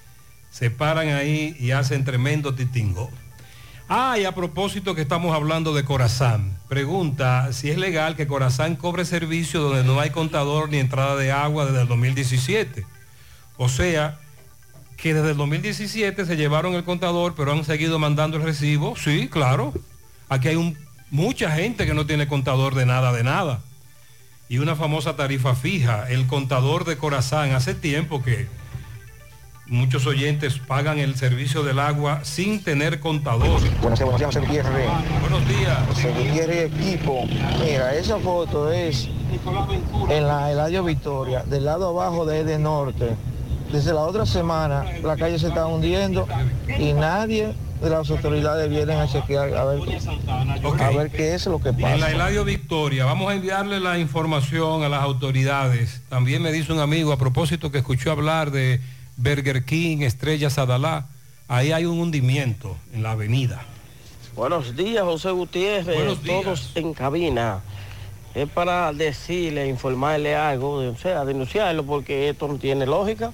se paran ahí y hacen tremendo titingo. Ah, y a propósito que estamos hablando de Corazán, pregunta si es legal que Corazán cobre servicio donde no hay contador ni entrada de agua desde el dos mil diecisiete. O sea, que desde el dos mil diecisiete se llevaron el contador, pero han seguido mandando el recibo. Sí, claro. Aquí hay un, mucha gente que no tiene contador de nada, de nada. Y una famosa tarifa fija, el contador de Corazán. Hace tiempo que muchos oyentes pagan el servicio del agua sin tener contador. Buenos días, José Gutiérrez. Buenos días. José Gutiérrez equipo. Mira, esa foto es en la Eladio Victoria, del lado abajo de Ede Norte. Desde la otra semana la calle se está hundiendo y nadie de las autoridades vienen a chequear a ver, okay. a ver qué es lo que pasa. En la Eladio Victoria, vamos a enviarle la información a las autoridades. También me dice un amigo a propósito que escuchó hablar de Burger King, Estrellas Adalá. Ahí hay un hundimiento en la avenida. Buenos días, José Gutiérrez. Buenos días. Todos en cabina. Es para decirle, informarle algo, o sea, denunciarlo, porque esto no tiene lógica.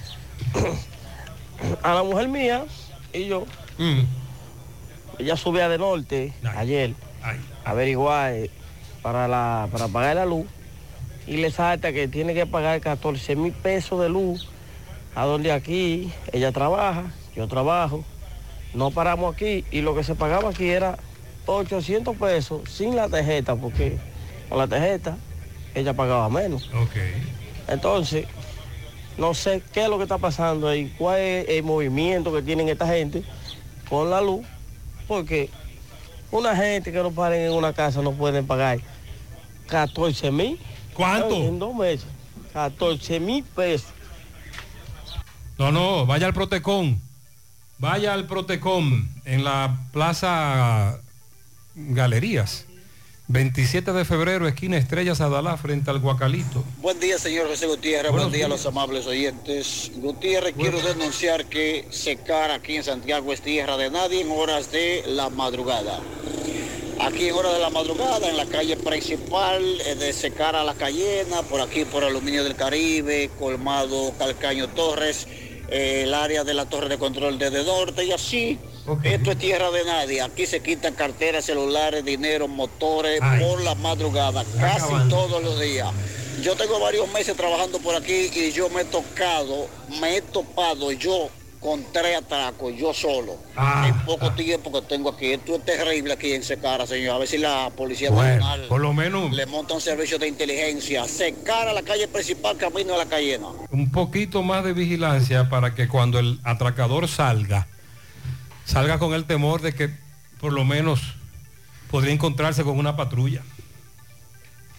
A la mujer mía y yo, mm. ella sube a de norte Ay. ayer Ay. a averiguar para, la, para pagar la luz y le salta que tiene que pagar catorce mil pesos de luz, a donde aquí ella trabaja, yo trabajo, no paramos aquí y lo que se pagaba aquí era ochocientos pesos sin la tarjeta, porque con la tarjeta ella pagaba menos. Okay. Entonces, no sé qué es lo que está pasando ahí, cuál es el movimiento que tienen esta gente con la luz, porque una gente que no paren en una casa no pueden pagar catorce mil. ¿Cuánto? En dos meses, catorce mil pesos. No, no, vaya al Protecom, vaya al Protecom en la Plaza Galerías. veintisiete de febrero, esquina Estrellas Adalá, frente al Guacalito. Buen día, señor José Gutiérrez. Buen día a los amables oyentes. Gutiérrez, quiero denunciar que secar aquí en Santiago es tierra de nadie en horas de la madrugada. Aquí en horas de la madrugada, en la calle principal, eh, de secar a La Cayena, por aquí por Aluminio del Caribe, Colmado Calcaño Torres, eh, el área de la Torre de Control de De Norte y así. Okay. Esto es tierra de nadie. Aquí se quitan carteras, celulares, dinero, motores Ay. por la madrugada, casi Acabando. todos los días. Yo tengo varios meses trabajando por aquí y yo me he tocado, me he topado yo con tres atracos, yo solo, ah, en poco ah. tiempo que tengo aquí. Esto es terrible aquí en Secara, señor. A ver si la Policía bueno, Nacional por lo menos le monta un servicio de inteligencia. Secara, la calle principal, camino a La Cayena. Un poquito más de vigilancia para que cuando el atracador salga, salga con el temor de que por lo menos podría encontrarse con una patrulla.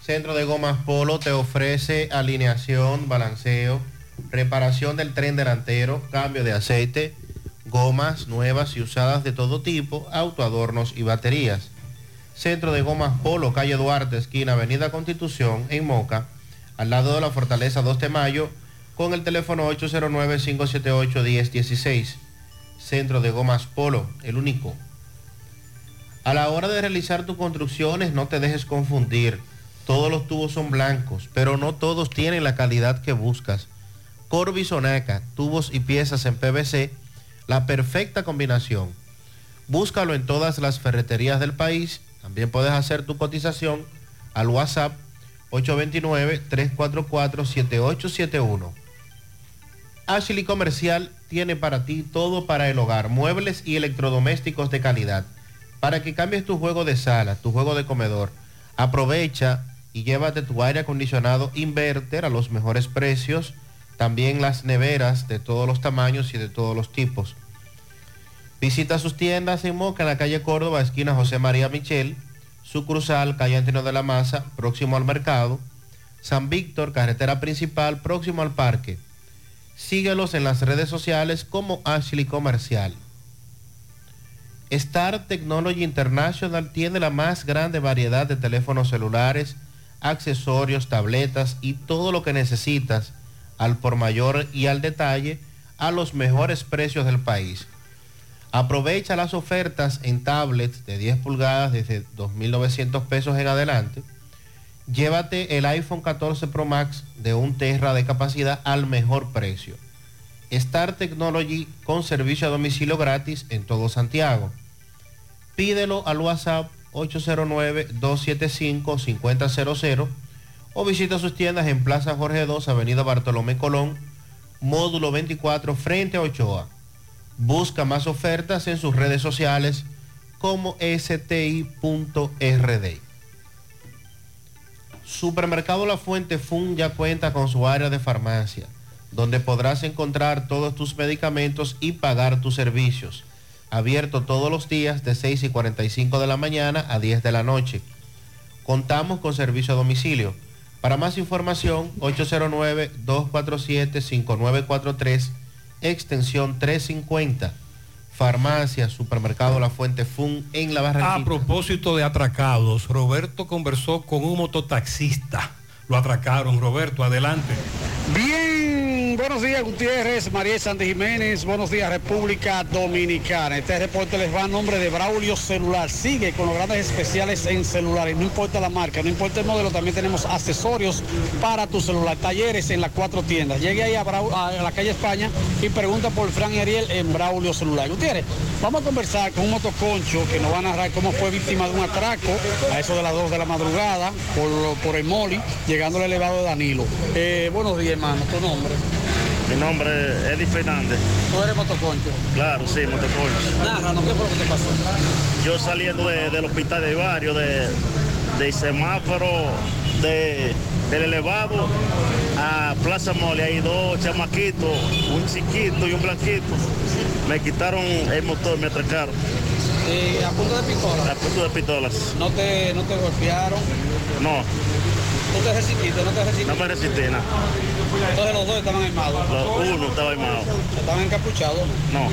Centro de Gomas Polo te ofrece alineación, balanceo, reparación del tren delantero, cambio de aceite, gomas nuevas y usadas de todo tipo, autoadornos y baterías. Centro de Gomas Polo, calle Duarte, esquina Avenida Constitución, en Moca, al lado de la Fortaleza dos de Mayo, con el teléfono ocho cero nueve, cinco siete ocho, uno cero uno seis. Centro de Gomas Polo, el único. A la hora de realizar tus construcciones, no te dejes confundir. Todos los tubos son blancos, pero no todos tienen la calidad que buscas. Corby Sonaca, tubos y piezas en P V C, la perfecta combinación. Búscalo en todas las ferreterías del país. También puedes hacer tu cotización al WhatsApp ocho dos nueve, tres cuatro cuatro, siete ocho siete uno. Ashley Comercial tiene para ti todo para el hogar, muebles y electrodomésticos de calidad, para que cambies tu juego de sala, tu juego de comedor. Aprovecha y llévate tu aire acondicionado Inverter a los mejores precios, también las neveras de todos los tamaños y de todos los tipos. Visita sus tiendas en Moca, en la calle Córdoba, esquina José María Michel, sucursal, calle Antonio de la Maza, próximo al mercado, San Víctor, carretera principal, próximo al parque. Síguelos en las redes sociales como Ashley Comercial. Star Technology International tiene la más grande variedad de teléfonos celulares, accesorios, tabletas y todo lo que necesitas al por mayor y al detalle a los mejores precios del país. Aprovecha las ofertas en tablets de diez pulgadas desde dos mil novecientos pesos en adelante. Llévate el iPhone catorce Pro Max de un tera de capacidad al mejor precio. Star Technology con servicio a domicilio gratis en todo Santiago. Pídelo al WhatsApp ocho cero nueve, dos siete cinco, cinco cero cero cero o visita sus tiendas en Plaza Jorge dos, Avenida Bartolomé Colón, módulo veinticuatro, frente a Ochoa. Busca más ofertas en sus redes sociales como S T I punto R D. Supermercado La Fuente Fun ya cuenta con su área de farmacia, donde podrás encontrar todos tus medicamentos y pagar tus servicios. Abierto todos los días de seis y cuarenta y cinco de la mañana a diez de la noche. Contamos con servicio a domicilio. Para más información, ocho cero nueve, dos cuatro siete, cinco nueve cuatro tres, extensión trescientos cincuenta. Farmacia, Supermercado La Fuente Fun en La Barranquita. A propósito de atracados, Roberto conversó con un mototaxista. Lo atracaron. Roberto, adelante. Bien, buenos días Gutiérrez, María Sandy Jiménez, buenos días República Dominicana. Este reporte les va a nombre de Braulio Celular. Sigue con los grandes especiales en celulares, no importa la marca, no importa el modelo, también tenemos accesorios para tu celular. Talleres en las cuatro tiendas. Llegue ahí a, Brau, a la calle España y pregunta por Fran y Ariel en Braulio Celular. Gutiérrez, vamos a conversar con un motoconcho que nos va a narrar cómo fue víctima de un atraco a eso de las dos de la madrugada por, por el Moli, llegando al elevado de Danilo. Eh, buenos días, hermano, ¿tu nombre? Mi nombre es Eddie Fernández. ¿Tú eres motoconcho? Claro, sí, motoconcho. Narranos, ¿qué fue lo que te pasó? Yo saliendo de, del hospital de barrio, de, de semáforo, de, del elevado a Plaza Mole, hay dos chamaquitos, un chiquito y un blanquito. Me quitaron el motor, me atracaron. Eh, ¿A punto de pistolas? A punto de pistolas. ¿No te, no te golpearon? No. ¿Tú te resististe? ¿No te resististe? No me resistí, nada. Entonces los dos estaban armados. Los, uno estaba armado. ¿Estaban encapuchados? No.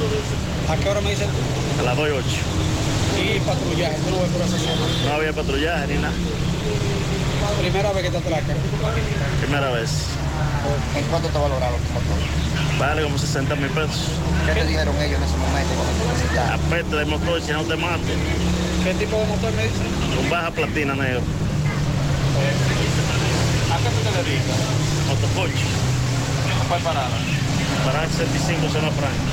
¿A qué hora me dices tú? A las dos y ocho. ¿Y patrullaje? ¿Tú no ves por esa zona? No había patrullaje ni nada. ¿Primera vez que te atracan? Primera vez. ¿En cuánto te valoraron tu motor? Vale como sesenta mil pesos. ¿Qué te dijeron ellos en ese momento cuando te necesitaron? Apete de motor, si no te mate. ¿Qué tipo de motor me dicen? Un baja platina negro. ¿A qué tú te dedicas? Motoconcho. ¿Cuál parada? Parada sesenta y cinco, zona franca.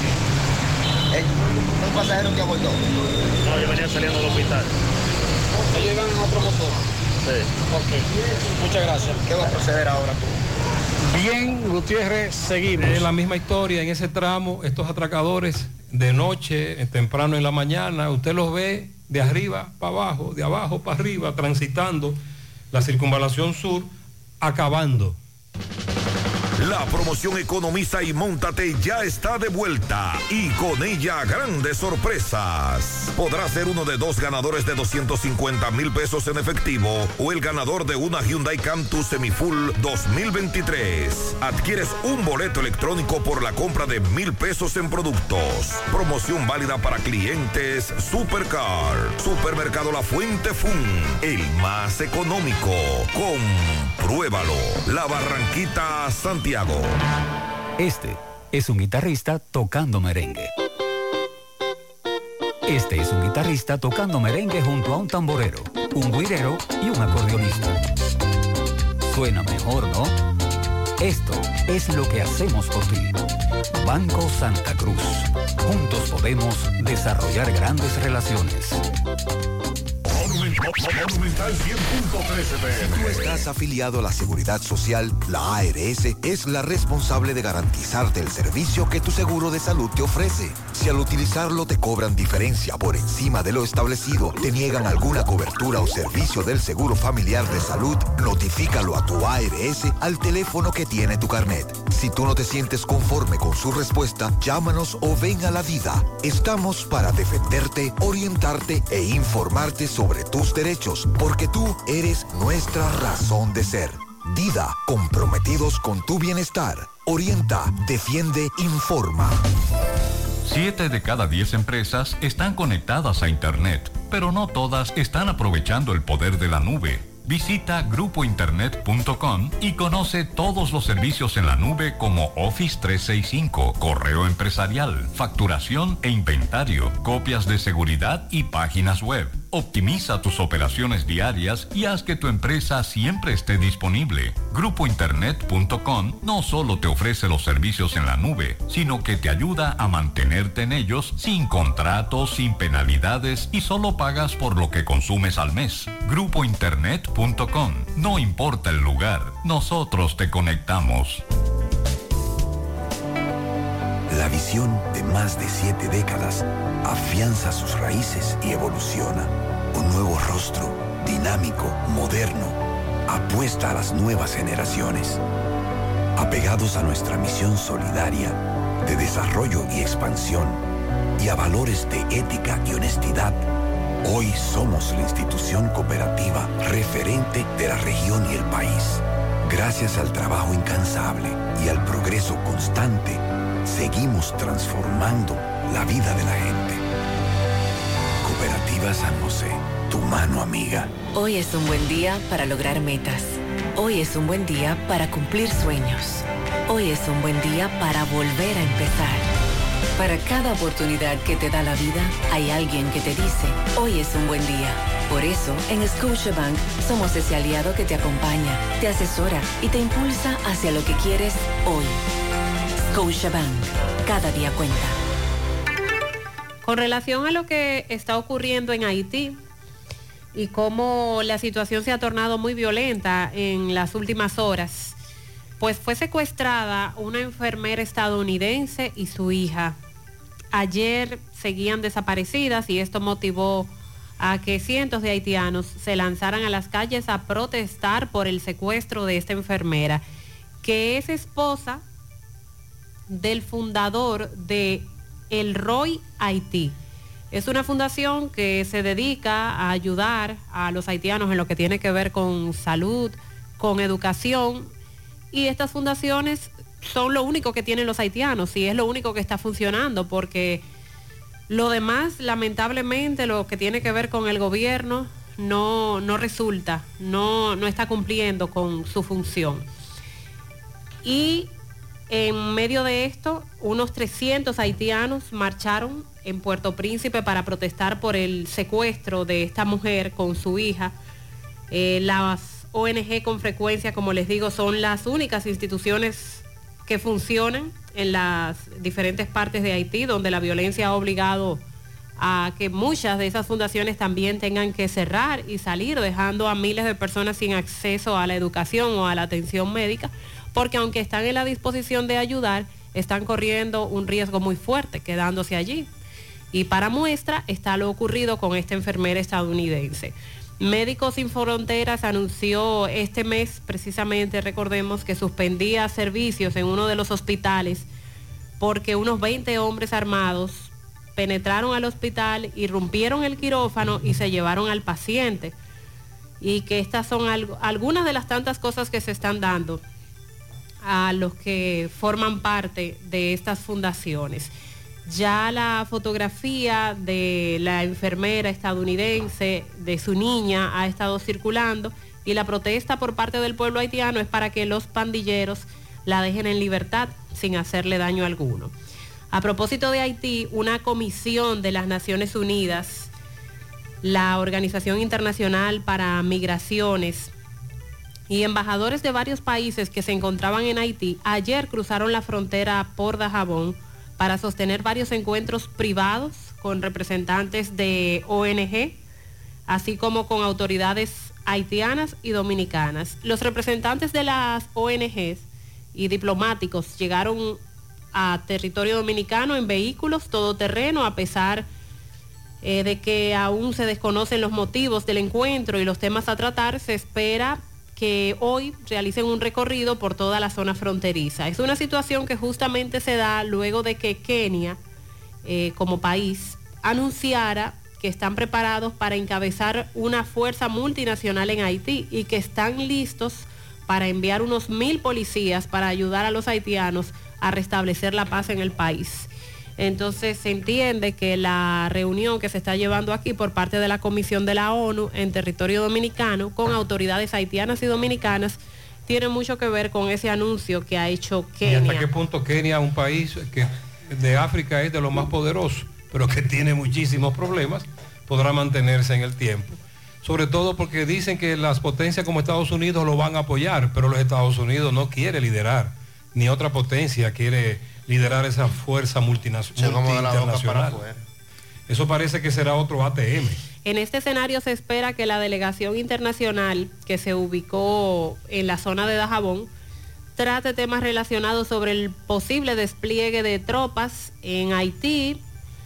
¿Un pasajero que abordó? No, yo venía saliendo del hospital. ¿Ellos iban en otro motor? Sí. Ok. Muchas gracias. ¿Qué va a proceder ahora tú? Bien, Gutiérrez, seguimos. Es la misma historia en ese tramo. Estos atracadores de noche, temprano en la mañana, usted los ve de arriba para abajo, de abajo para arriba, transitando la circunvalación sur, acabando. La promoción Economiza y Móntate ya está de vuelta y con ella grandes sorpresas. Podrás ser uno de dos ganadores de doscientos cincuenta mil pesos en efectivo o el ganador de una Hyundai Cantus Semifull dos mil veintitrés. Adquieres un boleto electrónico por la compra de mil pesos en productos. Promoción válida para clientes Supercar. Supermercado La Fuente Fun, el más económico. Compruébalo. La Barranquita, Santiago. Este es un guitarrista tocando merengue. Este es un guitarrista tocando merengue junto a un tamborero, un güirero y un acordeonista. Suena mejor, ¿no? Esto es lo que hacemos por ti. Banco Santa Cruz. Juntos podemos desarrollar grandes relaciones. Monumental cien punto trece P M. Si tú estás afiliado a la Seguridad Social, la A R S es la responsable de garantizarte el servicio que tu seguro de salud te ofrece. Si al utilizarlo te cobran diferencia por encima de lo establecido, te niegan alguna cobertura o servicio del seguro familiar de salud, notifícalo a tu A R S al teléfono que tiene tu carnet. Si tú no te sientes conforme con su respuesta, llámanos o ven a la Dida. Estamos para defenderte, orientarte e informarte sobre tus derechos, porque tú eres nuestra razón de ser. Dida, comprometidos con tu bienestar. Orienta, defiende, informa. Siete de cada diez empresas están conectadas a Internet, pero no todas están aprovechando el poder de la nube. Visita grupo internet punto com y conoce todos los servicios en la nube como Office trescientos sesenta y cinco, correo empresarial, facturación e inventario, copias de seguridad y páginas web. Optimiza tus operaciones diarias y haz que tu empresa siempre esté disponible. grupo internet punto com no solo te ofrece los servicios en la nube, sino que te ayuda a mantenerte en ellos sin contratos, sin penalidades y solo pagas por lo que consumes al mes. grupo internet punto com. No importa el lugar, nosotros te conectamos. La visión de más de siete décadas afianza sus raíces y evoluciona. Un nuevo rostro, dinámico, moderno, apuesta a las nuevas generaciones. Apegados a nuestra misión solidaria de desarrollo y expansión y a valores de ética y honestidad, hoy somos la institución cooperativa referente de la región y el país. Gracias al trabajo incansable y al progreso constante, seguimos transformando la vida de la gente. Cooperativa San José, tu mano amiga. Hoy es un buen día para lograr metas. Hoy es un buen día para cumplir sueños. Hoy es un buen día para volver a empezar. Para cada oportunidad que te da la vida, hay alguien que te dice, hoy es un buen día. Por eso, en Scotiabank somos ese aliado que te acompaña, te asesora y te impulsa hacia lo que quieres hoy. Scotiabank, cada día cuenta. Con relación a lo que está ocurriendo en Haití y cómo la situación se ha tornado muy violenta en las últimas horas, pues fue secuestrada una enfermera estadounidense y su hija. Ayer seguían desaparecidas y esto motivó a que cientos de haitianos se lanzaran a las calles a protestar por el secuestro de esta enfermera, que es esposa del fundador de El Roy Haití. Es una fundación que se dedica a ayudar a los haitianos en lo que tiene que ver con salud, con educación, y estas fundaciones son lo único que tienen los haitianos y es lo único que está funcionando, porque lo demás, lamentablemente, lo que tiene que ver con el gobierno no, no resulta, no, no está cumpliendo con su función. Y en medio de esto, unos trescientos haitianos marcharon en Puerto Príncipe para protestar por el secuestro de esta mujer con su hija. Eh, las O N G con frecuencia, como les digo, son las únicas instituciones que funcionan en las diferentes partes de Haití, donde la violencia ha obligado a que muchas de esas fundaciones también tengan que cerrar y salir, dejando a miles de personas sin acceso a la educación o a la atención médica, porque aunque están en la disposición de ayudar, están corriendo un riesgo muy fuerte quedándose allí. Y para muestra está lo ocurrido con esta enfermera estadounidense. Médicos Sin Fronteras anunció este mes, precisamente, recordemos, que suspendía servicios en uno de los hospitales porque unos veinte hombres armados penetraron al hospital, irrumpieron el quirófano y se llevaron al paciente. Y que estas son algo, algunas de las tantas cosas que se están dando a los que forman parte de estas fundaciones. Ya la fotografía de la enfermera estadounidense, de su niña, ha estado circulando y la protesta por parte del pueblo haitiano es para que los pandilleros la dejen en libertad sin hacerle daño alguno. A propósito de Haití, una comisión de las Naciones Unidas, la Organización Internacional para Migraciones y embajadores de varios países que se encontraban en Haití, ayer cruzaron la frontera por Dajabón para sostener varios encuentros privados con representantes de O N G, así como con autoridades haitianas y dominicanas. Los representantes de las O N Ges y diplomáticos llegaron a territorio dominicano en vehículos todoterreno, a pesar eh, de que aún se desconocen los motivos del encuentro y los temas a tratar. Se espera que hoy realicen un recorrido por toda la zona fronteriza. Es una situación que justamente se da luego de que Kenia, eh, como país, anunciara que están preparados para encabezar una fuerza multinacional en Haití y que están listos para enviar unos mil policías para ayudar a los haitianos a restablecer la paz en el país. Entonces se entiende que la reunión que se está llevando aquí por parte de la Comisión de la ONU en territorio dominicano con autoridades haitianas y dominicanas tiene mucho que ver con ese anuncio que ha hecho Kenia. ¿Y hasta qué punto Kenia, un país que de África es de los más poderosos, pero que tiene muchísimos problemas, podrá mantenerse en el tiempo? Sobre todo porque dicen que las potencias como Estados Unidos lo van a apoyar, pero los Estados Unidos no quiere liderar, ni otra potencia quiere liderar esa fuerza multinacional. multi-internacional. Eso parece que será otro A T M. En este escenario se espera que la delegación internacional que se ubicó en la zona de Dajabón trate temas relacionados sobre el posible despliegue de tropas en Haití,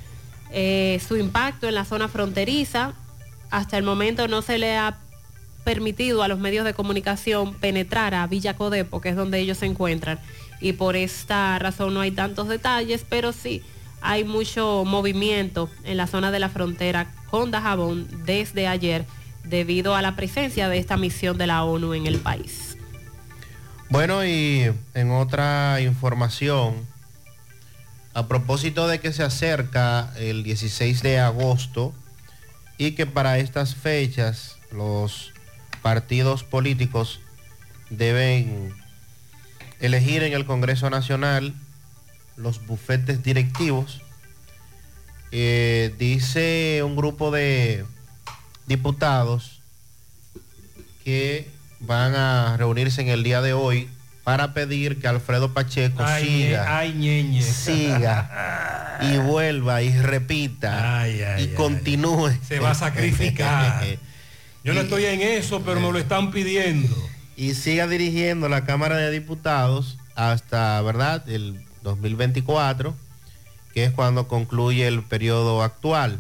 eh, su impacto en la zona fronteriza. Hasta el momento no se le ha permitido a los medios de comunicación penetrar a Villa Codepo, que es donde ellos se encuentran, y por esta razón no hay tantos detalles, pero sí hay mucho movimiento en la zona de la frontera con Dajabón desde ayer debido a la presencia de esta misión de la ONU en el país. Bueno, y en otra información, a propósito de que se acerca el dieciséis de agosto y que para estas fechas los partidos políticos deben elegir en el Congreso Nacional los bufetes directivos, eh, dice un grupo de diputados que van a reunirse en el día de hoy para pedir que Alfredo Pacheco ay, siga, ay, ñeñe. siga y vuelva y repita ay, ay, y ay, continúe. Se va a sacrificar. Yo no estoy en eso, pero me lo están pidiendo. Y siga dirigiendo la Cámara de Diputados hasta, ¿verdad?, el dos mil veinticuatro, que es cuando concluye el periodo actual.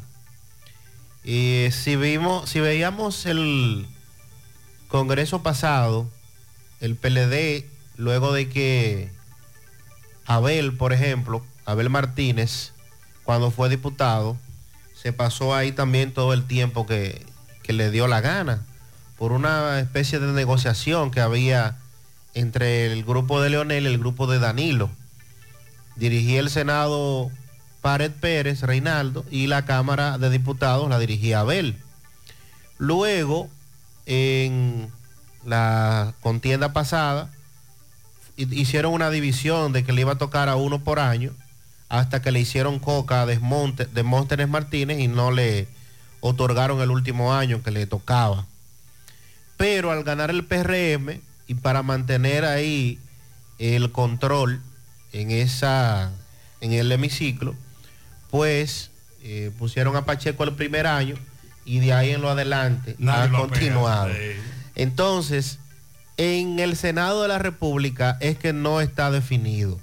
Y si vimos, si veíamos el Congreso pasado, el P L D, luego de que Abel, por ejemplo, Abel Martínez, cuando fue diputado, se pasó ahí también todo el tiempo que, que le dio la gana, por una especie de negociación que había entre el grupo de Leonel y el grupo de Danilo. Dirigía el Senado Pared Pérez, Reinaldo, y la Cámara de Diputados la dirigía Abel. Luego, en la contienda pasada, hicieron una división de que le iba a tocar a uno por año, hasta que le hicieron coca a Desmonte, Demóstenes Martínez y no le otorgaron el último año que le tocaba. Pero al ganar el P R M y para mantener ahí el control en esa en el hemiciclo, pues eh, pusieron a Pacheco el primer año y de ahí en lo adelante Nadie ha continuado. Pega, Entonces, en el Senado de la República es que no está definido.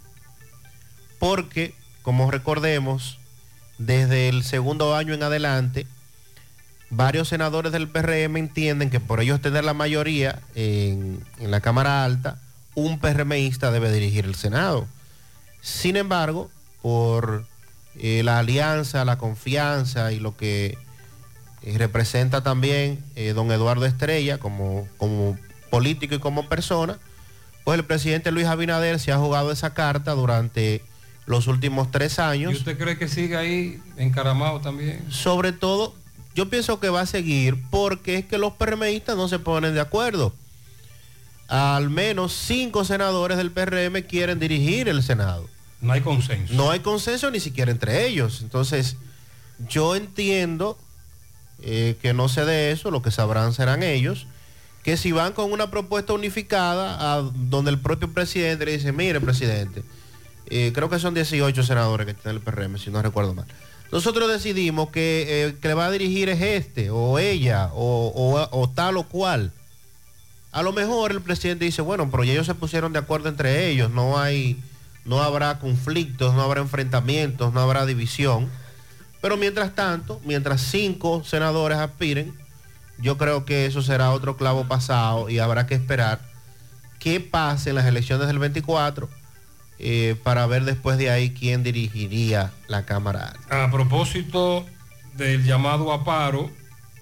Porque, como recordemos, desde el segundo año en adelante, varios senadores del P R M entienden que por ellos tener la mayoría en, en la Cámara Alta, un PRMista debe dirigir el Senado. Sin embargo, por eh, la alianza, la confianza y lo que eh, representa también eh, don Eduardo Estrella como, como político y como persona, pues el presidente Luis Abinader se ha jugado esa carta durante los últimos tres años. ¿Y usted cree que sigue ahí encaramado también? Sobre todo, yo pienso que va a seguir porque es que los PRMistas no se ponen de acuerdo. Al menos cinco senadores del P R M quieren dirigir el Senado. No hay consenso. No hay consenso ni siquiera entre ellos. Entonces, yo entiendo eh, que no sé de eso, lo que sabrán serán ellos, que si van con una propuesta unificada a donde el propio presidente le dice, mire presidente, eh, creo que son dieciocho senadores que tiene el P R M, si no recuerdo mal. Nosotros decidimos que eh, que le va a dirigir es este, o ella, o, o, o tal o cual. A lo mejor el presidente dice, bueno, pero ya ellos se pusieron de acuerdo entre ellos, no hay, no habrá conflictos, no habrá enfrentamientos, no habrá división. Pero mientras tanto, mientras cinco senadores aspiren, yo creo que eso será otro clavo pasado y habrá que esperar qué pase en las elecciones del veinticuatro eh, para ver después de ahí quién dirigiría la Cámara Alta. A propósito del llamado a paro,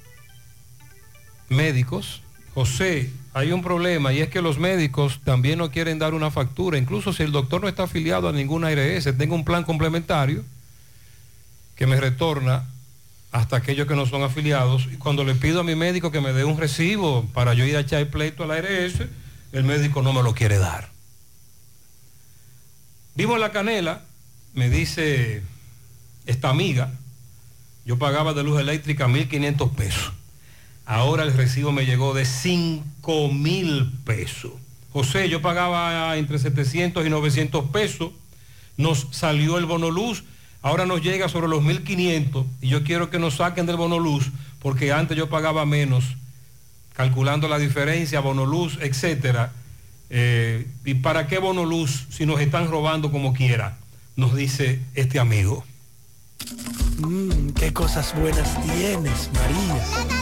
médicos, José, hay un problema y es que los médicos también no quieren dar una factura, incluso si el doctor no está afiliado a ninguna A R S, tengo un plan complementario que me retorna hasta aquellos que no son afiliados, y cuando le pido a mi médico que me dé un recibo para yo ir a echar el pleito a la A R S, el médico no me lo quiere dar. Vivo en La Canela, me dice esta amiga, yo pagaba de luz eléctrica mil quinientos pesos. Ahora el recibo me llegó de cinco mil pesos. José, yo pagaba entre setecientos y novecientos pesos. Nos salió el bono luz. Ahora nos llega sobre los mil quinientos. Y yo quiero que nos saquen del bono luz, porque antes yo pagaba menos, calculando la diferencia, bono luz, etcétera. Eh, ¿Y para qué bono luz si nos están robando como quiera? Nos dice este amigo. Mmm, qué cosas buenas tienes, María.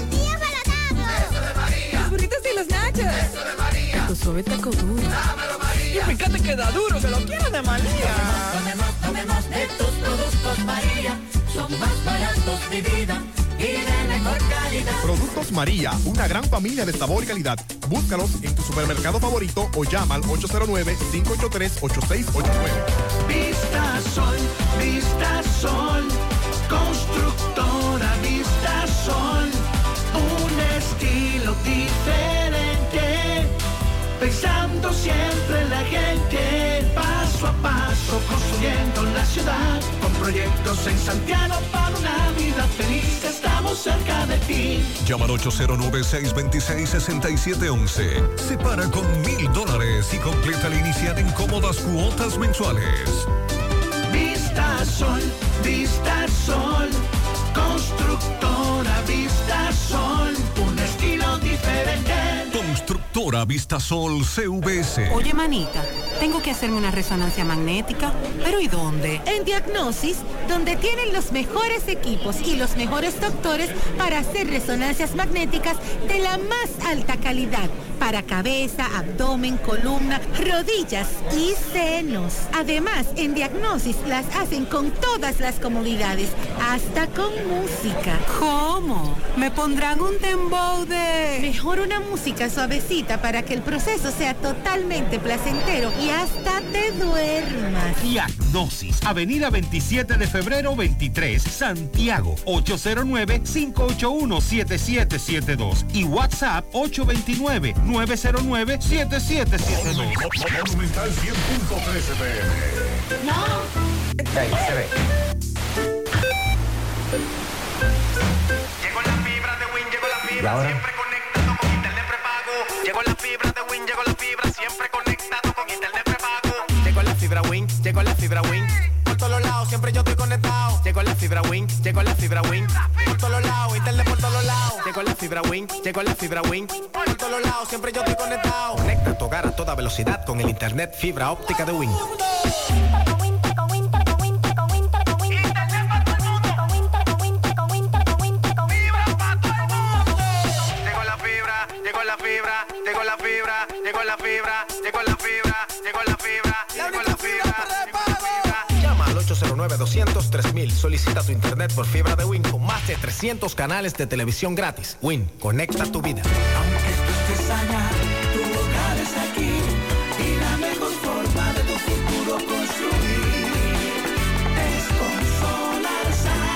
Eso de María. Los burritos y los nachos. Eso de María. Tu suave taco duro. Dámelo, María. Y fíjate que da duro, que lo quiero de María. Tomemos, tomemos, tomemos de tus productos, María. Son más baratos, mi vida, y de mejor calidad. Productos María, una gran familia de sabor y calidad. Búscalos en tu supermercado favorito o llama al ocho cero nueve, cinco ocho tres, ocho seis ocho nueve. Vista Sol, Vista Sol, constructora Vista Sol, un estilo diferente, pensando siempre en la gente, paso a paso construyendo la ciudad, con proyectos en Santiago para una vida feliz, estamos cerca de ti. Llama al ocho cero nueve, seis dos seis, seis siete uno uno. Separa con mil dólares y completa la inicial en cómodas cuotas mensuales. Vista Sol, Vista Sol, constructora Vista Sol, un estilo diferente. Constructora Vista Sol C V S. Oye, manita, tengo que hacerme una resonancia magnética, ¿pero y dónde? En Diagnosis, donde tienen los mejores equipos y los mejores doctores para hacer resonancias magnéticas de la más alta calidad para cabeza, abdomen, columna, rodillas y senos. Además, en Diagnosis las hacen con todas las comodidades, hasta con música. ¿Cómo? ¿Me pondrán un dembow de...? Mejor una música suavecita para que el proceso sea totalmente placentero y hasta te duermas. Diagnosis, Avenida veintisiete de febrero veintitrés, Santiago, ocho cero nueve, cinco ocho uno, siete siete siete dos y WhatsApp ocho dos nueve, nueve cero nueve, siete siete siete dos. Monumental cien punto trece P M. No. Ahí se ve. Llegó la fibra de Win, llegó la fibra, siempre conectado con internet prepago. Llegó la fibra de Win, llegó la fibra, siempre conectado con internet prepago. Llegó la fibra Win, llegó la fibra Win. Por todos lados, siempre yo estoy conectado. Llegó la fibra Win, llegó la fibra Win. Por todos lados, internet por todos lados. Llegó la fibra Win, llegó la fibra Win. Por todos lados, siempre yo estoy conectado. Conecta tu hogar a toda velocidad con el internet fibra óptica de Win. Llegó la fibra, llegó la fibra, llegó la fibra. Llama al ocho cero nueve, dos cero tres mil. Solicita tu internet por fibra de Win con más de trescientos canales de televisión gratis. Win, conecta tu vida. Aunque tú estés allá, tu hogar es aquí y la mejor forma de tu futuro construir es con Solarsan.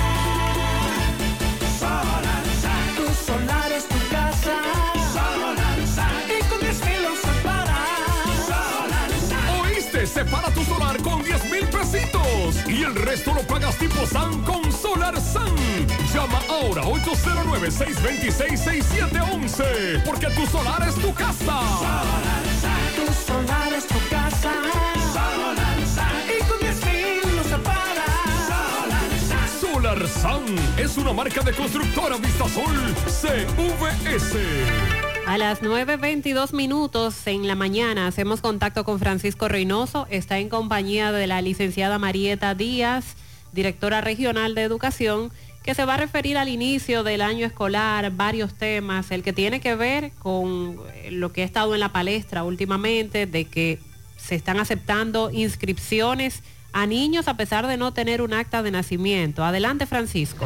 Solarsan, tu solar es tu casa. Solarsan, y con diez mil lo separas. Solarsan. ¿Oíste? Separa tu solar con diez mil pesitos y el resto lo pagas tipo S A N con Solarsan. Llama ahora ocho cero nueve, seis dos seis, seis siete uno uno porque tu solar es tu casa. Solarsan, tu solar es tu casa. Solarsan, y con diez mil lo separas. Solarsan. Solarsan es una marca de constructora Vistasol C V S. A las nueve veintidós minutos en la mañana hacemos contacto con Francisco Reynoso. Está en compañía de la licenciada Marieta Díaz, directora regional de educación, que se va a referir al inicio del año escolar, varios temas, el que tiene que ver con lo que ha estado en la palestra últimamente, de que se están aceptando inscripciones a niños a pesar de no tener un acta de nacimiento. Adelante, Francisco.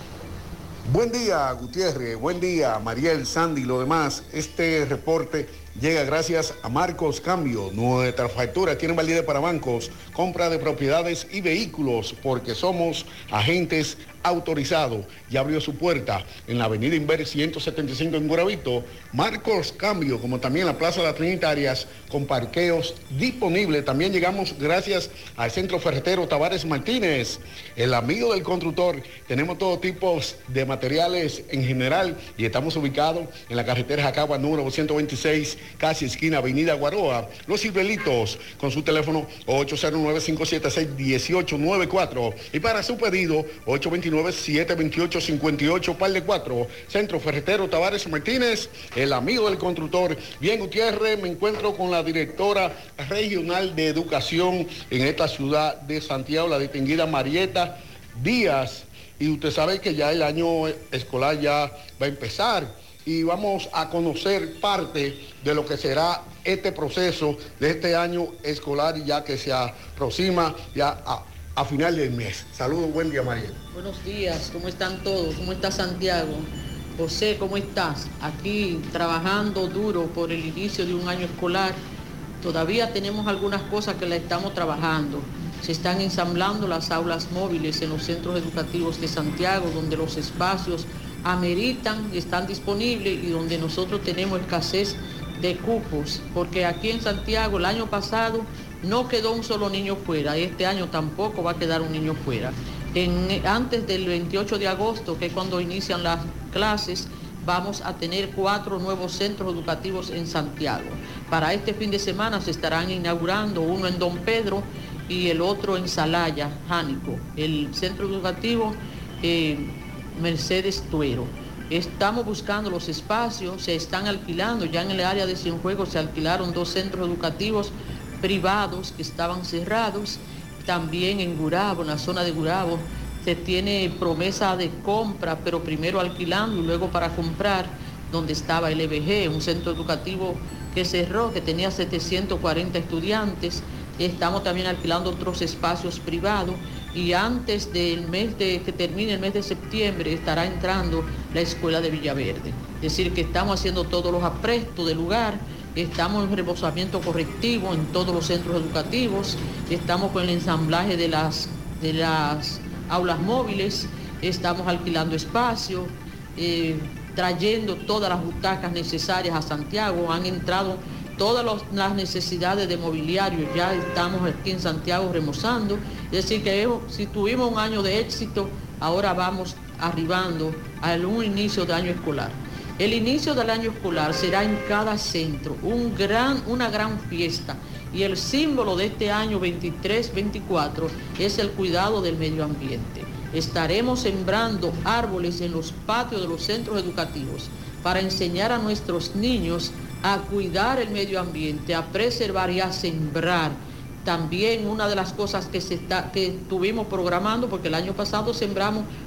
Buen día, Gutiérrez. Buen día, Mariel, Sandy y lo demás. Este reporte llega gracias a Marcos Cambio. Nuestra factura tiene validez para bancos, compra de propiedades y vehículos, porque somos agentes autorizados. Ya abrió su puerta en la avenida Inver ciento setenta y cinco en Guravito. Marcos Cambio, como también la Plaza de las Trinitarias, con parqueos disponibles. También llegamos gracias al Centro Ferretero Tavares Martínez, el amigo del constructor. Tenemos todo tipo de materiales en general y estamos ubicados en la carretera Jacagua número doscientos veintiséis, casi esquina Avenida Guaroa. Los Ciruelitos, con su teléfono ocho cero nueve, cinco siete seis, uno ocho nueve cuatro y para su pedido ocho dos nueve, siete dos ocho, cinco ocho, par de cuatro. Centro Ferretero Tavares Martínez, el amigo del constructor. Bien, Gutiérrez, me encuentro con la directora regional de educación en esta ciudad de Santiago, la distinguida Marieta Díaz, y usted sabe que ya el año escolar ya va a empezar y vamos a conocer parte de lo que será este proceso de este año escolar, ya que se aproxima ya a, a final del mes. Saludos, buen día, Mariel. Buenos días, ¿cómo están todos? ¿Cómo está Santiago? José, ¿cómo estás? Aquí trabajando duro por el inicio de un año escolar. Todavía tenemos algunas cosas que la estamos trabajando. Se están ensamblando las aulas móviles en los centros educativos de Santiago, donde los espacios ameritan y están disponibles y donde nosotros tenemos escasez de cupos, porque aquí en Santiago el año pasado no quedó un solo niño fuera, este año tampoco va a quedar un niño fuera. En, antes del veintiocho de agosto, que es cuando inician las clases, vamos a tener cuatro nuevos centros educativos en Santiago. Para este fin de semana se estarán inaugurando uno en Don Pedro y el otro en Salaya, Jánico, el centro educativo eh, Mercedes Tuero. Estamos buscando los espacios, se están alquilando, ya en el área de Cienfuegos se alquilaron dos centros educativos privados que estaban cerrados, también en Gurabo, en la zona de Gurabo, se tiene promesa de compra, pero primero alquilando y luego para comprar, donde estaba el E B G, un centro educativo que cerró, que tenía setecientos cuarenta estudiantes. Estamos también alquilando otros espacios privados y antes del mes de que termine el mes de septiembre estará entrando la escuela de Villaverde. Es decir, que estamos haciendo todos los aprestos del lugar, estamos en remozamiento correctivo en todos los centros educativos, estamos con el ensamblaje de las, de las aulas móviles, estamos alquilando espacios, eh, trayendo todas las butacas necesarias a Santiago, han entrado todas los, las necesidades de mobiliario, ya estamos aquí en Santiago remozando, es decir que si tuvimos un año de éxito, ahora vamos arribando a un inicio de año escolar. El inicio del año escolar será en cada centro, un gran, una gran fiesta, y el símbolo de este año veintitrés veinticuatro es el cuidado del medio ambiente. Estaremos sembrando árboles en los patios de los centros educativos para enseñar a nuestros niños a cuidar el medio ambiente, a preservar y a sembrar. También una de las cosas que, se está, que estuvimos programando, porque el año pasado sembramos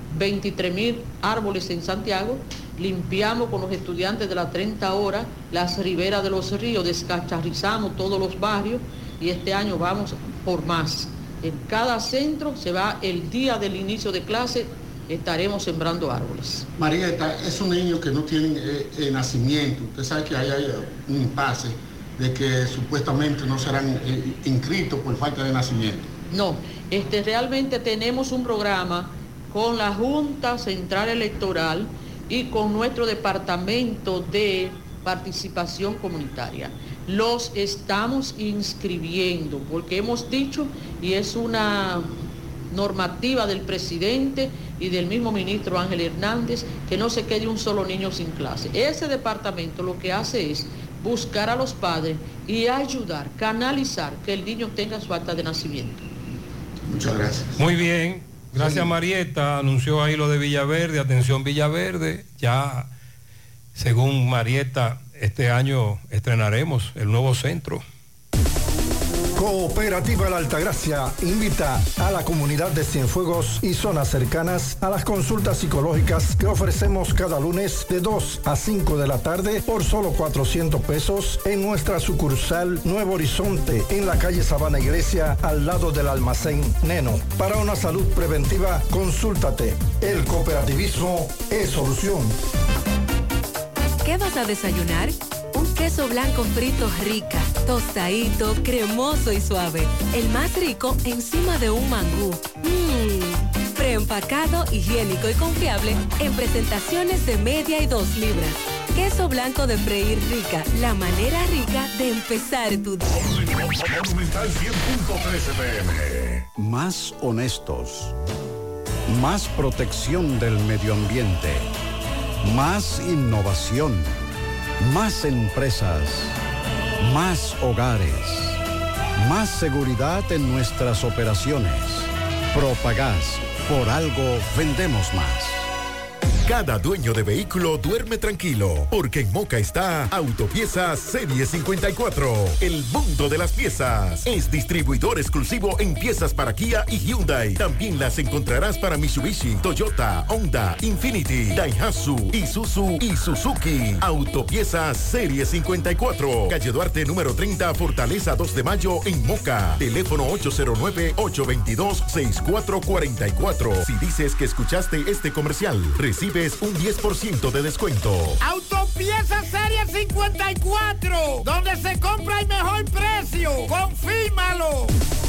veintitrés mil árboles en Santiago. Limpiamos con los estudiantes de las treinta horas las riberas de los ríos, descacharrizamos todos los barrios y este año vamos por más. En cada centro se va el día del inicio de clase, estaremos sembrando árboles. Marieta, es un niño que no tiene eh, eh, nacimiento. Usted sabe que hay, hay un impasse de que supuestamente no serán eh, inscritos por falta de nacimiento. No, este, realmente tenemos un programa con la Junta Central Electoral y con nuestro departamento de participación comunitaria. Los estamos inscribiendo porque hemos dicho, y es una normativa del presidente y del mismo ministro Ángel Hernández, que no se quede un solo niño sin clase. Ese departamento lo que hace es buscar a los padres y ayudar, canalizar que el niño tenga su acta de nacimiento. Muchas gracias. Muy bien, gracias. Sí. Marieta anunció ahí lo de Villaverde, atención Villaverde, ya según Marieta este año estrenaremos el nuevo centro. Cooperativa La Altagracia invita a la comunidad de Cienfuegos y zonas cercanas a las consultas psicológicas que ofrecemos cada lunes de dos a cinco de la tarde por solo cuatrocientos pesos en nuestra sucursal Nuevo Horizonte en la calle Sabana Iglesia al lado del almacén Neno. Para una salud preventiva, consúltate. El cooperativismo es solución. ¿Qué vas a desayunar? Un queso blanco frito rica, tostadito, cremoso y suave. El más rico encima de un mangú. Mmm, preempacado, higiénico y confiable en presentaciones de media y dos libras. Queso blanco de freír rica, la manera rica de empezar tu día. Monumental cien punto trece P M. Más honestos. Más protección del medio ambiente. Más innovación. Más empresas, más hogares, más seguridad en nuestras operaciones. Propagás, por algo vendemos más. Cada dueño de vehículo duerme tranquilo, porque en Moca está Autopiezas Serie cincuenta y cuatro, el mundo de las piezas. Es distribuidor exclusivo en piezas para Kia y Hyundai. También las encontrarás para Mitsubishi, Toyota, Honda, Infiniti, Daihatsu, Isuzu y Suzuki. Autopiezas Serie cincuenta y cuatro, calle Duarte número treinta, Fortaleza dos de Mayo en Moca. Teléfono ocho cero nueve, ocho dos dos, seis cuatro cuatro cuatro. Si dices que escuchaste este comercial, recibe un diez por ciento de descuento. Autopiezas Serie cincuenta y cuatro, donde se compra el mejor precio. Confírmalo.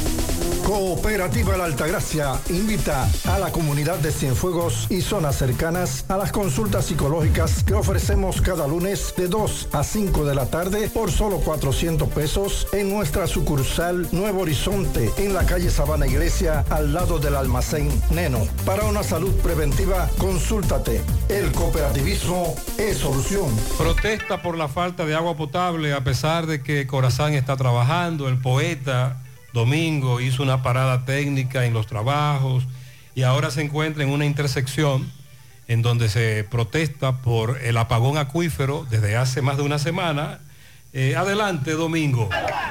Cooperativa La Altagracia invita a la comunidad de Cienfuegos y zonas cercanas a las consultas psicológicas que ofrecemos cada lunes de dos a cinco de la tarde por solo cuatrocientos pesos en nuestra sucursal Nuevo Horizonte en la calle Sabana Iglesia al lado del almacén Neno. Para una salud preventiva, consúltate. El cooperativismo es solución. Protesta por la falta de agua potable a pesar de que Corazán está trabajando. El poeta Domingo hizo una parada técnica en los trabajos y ahora se encuentra en una intersección en donde se protesta por el apagón acuífero desde hace más de una semana. Eh, adelante, Domingo.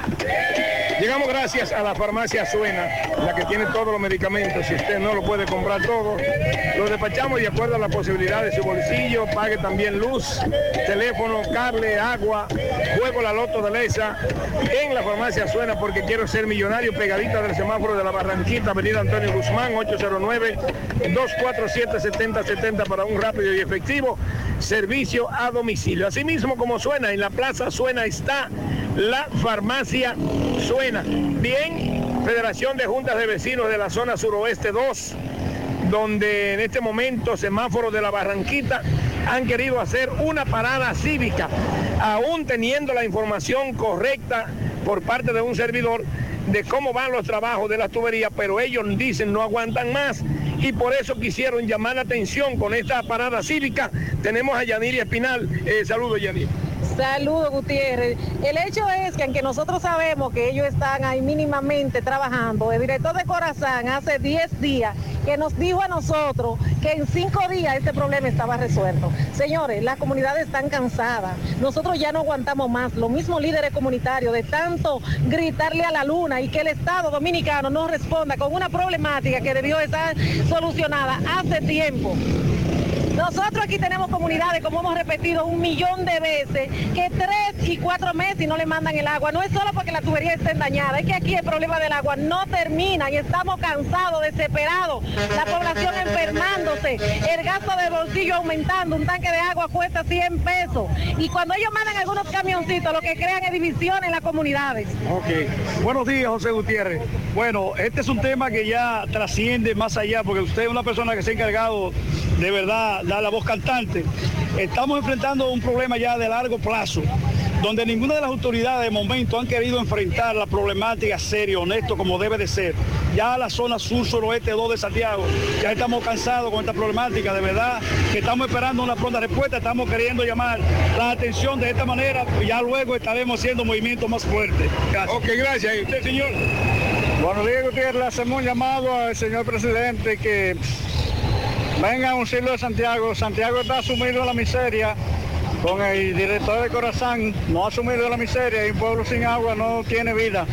Llegamos gracias a la farmacia Suena, la que tiene todos los medicamentos. Si usted no lo puede comprar todo, lo despachamos de acuerdo a la posibilidad de su bolsillo. Pague también luz, teléfono, cable, agua, juego la loto de Lesa en la farmacia Suena, porque quiero ser millonario, pegadita del semáforo de la Barranquita, avenida Antonio Guzmán, ocho cero nueve, dos cuatro siete, siete cero siete cero para un rápido y efectivo servicio a domicilio. Asimismo, como suena, en la plaza Suena está la farmacia Suena. Bien, Federación de Juntas de Vecinos de la zona suroeste dos, donde en este momento semáforos de la Barranquita han querido hacer una parada cívica, aún teniendo la información correcta por parte de un servidor de cómo van los trabajos de las tuberías, pero ellos dicen no aguantan más y por eso quisieron llamar la atención con esta parada cívica. Tenemos a Yaniri Espinal. Eh, saludos, Yaniri. Saludos, Gutiérrez. El hecho es que aunque nosotros sabemos que ellos están ahí mínimamente trabajando, el director de Corazán hace diez días que nos dijo a nosotros que en cinco días este problema estaba resuelto. Señores, las comunidades están cansadas, nosotros ya no aguantamos más, los mismos líderes comunitarios, de tanto gritarle a la luna y que el Estado Dominicano nos responda con una problemática que debió estar solucionada hace tiempo. Nosotros aquí tenemos comunidades, como hemos repetido un millón de veces, que tres y cuatro meses y no le mandan el agua. No es solo porque las tuberías estén dañadas, es que aquí el problema del agua no termina y estamos cansados, desesperados, la población enfermándose, el gasto de bolsillo aumentando, un tanque de agua cuesta cien pesos. Y cuando ellos mandan algunos camioncitos, lo que crean es división en las comunidades. Ok, buenos días, José Gutiérrez. Bueno, este es un tema que ya trasciende más allá, porque usted es una persona que se ha encargado de verdad dar la voz cantante. Estamos enfrentando un problema ya de largo plazo, donde ninguna de las autoridades de momento han querido enfrentar la problemática serio, honesto, como debe de ser. Ya la zona sur, suroeste dos de Santiago, ya estamos cansados con esta problemática, de verdad, que estamos esperando una pronta respuesta, estamos queriendo llamar la atención de esta manera, y ya luego estaremos haciendo movimientos más fuertes. Gracias. Ok, gracias. ¿Y usted, señor? Buenos días, Gutiérrez. Le hacemos un llamado al señor presidente que venga a un siglo de Santiago. Santiago está sumido en la miseria. Con el director de Corazán, no ha sumido en la miseria y un pueblo sin agua no tiene vida.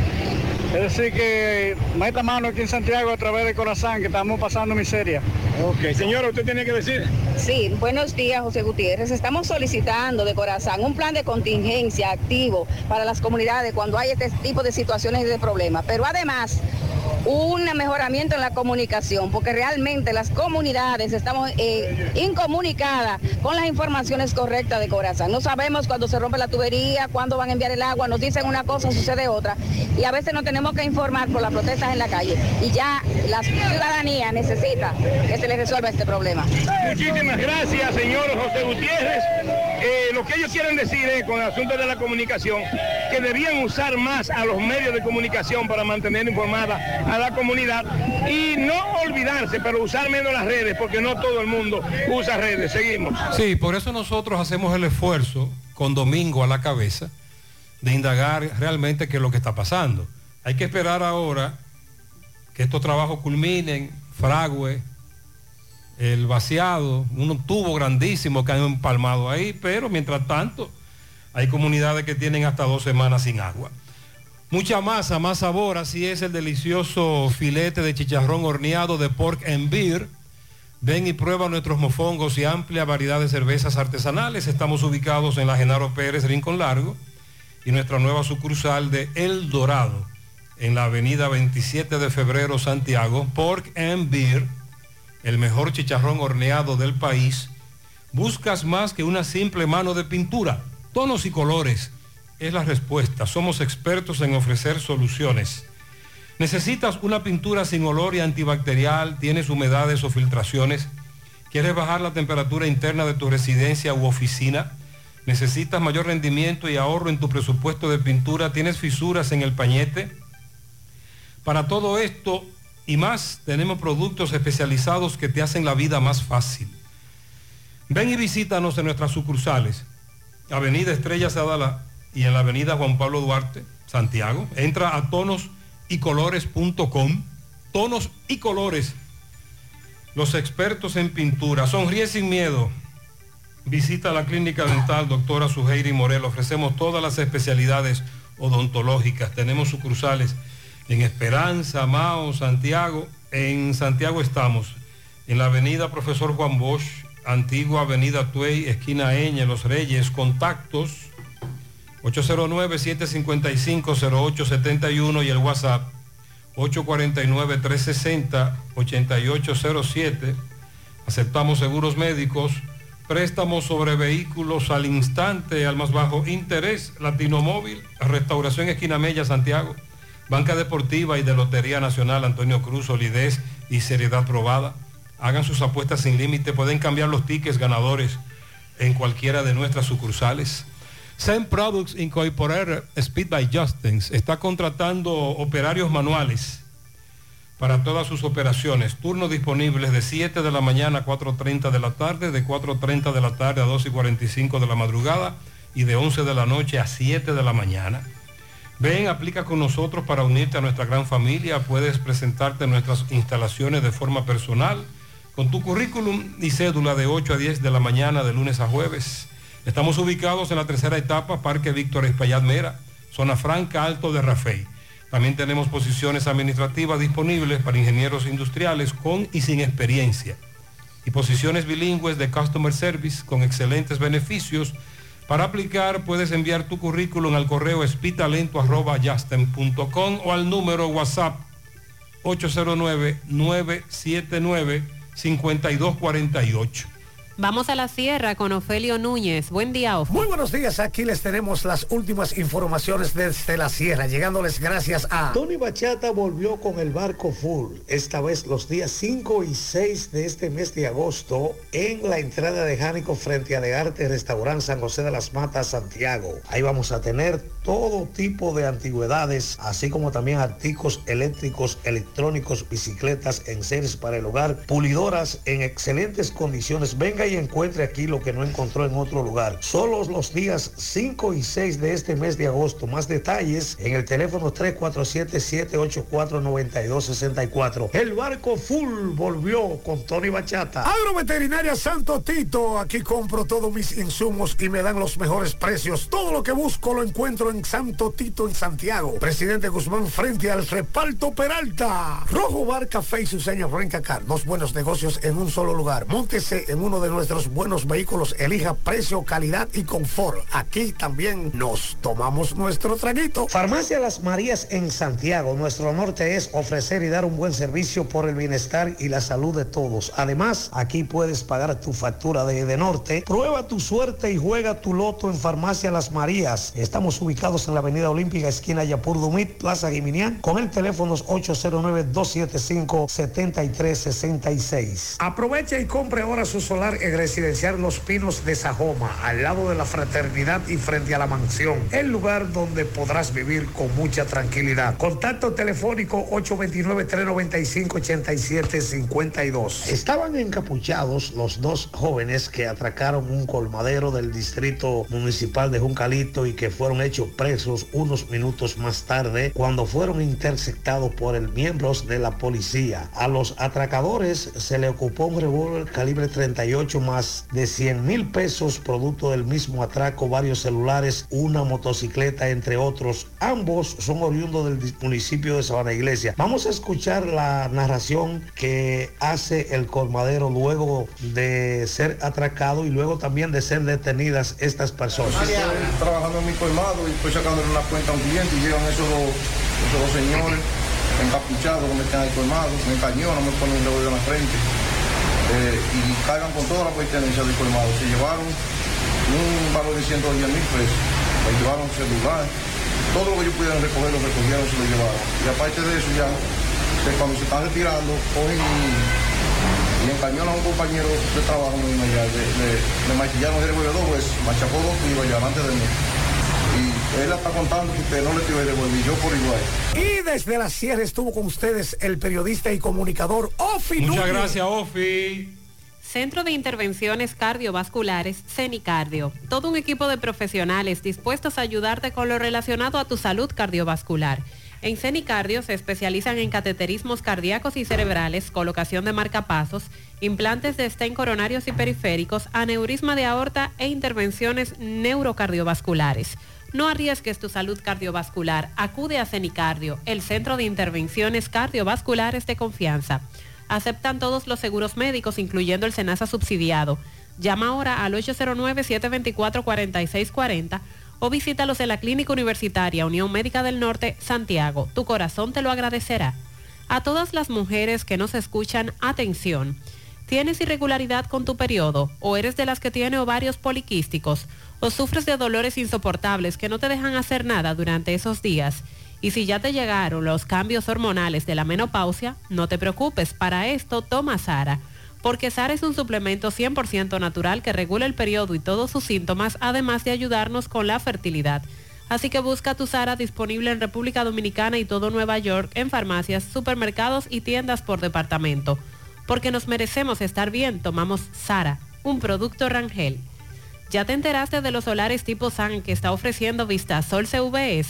Es decir que meta mano aquí en Santiago a través de Corazán, que estamos pasando miseria. Ok, señora, ¿usted tiene que decir? Sí, buenos días, José Gutiérrez. Estamos solicitando de Corazán un plan de contingencia activo para las comunidades cuando hay este tipo de situaciones y de problemas. Pero además, un mejoramiento en la comunicación, porque realmente las comunidades estamos eh, incomunicadas con las informaciones correctas de Corazán. No sabemos cuándo se rompe la tubería, cuándo van a enviar el agua, nos dicen una cosa, sucede otra, y a veces nos tenemos que informar por las protestas en la calle, y ya la ciudadanía necesita que se les resuelva este problema. Muchísimas gracias, señor José Gutiérrez. Eh, lo que ellos quieren decir es, con el asunto de la comunicación, que debían usar más a los medios de comunicación para mantener informada a la comunidad y no olvidarse, pero usar menos las redes, porque no todo el mundo usa redes. Seguimos. Sí, por eso nosotros hacemos el esfuerzo, con Domingo a la cabeza, de indagar realmente qué es lo que está pasando. Hay que esperar ahora que estos trabajos culminen, fragüe, el vaciado, un tubo grandísimo que han empalmado ahí, pero mientras tanto hay comunidades que tienen hasta dos semanas sin agua. Mucha masa, más sabor, así es el delicioso filete de chicharrón horneado de Pork and Beer. Ven y prueba nuestros mofongos y amplia variedad de cervezas artesanales. Estamos ubicados en la Genaro Pérez, Rincón Largo, y nuestra nueva sucursal de El Dorado, en la avenida veintisiete de febrero, Santiago. Pork and Beer, el mejor chicharrón horneado del país. Buscas más que una simple mano de pintura, tonos y colores. Es la respuesta. Somos expertos en ofrecer soluciones. ¿Necesitas una pintura sin olor y antibacterial? ¿Tienes humedades o filtraciones? ¿Quieres bajar la temperatura interna de tu residencia u oficina? ¿Necesitas mayor rendimiento y ahorro en tu presupuesto de pintura? ¿Tienes fisuras en el pañete? Para todo esto y más, tenemos productos especializados que te hacen la vida más fácil. Ven y visítanos en nuestras sucursales. Avenida Estrella Sadala y en la avenida Juan Pablo Duarte, Santiago. Entra a tonos y colores punto com. Tonos y Colores, los expertos en pintura. Sonríe sin miedo. Visita la clínica dental doctora Suheiri Morel. Ofrecemos todas las especialidades odontológicas. Tenemos sucursales en Esperanza, Mao, Santiago. En Santiago estamos en la avenida Profesor Juan Bosch, antigua avenida Tuey, esquina Eñe, Los Reyes. Contactos ocho cero nueve, siete cinco cinco, cero ocho siete uno y el WhatsApp ocho cuatro nueve, tres seis cero, ocho ocho cero siete. Aceptamos seguros médicos, préstamos sobre vehículos al instante, al más bajo interés. Latino Móvil, Restauración Esquina Mella, Santiago. Banca Deportiva y de Lotería Nacional Antonio Cruz, solidez y seriedad probada. Hagan sus apuestas sin límite, pueden cambiar los tickets ganadores en cualquiera de nuestras sucursales. Zen Products Incorporated Speed by Justins está contratando operarios manuales para todas sus operaciones. Turnos disponibles de siete de la mañana a cuatro y treinta de la tarde, de cuatro y treinta de la tarde a dos y cuarenta y cinco de la madrugada y de once de la noche a siete de la mañana. Ven, aplica con nosotros para unirte a nuestra gran familia. Puedes presentarte en nuestras instalaciones de forma personal con tu currículum y cédula de ocho a diez de la mañana de lunes a jueves. Estamos ubicados en la tercera etapa, Parque Víctor Espaillat Mera, zona franca, Alto de Rafey. También tenemos posiciones administrativas disponibles para ingenieros industriales con y sin experiencia y posiciones bilingües de Customer Service con excelentes beneficios. Para aplicar puedes enviar tu currículum al correo espitalento arroba yastem punto com o al número WhatsApp ocho cero nueve, nueve siete nueve, cinco dos cuatro ocho. Vamos a la sierra con Ofelio Núñez. Buen día, Ofelio. Muy buenos días, aquí les tenemos las últimas informaciones desde la sierra, llegándoles gracias a... Tony Bachata volvió con el barco full, esta vez los días cinco y seis de este mes de agosto, en la entrada de Jánico frente a Learte Restaurante San José de las Matas, Santiago. Ahí vamos a tener todo tipo de antigüedades, así como también artículos eléctricos, electrónicos, bicicletas, enseres para el hogar, pulidoras en excelentes condiciones. Venga y encuentre aquí lo que no encontró en otro lugar. Solo los días cinco y seis de este mes de agosto. Más detalles en el teléfono tres cuatro siete, siete ocho cuatro, nueve dos seis cuatro. El barco full volvió con Tony Bachata. Agroveterinaria Santo Tito, aquí compro todos mis insumos y me dan los mejores precios. Todo lo que busco lo encuentro en Santo Tito en Santiago. Presidente Guzmán frente al Reparto Peralta. Rojo Bar Café y su seña Rencacar. Dos buenos negocios en un solo lugar. Móntese en uno de nuestros buenos vehículos, elija precio, calidad y confort. Aquí también nos tomamos nuestro traguito. Farmacia Las Marías en Santiago. Nuestro norte es ofrecer y dar un buen servicio por el bienestar y la salud de todos. Además, aquí puedes pagar tu factura de, de norte. Prueba tu suerte y juega tu loto en Farmacia Las Marías. Estamos ubicados en la Avenida Olímpica, esquina Yapur Dumit, Plaza Guiminián, con el teléfono ocho cero nueve, dos siete cinco, siete tres seis seis. Aprovecha y compre ahora su solar en Residencial Los Pinos de Sajoma, al lado de la Fraternidad y frente a la mansión, el lugar donde podrás vivir con mucha tranquilidad. Contacto telefónico ocho dos nueve, tres nueve cinco, ocho siete cinco dos. Estaban encapuchados los dos jóvenes que atracaron un colmadero del distrito municipal de Juncalito y que fueron hechos presos unos minutos más tarde cuando fueron interceptados por el miembros de la policía. A los atracadores se le ocupó un revólver calibre treinta y ocho más de cien mil pesos, producto del mismo atraco, varios celulares, una motocicleta, entre otros. Ambos son oriundos del municipio de Sabana Iglesia. Vamos a escuchar la narración que hace el colmadero luego de ser atracado y luego también de ser detenidas estas personas. Estoy trabajando en mi colmado y estoy sacándole una cuenta a un cliente y llegan esos dos, esos dos señores encapuchados que me están al colmado, me encañonan, me ponen un revólver en la frente. Eh, y cargan con toda la pertenencia del colmado. Se llevaron un valor de ciento diez mil pesos, se llevaron celular, todo lo que ellos pudieran recoger lo recogieron, se lo llevaron. Y aparte de eso ya, que cuando se están retirando, cogen y, y encañonan a un compañero de trabajo mío allá, le, le, le maquillaron el revólver dos veces, machacó dos tiros allá delante de mí. Y él está contando que no le tiró el revólver, yo por igual. Y desde la sierra estuvo con ustedes el periodista y comunicador Ofi Núñez. Muchas gracias, Ofi. Centro de Intervenciones Cardiovasculares, CENICardio. Todo un equipo de profesionales dispuestos a ayudarte con lo relacionado a tu salud cardiovascular. En CENICardio se especializan en cateterismos cardíacos y cerebrales, colocación de marcapasos, implantes de stent coronarios y periféricos, aneurisma de aorta e intervenciones neurocardiovasculares. No arriesgues tu salud cardiovascular. Acude a CENICardio, el Centro de Intervenciones Cardiovasculares de confianza. Aceptan todos los seguros médicos, incluyendo el SENASA subsidiado. Llama ahora al ocho cero nueve, siete dos cuatro, cuatro seis cuatro cero o visítalos en la Clínica Universitaria Unión Médica del Norte, Santiago. Tu corazón te lo agradecerá. A todas las mujeres que nos escuchan, atención. ¿Tienes irregularidad con tu periodo o eres de las que tiene ovarios poliquísticos o sufres de dolores insoportables que no te dejan hacer nada durante esos días? Y si ya te llegaron los cambios hormonales de la menopausia, no te preocupes, para esto toma Sara, porque Sara es un suplemento cien por ciento natural que regula el periodo y todos sus síntomas, además de ayudarnos con la fertilidad. Así que busca tu Sara disponible en República Dominicana y todo Nueva York, en farmacias, supermercados y tiendas por departamento. Porque nos merecemos estar bien, tomamos Sara, un producto Rangel. ¿Ya te enteraste de los solares tipo S A N que está ofreciendo Vistasol C V S?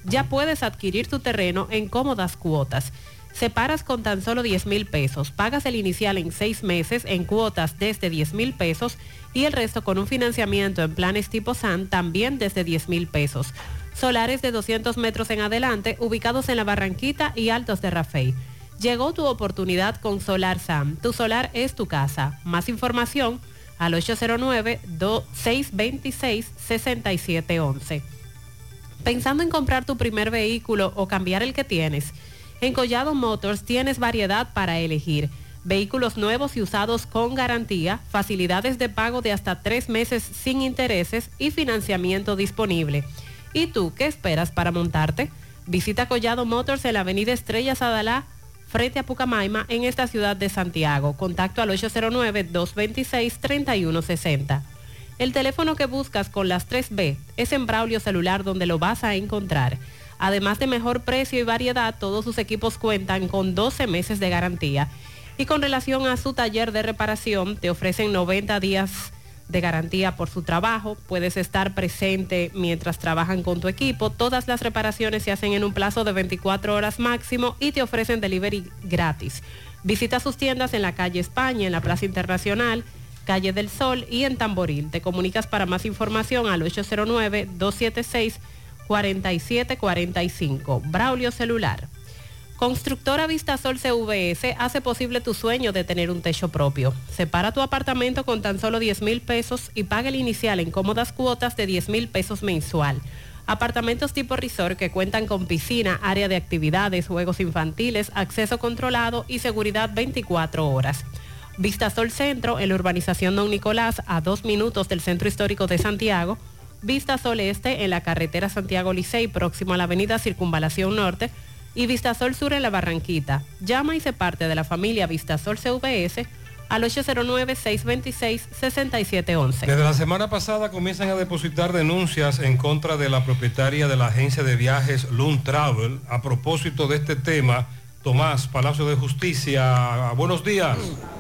Ya puedes adquirir tu terreno en cómodas cuotas. Separas con tan solo diez mil pesos, pagas el inicial en seis meses en cuotas desde diez mil pesos y el resto con un financiamiento en planes tipo S A N también desde diez mil pesos. Solares de doscientos metros en adelante ubicados en la Barranquita y Altos de Rafey. Llegó tu oportunidad con Solar S A M. Tu solar es tu casa. Más información al ocho cero nueve, seis dos seis, seis siete uno uno. ¿Pensando en comprar tu primer vehículo o cambiar el que tienes? En Collado Motors tienes variedad para elegir. Vehículos nuevos y usados con garantía, facilidades de pago de hasta tres meses sin intereses y financiamiento disponible. ¿Y tú qué esperas para montarte? Visita Collado Motors en la avenida Estrellas Adalá, frente a Pucamaima, en esta ciudad de Santiago. Contacto al ocho cero nueve, dos dos seis, tres uno seis cero. El teléfono que buscas con las tres B es en Braulio Celular, donde lo vas a encontrar. Además de mejor precio y variedad, todos sus equipos cuentan con doce meses de garantía. Y con relación a su taller de reparación, te ofrecen noventa días de garantía por su trabajo. Puedes estar presente mientras trabajan con tu equipo. Todas las reparaciones se hacen en un plazo de veinticuatro horas máximo y te ofrecen delivery gratis. Visita sus tiendas en la calle España, en la Plaza Internacional, Calle del Sol y en Tamboril. Te comunicas para más información al ocho cero nueve, dos siete seis, cuatro siete cuatro cinco. Braulio Celular. Constructora Vistasol C V S hace posible tu sueño de tener un techo propio. Separa tu apartamento con tan solo diez mil pesos y paga el inicial en cómodas cuotas de diez mil pesos mensual. Apartamentos tipo resort que cuentan con piscina, área de actividades, juegos infantiles, acceso controlado y seguridad veinticuatro horas. Vistasol Centro, en la urbanización Don Nicolás, a dos minutos del Centro Histórico de Santiago. Vistasol Este, en la carretera Santiago Licey, próximo a la avenida Circunvalación Norte. Y Vistasol Sur, en la Barranquita. Llama y se parte de la familia Vistasol C V S al ocho cero nueve, seis dos seis, seis siete uno uno. Desde la semana pasada comienzan a depositar denuncias en contra de la propietaria de la agencia de viajes Loon Travel. A propósito de este tema, Tomás, Palacio de Justicia, buenos días.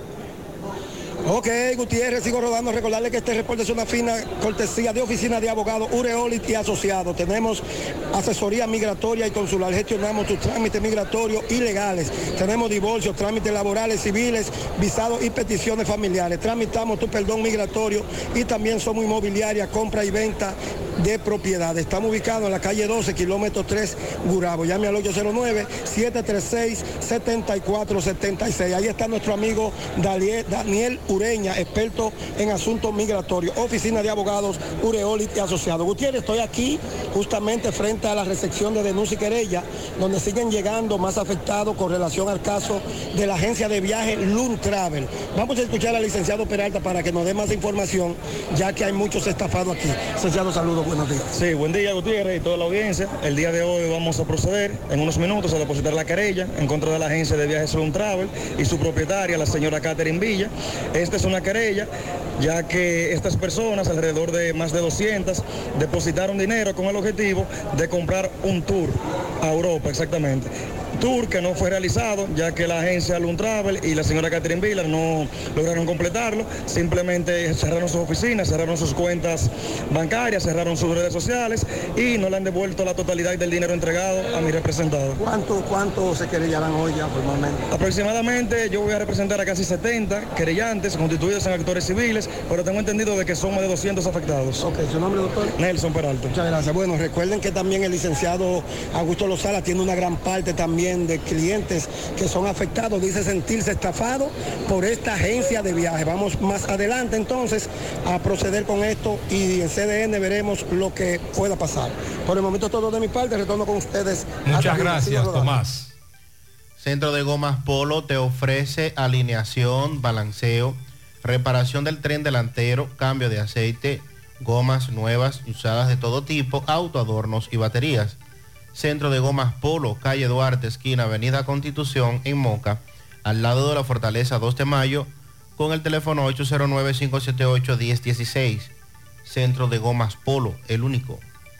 Ok, Gutiérrez, sigo rodando. Recordarle que este reporte es una fina cortesía de Oficina de Abogados Ureolit y Asociados. Tenemos asesoría migratoria y consular. Gestionamos tus trámites migratorios y legales. Tenemos divorcios, trámites laborales, civiles, visados y peticiones familiares. Tramitamos tu perdón migratorio y también somos inmobiliaria, compra y venta de propiedades. Estamos ubicados en la calle doce, kilómetro tres, Gurabo. Llame al ocho cero nueve, siete tres seis, siete cuatro siete seis. Ahí está nuestro amigo Daniel, Daniel Ureña, experto en asuntos migratorios. Oficina de Abogados Ureolit y Asociados. Gutiérrez, estoy aquí justamente frente a la recepción de denuncia y querella, donde siguen llegando más afectados con relación al caso de la agencia de viaje Loon Travel. Vamos a escuchar al licenciado Peralta para que nos dé más información, ya que hay muchos estafados aquí. Licenciado, saludos, buenos días. Sí, buen día, Gutiérrez y toda la audiencia. El día de hoy vamos a proceder en unos minutos a depositar la querella en contra de la agencia de viajes Loon Travel y su propietaria, la señora Catherine Villa. Esta es una querella, ya que estas personas, alrededor de más de doscientas, depositaron dinero con el objetivo de comprar un tour a Europa, exactamente. Tour que no fue realizado, ya que la agencia Loon Travel y la señora Catherine Villa no lograron completarlo. Simplemente cerraron sus oficinas, cerraron sus cuentas bancarias, cerraron sus redes sociales y no le han devuelto la totalidad del dinero entregado a mi representado. ¿Cuánto, cuánto se querellarán hoy ya formalmente? Aproximadamente yo voy a representar a casi setenta querellantes constituidos en actores civiles, pero tengo entendido de que son más de doscientos afectados. Ok, ¿su nombre, doctor? Nelson Peralta. Muchas gracias. Bueno, recuerden que también el licenciado Augusto Lozada tiene una gran parte también de clientes que son afectados, dice sentirse estafado por esta agencia de viaje. Vamos más adelante entonces a proceder con esto y en C D N veremos lo que pueda pasar. Por el momento todo de mi parte, retorno con ustedes. Muchas gracias, Tomás. Centro de Gomas Polo te ofrece alineación, balanceo, reparación del tren delantero, cambio de aceite, gomas nuevas y usadas de todo tipo, autoadornos y baterías. Centro de Gomas Polo, calle Duarte, esquina Avenida Constitución, en Moca, al lado de la Fortaleza dos de mayo, con el teléfono ocho cero nueve, cinco siete ocho, uno cero uno seis. Centro de Gomas Polo, el único.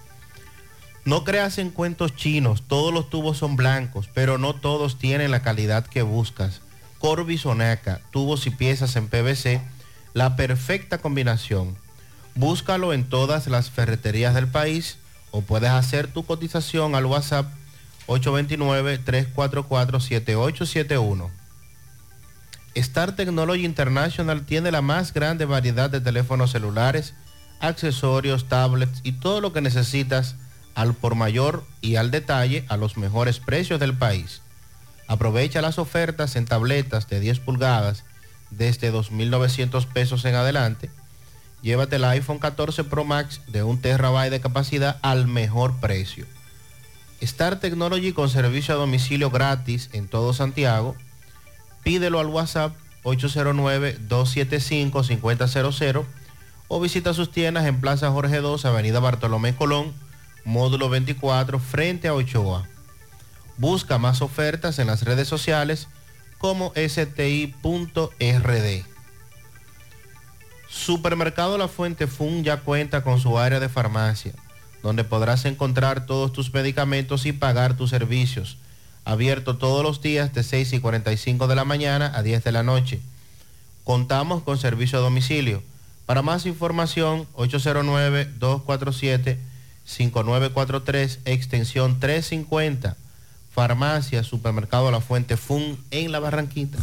No creas en cuentos chinos, todos los tubos son blancos, pero no todos tienen la calidad que buscas. Corby Sonaca, tubos y piezas en P V C, la perfecta combinación. Búscalo en todas las ferreterías del país o puedes hacer tu cotización al WhatsApp ocho dos nueve, tres cuatro cuatro, siete ocho siete uno. Star Technology International tiene la más grande variedad de teléfonos celulares, accesorios, tablets y todo lo que necesitas al por mayor y al detalle a los mejores precios del país. Aprovecha las ofertas en tabletas de diez pulgadas desde dos mil novecientos pesos en adelante. Llévate el iPhone catorce Pro Max de un terabyte de capacidad al mejor precio. Star Technology con servicio a domicilio gratis en todo Santiago. Pídelo al WhatsApp ocho cero nueve, dos siete cinco, cinco cero cero cero o visita sus tiendas en Plaza Jorge dos, Avenida Bartolomé Colón, módulo veinticuatro, frente a Ochoa. Busca más ofertas en las redes sociales como S T I punto R D. Supermercado La Fuente Fun ya cuenta con su área de farmacia, donde podrás encontrar todos tus medicamentos y pagar tus servicios. Abierto todos los días de seis y cuarenta y cinco de la mañana a diez de la noche. Contamos con servicio a domicilio. Para más información, ocho cero nueve, dos cuatro siete, cinco nueve cuatro tres, extensión trescientos cincuenta. Farmacia Supermercado La Fuente Fun en La Barranquita.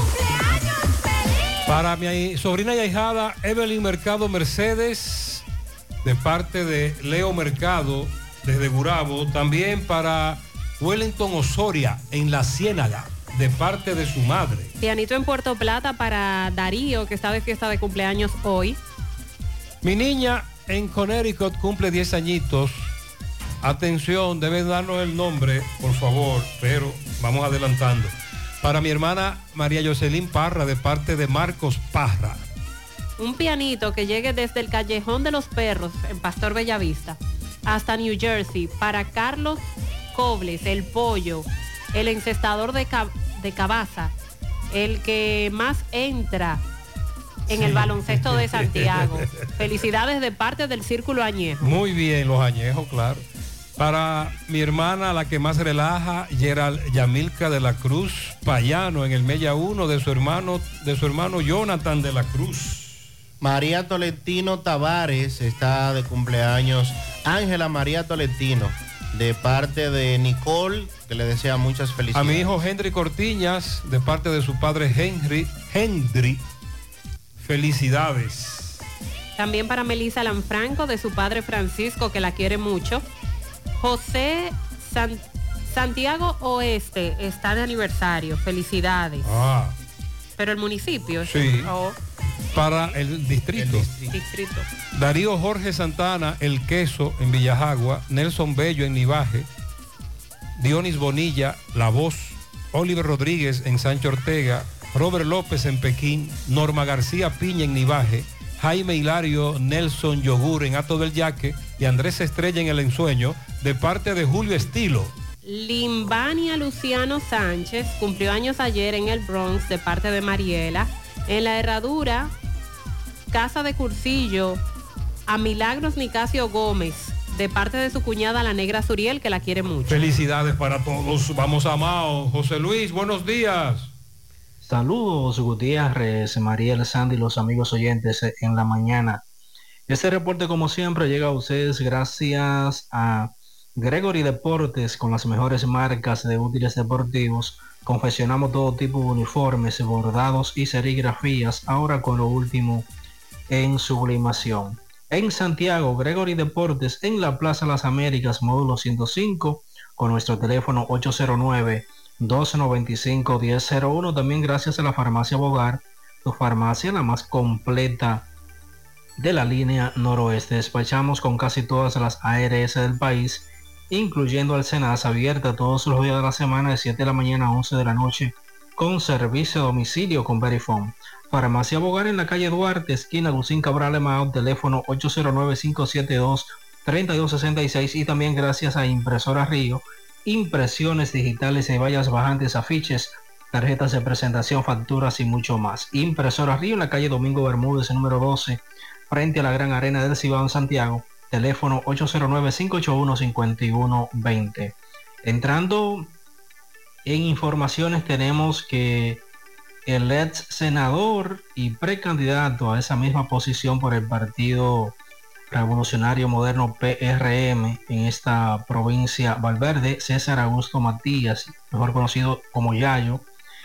Para mi sobrina y ahijada Evelyn Mercado Mercedes, de parte de Leo Mercado, desde Gurabo. También para Wellington Osoria, en La Ciénaga, de parte de su madre. Pianito en Puerto Plata para Darío, que está de fiesta de cumpleaños hoy. Mi niña en Connecticut cumple diez añitos. Atención, deben darnos el nombre, por favor, pero vamos adelantando. Para mi hermana María Jocelyn Parra, de parte de Marcos Parra. Un pianito que llegue desde el Callejón de los Perros, en Pastor Bellavista, hasta New Jersey, para Carlos Cobles, el pollo, el encestador de, Cab de Cabaza, el que más entra en sí. el baloncesto de Santiago. Felicidades de parte del Círculo Añejo. Muy bien, los añejos, claro. Para mi hermana, la que más relaja, Gerald Yamilca de la Cruz Payano, en el Mella uno, de su hermano, de su hermano Jonathan de la Cruz. María Tolentino Tavares está de cumpleaños. Ángela María Tolentino, de parte de Nicole, que le desea muchas felicidades. A mi hijo Henry Cortiñas, de parte de su padre Henry, Henry, felicidades. También para Melissa Lanfranco, de su padre Francisco, que la quiere mucho. José San, Santiago Oeste está de aniversario, felicidades. Ah. Pero el municipio. Sí. Oh. Para el distrito. el distrito. Darío Jorge Santana, El Queso, en Villajagua. Nelson Bello, en Nivaje. Dionis Bonilla, La Voz. Oliver Rodríguez, en Sancho Ortega. Robert López, en Pekín. Norma García Piña, en Nivaje. Jaime Hilario Nelson Yogur, en Ato del Yaque. Y Andrés Estrella, en El Ensueño, de parte de Julio Estilo. Limbania Luciano Sánchez cumplió años ayer en el Bronx, de parte de Mariela. En La Herradura, Casa de Cursillo, a Milagros Nicasio Gómez, de parte de su cuñada la Negra Suriel, que la quiere mucho. Felicidades para todos. Vamos a Mao. José Luis, buenos días. Saludos, Gutiérrez, Mariel, Sandy, los amigos oyentes en la mañana. Este reporte, como siempre, llega a ustedes gracias a Gregory Deportes, con las mejores marcas de útiles deportivos. Confeccionamos todo tipo de uniformes, bordados y serigrafías, ahora con lo último en sublimación. En Santiago, Gregory Deportes, en la Plaza Las Américas, módulo ciento cinco, con nuestro teléfono ocho cero nueve, dos nueve cinco, uno cero cero uno. También gracias a la Farmacia Bogar, tu farmacia la más completa de la línea noroeste. Despachamos con casi todas las A R S del país, incluyendo Alcenas, abierta todos los días de la semana de siete de la mañana a once de la noche, con servicio a domicilio con Verifone. Farmacia Bogar en la calle Duarte, esquina Lucín Cabral Emao, teléfono ocho cero nueve, cinco siete dos, tres dos seis seis. Y también gracias a Impresora Río, impresiones digitales de vallas bajantes, afiches, tarjetas de presentación, facturas y mucho más. Impresora Río en la calle Domingo Bermúdez, número doce, frente a la Gran Arena del Cibao en Santiago, teléfono ocho cero nueve, cinco ocho uno, cinco uno dos cero. Entrando en informaciones, tenemos que el ex senador y precandidato a esa misma posición por el Partido Revolucionario Moderno P R M en esta provincia Valverde, César Augusto Matías, mejor conocido como Yayo,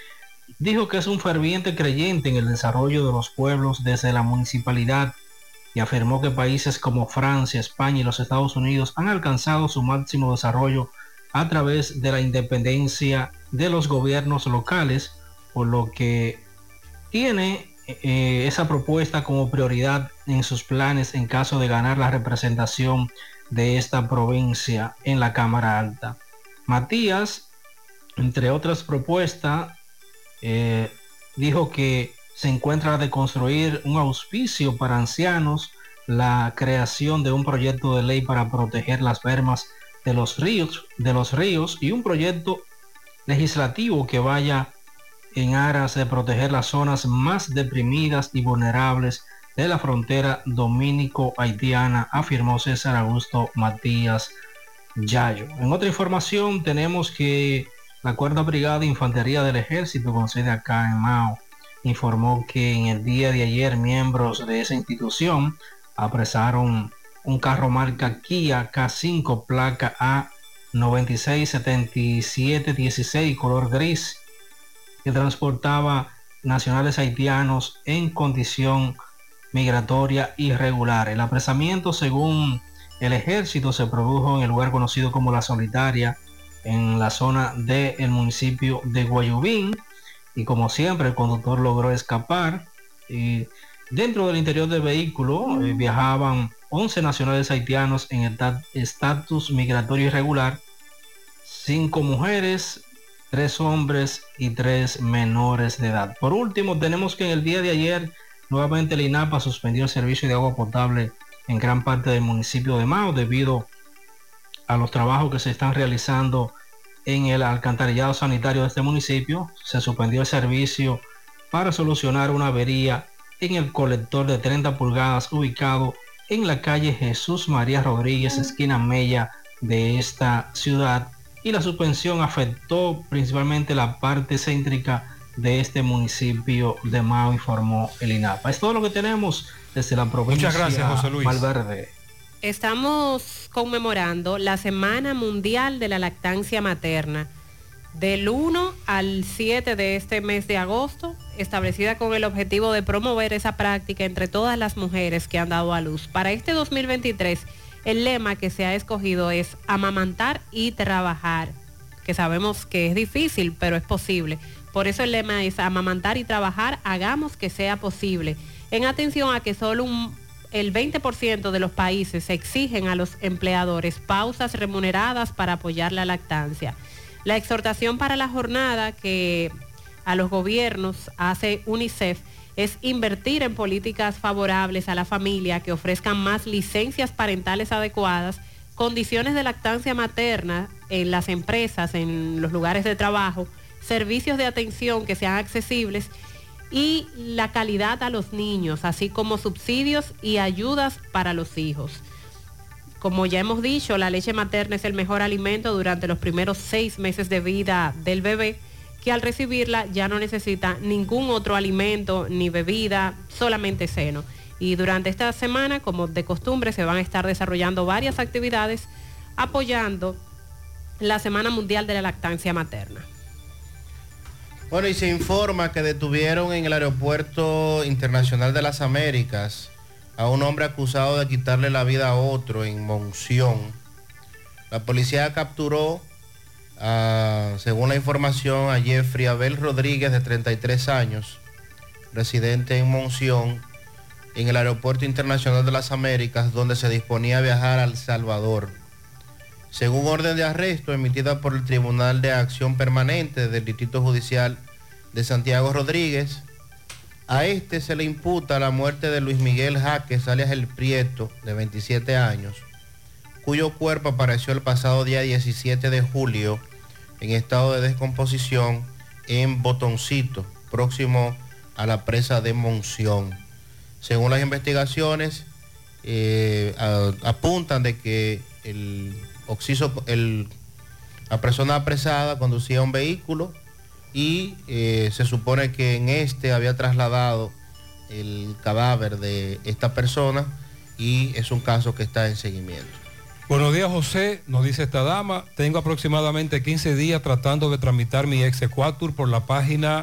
dijo que es un ferviente creyente en el desarrollo de los pueblos desde la municipalidad y afirmó que países como Francia, España y los Estados Unidos han alcanzado su máximo desarrollo a través de la independencia de los gobiernos locales, por lo que tiene eh, esa propuesta como prioridad en sus planes en caso de ganar la representación de esta provincia en la Cámara Alta. Matías, entre otras propuestas, eh, dijo que se encuentra de construir un auspicio para ancianos, la creación de un proyecto de ley para proteger las bermas de los ríos, de los ríos y un proyecto legislativo que vaya en aras de proteger las zonas más deprimidas y vulnerables de la frontera dominico-haitiana, afirmó César Augusto Matías Yayo. En otra información tenemos que la Cuarta Brigada de Infantería del Ejército, con sede acá en Mao, informó que en el día de ayer miembros de esa institución apresaron un carro marca Kia K cinco placa A noventa y seis setenta y siete dieciséis color gris que transportaba nacionales haitianos en condición migratoria irregular. El apresamiento, según el ejército, se produjo en el lugar conocido como La Solitaria, en la zona del municipio de Guayubín, y como siempre el conductor logró escapar. Y dentro del interior del vehículo eh, viajaban once nacionales haitianos en estatus migratorio irregular, cinco mujeres, tres hombres y tres menores de edad. Por último, tenemos que en el día de ayer nuevamente el INAPA suspendió el servicio de agua potable en gran parte del municipio de Mao debido a los trabajos que se están realizando en el alcantarillado sanitario de este municipio. Se suspendió el servicio para solucionar una avería en el colector de treinta pulgadas ubicado en la calle Jesús María Rodríguez, esquina Mella de esta ciudad, y la suspensión afectó principalmente la parte céntrica de este municipio de Mao, informó el INAPA. Es todo lo que tenemos desde la provincia. Muchas gracias, José Luis. Valverde. Estamos conmemorando la Semana Mundial de la Lactancia Materna del uno al siete de este mes de agosto, establecida con el objetivo de promover esa práctica entre todas las mujeres que han dado a luz. Para este dos mil veintitrés, el lema que se ha escogido es amamantar y trabajar, que sabemos que es difícil, pero es posible. Por eso el lema es amamantar y trabajar, hagamos que sea posible. En atención a que solo un, el veinte por ciento de los países exigen a los empleadores pausas remuneradas para apoyar la lactancia. La exhortación para la jornada que a los gobiernos hace UNICEF es invertir en políticas favorables a la familia que ofrezcan más licencias parentales adecuadas, condiciones de lactancia materna en las empresas, en los lugares de trabajo, servicios de atención que sean accesibles y la calidad a los niños, así como subsidios y ayudas para los hijos. Como ya hemos dicho, la leche materna es el mejor alimento durante los primeros seis meses de vida del bebé, que al recibirla ya no necesita ningún otro alimento ni bebida, solamente seno. Y durante esta semana, como de costumbre, se van a estar desarrollando varias actividades apoyando la Semana Mundial de la Lactancia Materna. Bueno, y se informa que detuvieron en el Aeropuerto Internacional de las Américas a un hombre acusado de quitarle la vida a otro en Monción. La policía capturó, uh, según la información, a Jeffrey Abel Rodríguez, de treinta y tres años, residente en Monción, en el Aeropuerto Internacional de las Américas, donde se disponía a viajar a El Salvador. Según orden de arresto emitida por el Tribunal de Acción Permanente del Distrito Judicial de Santiago Rodríguez, a este se le imputa la muerte de Luis Miguel Jaques, alias El Prieto, de veintisiete años, cuyo cuerpo apareció el pasado día diecisiete de julio en estado de descomposición en Botoncito, próximo a la presa de Monción. Según las investigaciones, eh, a, apuntan de que el occiso, el, la persona apresada conducía un vehículo y eh, se supone que en este había trasladado el cadáver de esta persona y es un caso que está en seguimiento. Buenos días, José, nos dice esta dama. Tengo aproximadamente quince días tratando de tramitar mi exequatur por la página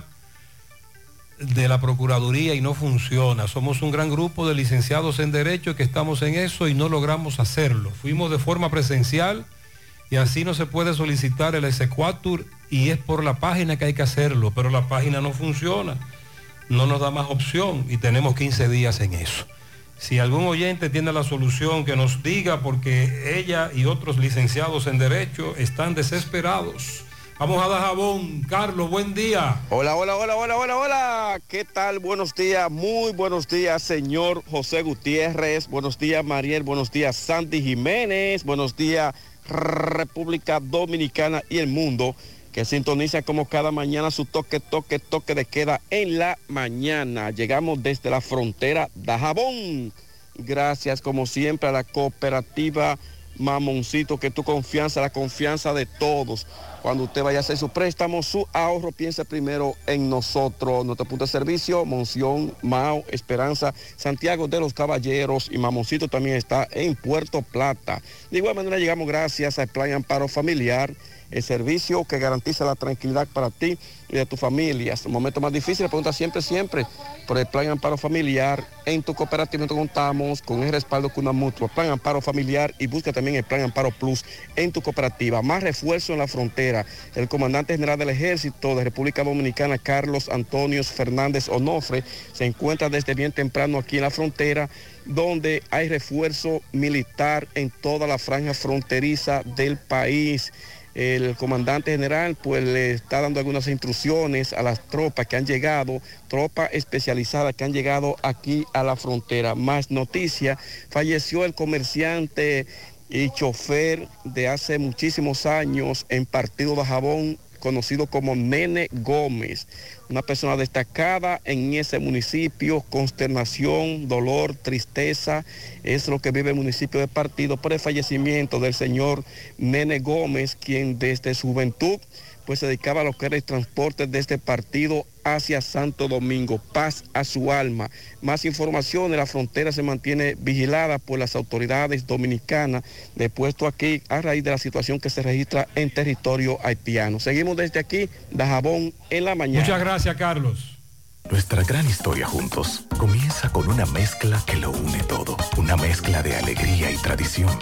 de la Procuraduría y no funciona. Somos un gran grupo de licenciados en Derecho que estamos en eso y no logramos hacerlo. Fuimos de forma presencial y así no se puede solicitar el exequatur y es por la página que hay que hacerlo, pero la página no funciona, no nos da más opción y tenemos quince días en eso. Si algún oyente tiene la solución, que nos diga, porque ella y otros licenciados en Derecho están desesperados. Vamos a Dajabón. Carlos, buen día. Hola, hola, hola, hola, hola, hola. ¿Qué tal? Buenos días, muy buenos días, señor José Gutiérrez. Buenos días, Mariel. Buenos días, Sandy Jiménez. Buenos días, República Dominicana y el mundo, que sintoniza como cada mañana su toque, toque, toque de queda en la mañana. Llegamos desde la frontera Dajabón. Gracias, como siempre, a la cooperativa Mamoncito, que tu confianza, la confianza de todos. Cuando usted vaya a hacer su préstamo, su ahorro, piense primero en nosotros. Nuestro punto de servicio, Monción, Mao, Esperanza, Santiago de los Caballeros y Mamoncito también está en Puerto Plata. De igual manera llegamos gracias al Plan Amparo Familiar, el servicio que garantiza la tranquilidad para ti y de tu familia. Es un momento más difícil, pregunta siempre, siempre por el Plan Amparo Familiar. En tu cooperativa contamos con el respaldo con una mutua, Plan Amparo Familiar, y busca también el Plan Amparo Plus en tu cooperativa. Más refuerzo en la frontera. El comandante general del Ejército de República Dominicana, Carlos Antonio Fernández Onofre, se encuentra desde bien temprano aquí en la frontera, donde hay refuerzo militar en toda la franja fronteriza del país. El comandante general pues le está dando algunas instrucciones a las tropas que han llegado, tropas especializadas que han llegado aquí a la frontera. Más noticia, falleció el comerciante y chofer de hace muchísimos años en Partido Dajabón, conocido como Nene Gómez, una persona destacada en ese municipio. Consternación, dolor, tristeza, es lo que vive el municipio de Partido por el fallecimiento del señor Nene Gómez, quien desde su juventud pues se dedicaba a lo que era el transporte desde Partido hacia Santo Domingo. Paz a su alma. Más información, la frontera se mantiene vigilada por las autoridades dominicanas de puesto aquí a raíz de la situación que se registra en territorio haitiano. Seguimos desde aquí, Dajabón, en la mañana. Muchas gracias, Carlos. Nuestra gran historia juntos comienza con una mezcla que lo une todo. Una mezcla de alegría y tradición.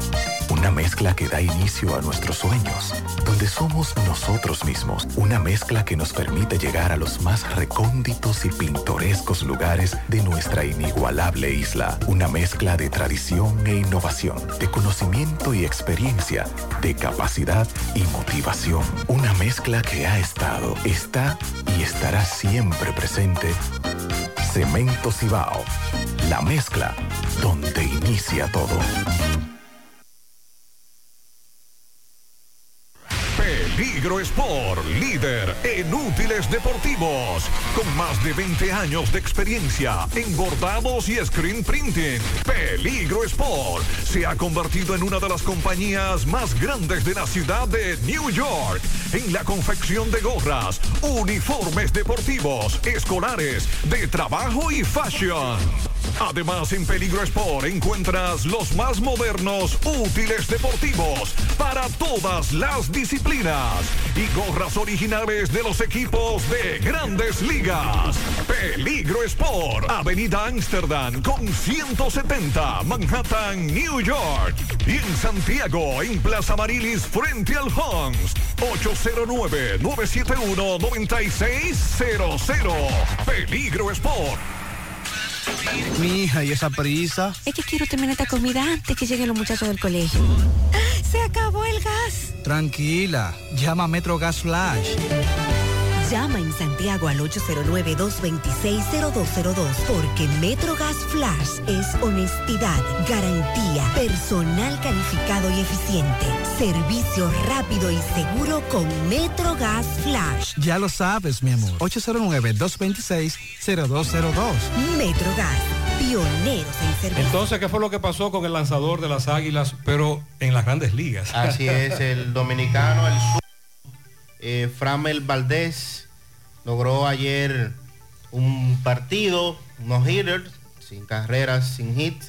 Una mezcla que da inicio a nuestros sueños, donde somos nosotros mismos. Una mezcla que nos permite llegar a los más recónditos y pintorescos lugares de nuestra inigualable isla. Una mezcla de tradición e innovación, de conocimiento y experiencia, de capacidad y motivación. Una mezcla que ha estado, está y estará siempre presente. Cemento Cibao, la mezcla donde inicia todo. Peligro Sport, líder en útiles deportivos, con más de veinte años de experiencia en bordados y screen printing. Peligro Sport se ha convertido en una de las compañías más grandes de la ciudad de New York en la confección de gorras, uniformes deportivos, escolares, de trabajo y fashion. Además, en Peligro Sport encuentras los más modernos útiles deportivos para todas las disciplinas y gorras originales de los equipos de Grandes Ligas. Peligro Sport, Avenida Amsterdam con ciento setenta, Manhattan, New York. Y en Santiago, en Plaza Marilis, frente al Hans, ocho cero nueve, nueve siete uno, nueve seis cero cero. Peligro Sport. Mi hija, ¿y esa prisa? Es que quiero terminar esta comida antes que lleguen los muchachos del colegio. ¡Se acabó el gas! Tranquila, llama a Metro Gas Flash. Llama en Santiago al ocho cero nueve, dos dos seis, cero dos cero dos, porque Metro Gas Flash es honestidad, garantía, personal calificado y eficiente, servicio rápido y seguro con Metro Gas Flash. Ya lo sabes, mi amor. ocho cero nueve, dos dos seis, cero dos cero dos. Metro Gas, pioneros en servicio. Entonces, ¿qué fue lo que pasó con el lanzador de las Águilas, pero en las Grandes Ligas? Así es, el dominicano, el sur, eh, Framel Valdés, logró ayer un partido, no hitter, sin carreras, sin hits,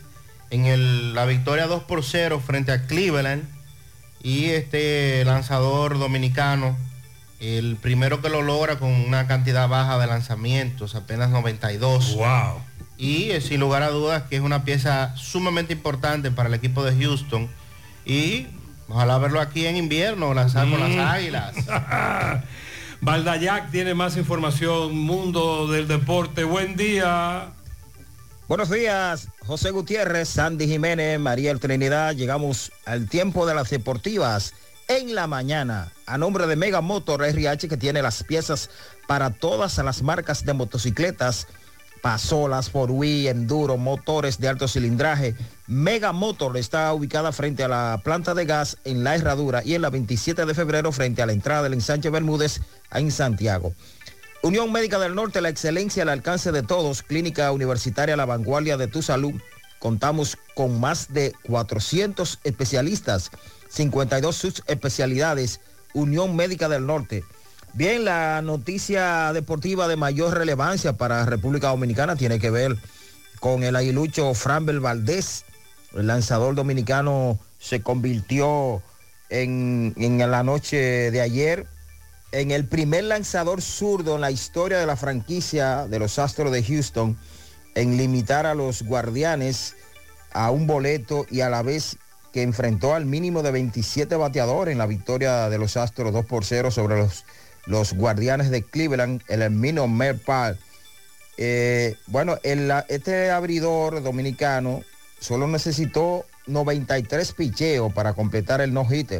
en el, la victoria dos por cero frente a Cleveland. Y este lanzador dominicano, el primero que lo logra con una cantidad baja de lanzamientos, apenas noventa y dos. Wow. Y eh, sin lugar a dudas que es una pieza sumamente importante para el equipo de Houston. Y ojalá verlo aquí en invierno, lanzar mm. con las Águilas. Valdayac tiene más información, mundo del deporte. Buen día. Buenos días, José Gutiérrez, Sandy Jiménez, Mariel Trinidad. Llegamos al tiempo de las deportivas en la mañana. A nombre de Mega Motor R H, que tiene las piezas para todas las marcas de motocicletas, pasolas, four wheel, enduro, motores de alto cilindraje. Mega Motor está ubicada frente a la planta de gas en La Herradura y en la veintisiete de febrero frente a la entrada del ensanche Bermúdez en Santiago. Unión Médica del Norte, la excelencia al alcance de todos. Clínica Universitaria La Vanguardia de tu Salud. Contamos con más de cuatrocientos especialistas, cincuenta y dos subespecialidades. Unión Médica del Norte. Bien, la noticia deportiva de mayor relevancia para República Dominicana tiene que ver con el aguilucho Framber Valdez. El lanzador dominicano se convirtió en, en la noche de ayer en el primer lanzador zurdo en la historia de la franquicia de los Astros de Houston en limitar a los Guardianes a un boleto y a la vez que enfrentó al mínimo de veintisiete bateadores en la victoria de los Astros dos por cero sobre los, los Guardianes de Cleveland, el Minute Maid Park. Eh, bueno, el, este abridor dominicano solo necesitó noventa y tres picheos para completar el no-hitter.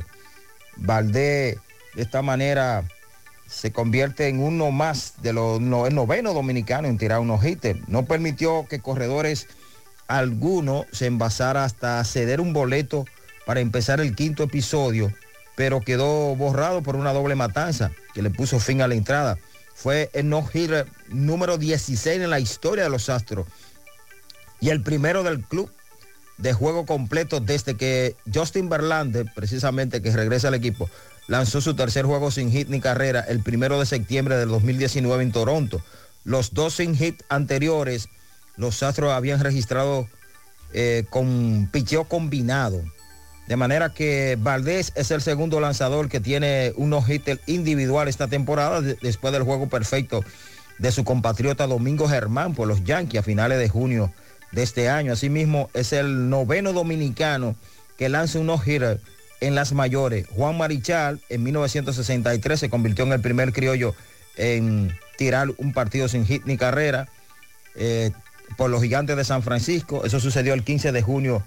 Valdez de esta manera se convierte en uno más de los no, el noveno dominicano en tirar un no-hitter. No permitió que corredores alguno se envasara hasta ceder un boleto para empezar el quinto episodio, pero quedó borrado por una doble matanza que le puso fin a la entrada. Fue el no-hitter número dieciséis en la historia de los Astros y el primero del club de juego completo desde que Justin Verlander, precisamente que regresa al equipo, lanzó su tercer juego sin hit ni carrera el primero de septiembre del dos mil diecinueve en Toronto. Los dos sin hit anteriores, los Astros habían registrado eh, con picheo combinado. De manera que Valdez es el segundo lanzador que tiene un no-hitter individual esta temporada, de, después del juego perfecto de su compatriota Domingo Germán por los Yankees a finales de junio de este año. Asimismo, es el noveno dominicano que lanza un no-hitter en las mayores. Juan Marichal en mil novecientos sesenta y tres se convirtió en el primer criollo en tirar un partido sin hit ni carrera eh, por los Gigantes de San Francisco. Eso sucedió el quince de junio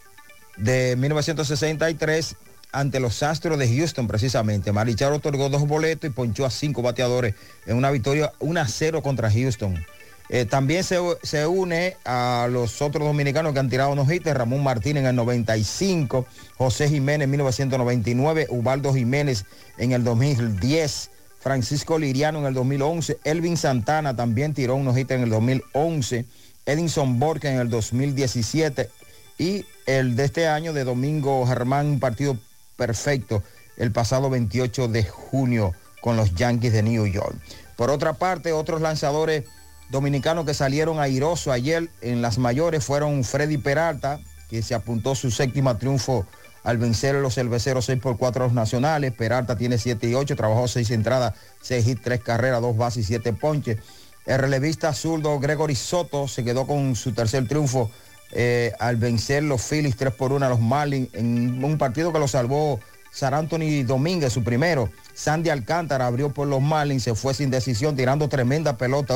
de mil novecientos sesenta y tres ante los Astros de Houston precisamente. Marichal otorgó dos boletos y ponchó a cinco bateadores en una victoria uno a cero contra Houston. Eh, también se, se une a los otros dominicanos que han tirado unos hits. Ramón Martínez en el noventa y cinco, José Jiménez en mil novecientos noventa y nueve, Ubaldo Jiménez en el dos mil diez, Francisco Liriano en el dos mil once, Elvin Santana también tiró unos hits en el dos mil once, Edinson Borja en el dos mil diecisiete y el de este año de Domingo Germán, un partido perfecto el pasado veintiocho de junio con los Yankees de New York. Por otra parte, otros lanzadores dominicanos que salieron airosos ayer en las mayores fueron Freddy Peralta, que se apuntó su séptimo triunfo al vencer a los cerveceros seis por cuatro a los nacionales. Peralta tiene siete y ocho, trabajó seis entradas, seis hits, tres carreras, dos bases y siete ponches. El relevista zurdo Gregory Soto se quedó con su tercer triunfo eh, al vencer los Phillies tres por uno a los Marlins en un partido que lo salvó Sir Anthony Domínguez, su primero. Sandy Alcántara abrió por los Marlins, se fue sin decisión tirando tremenda pelota.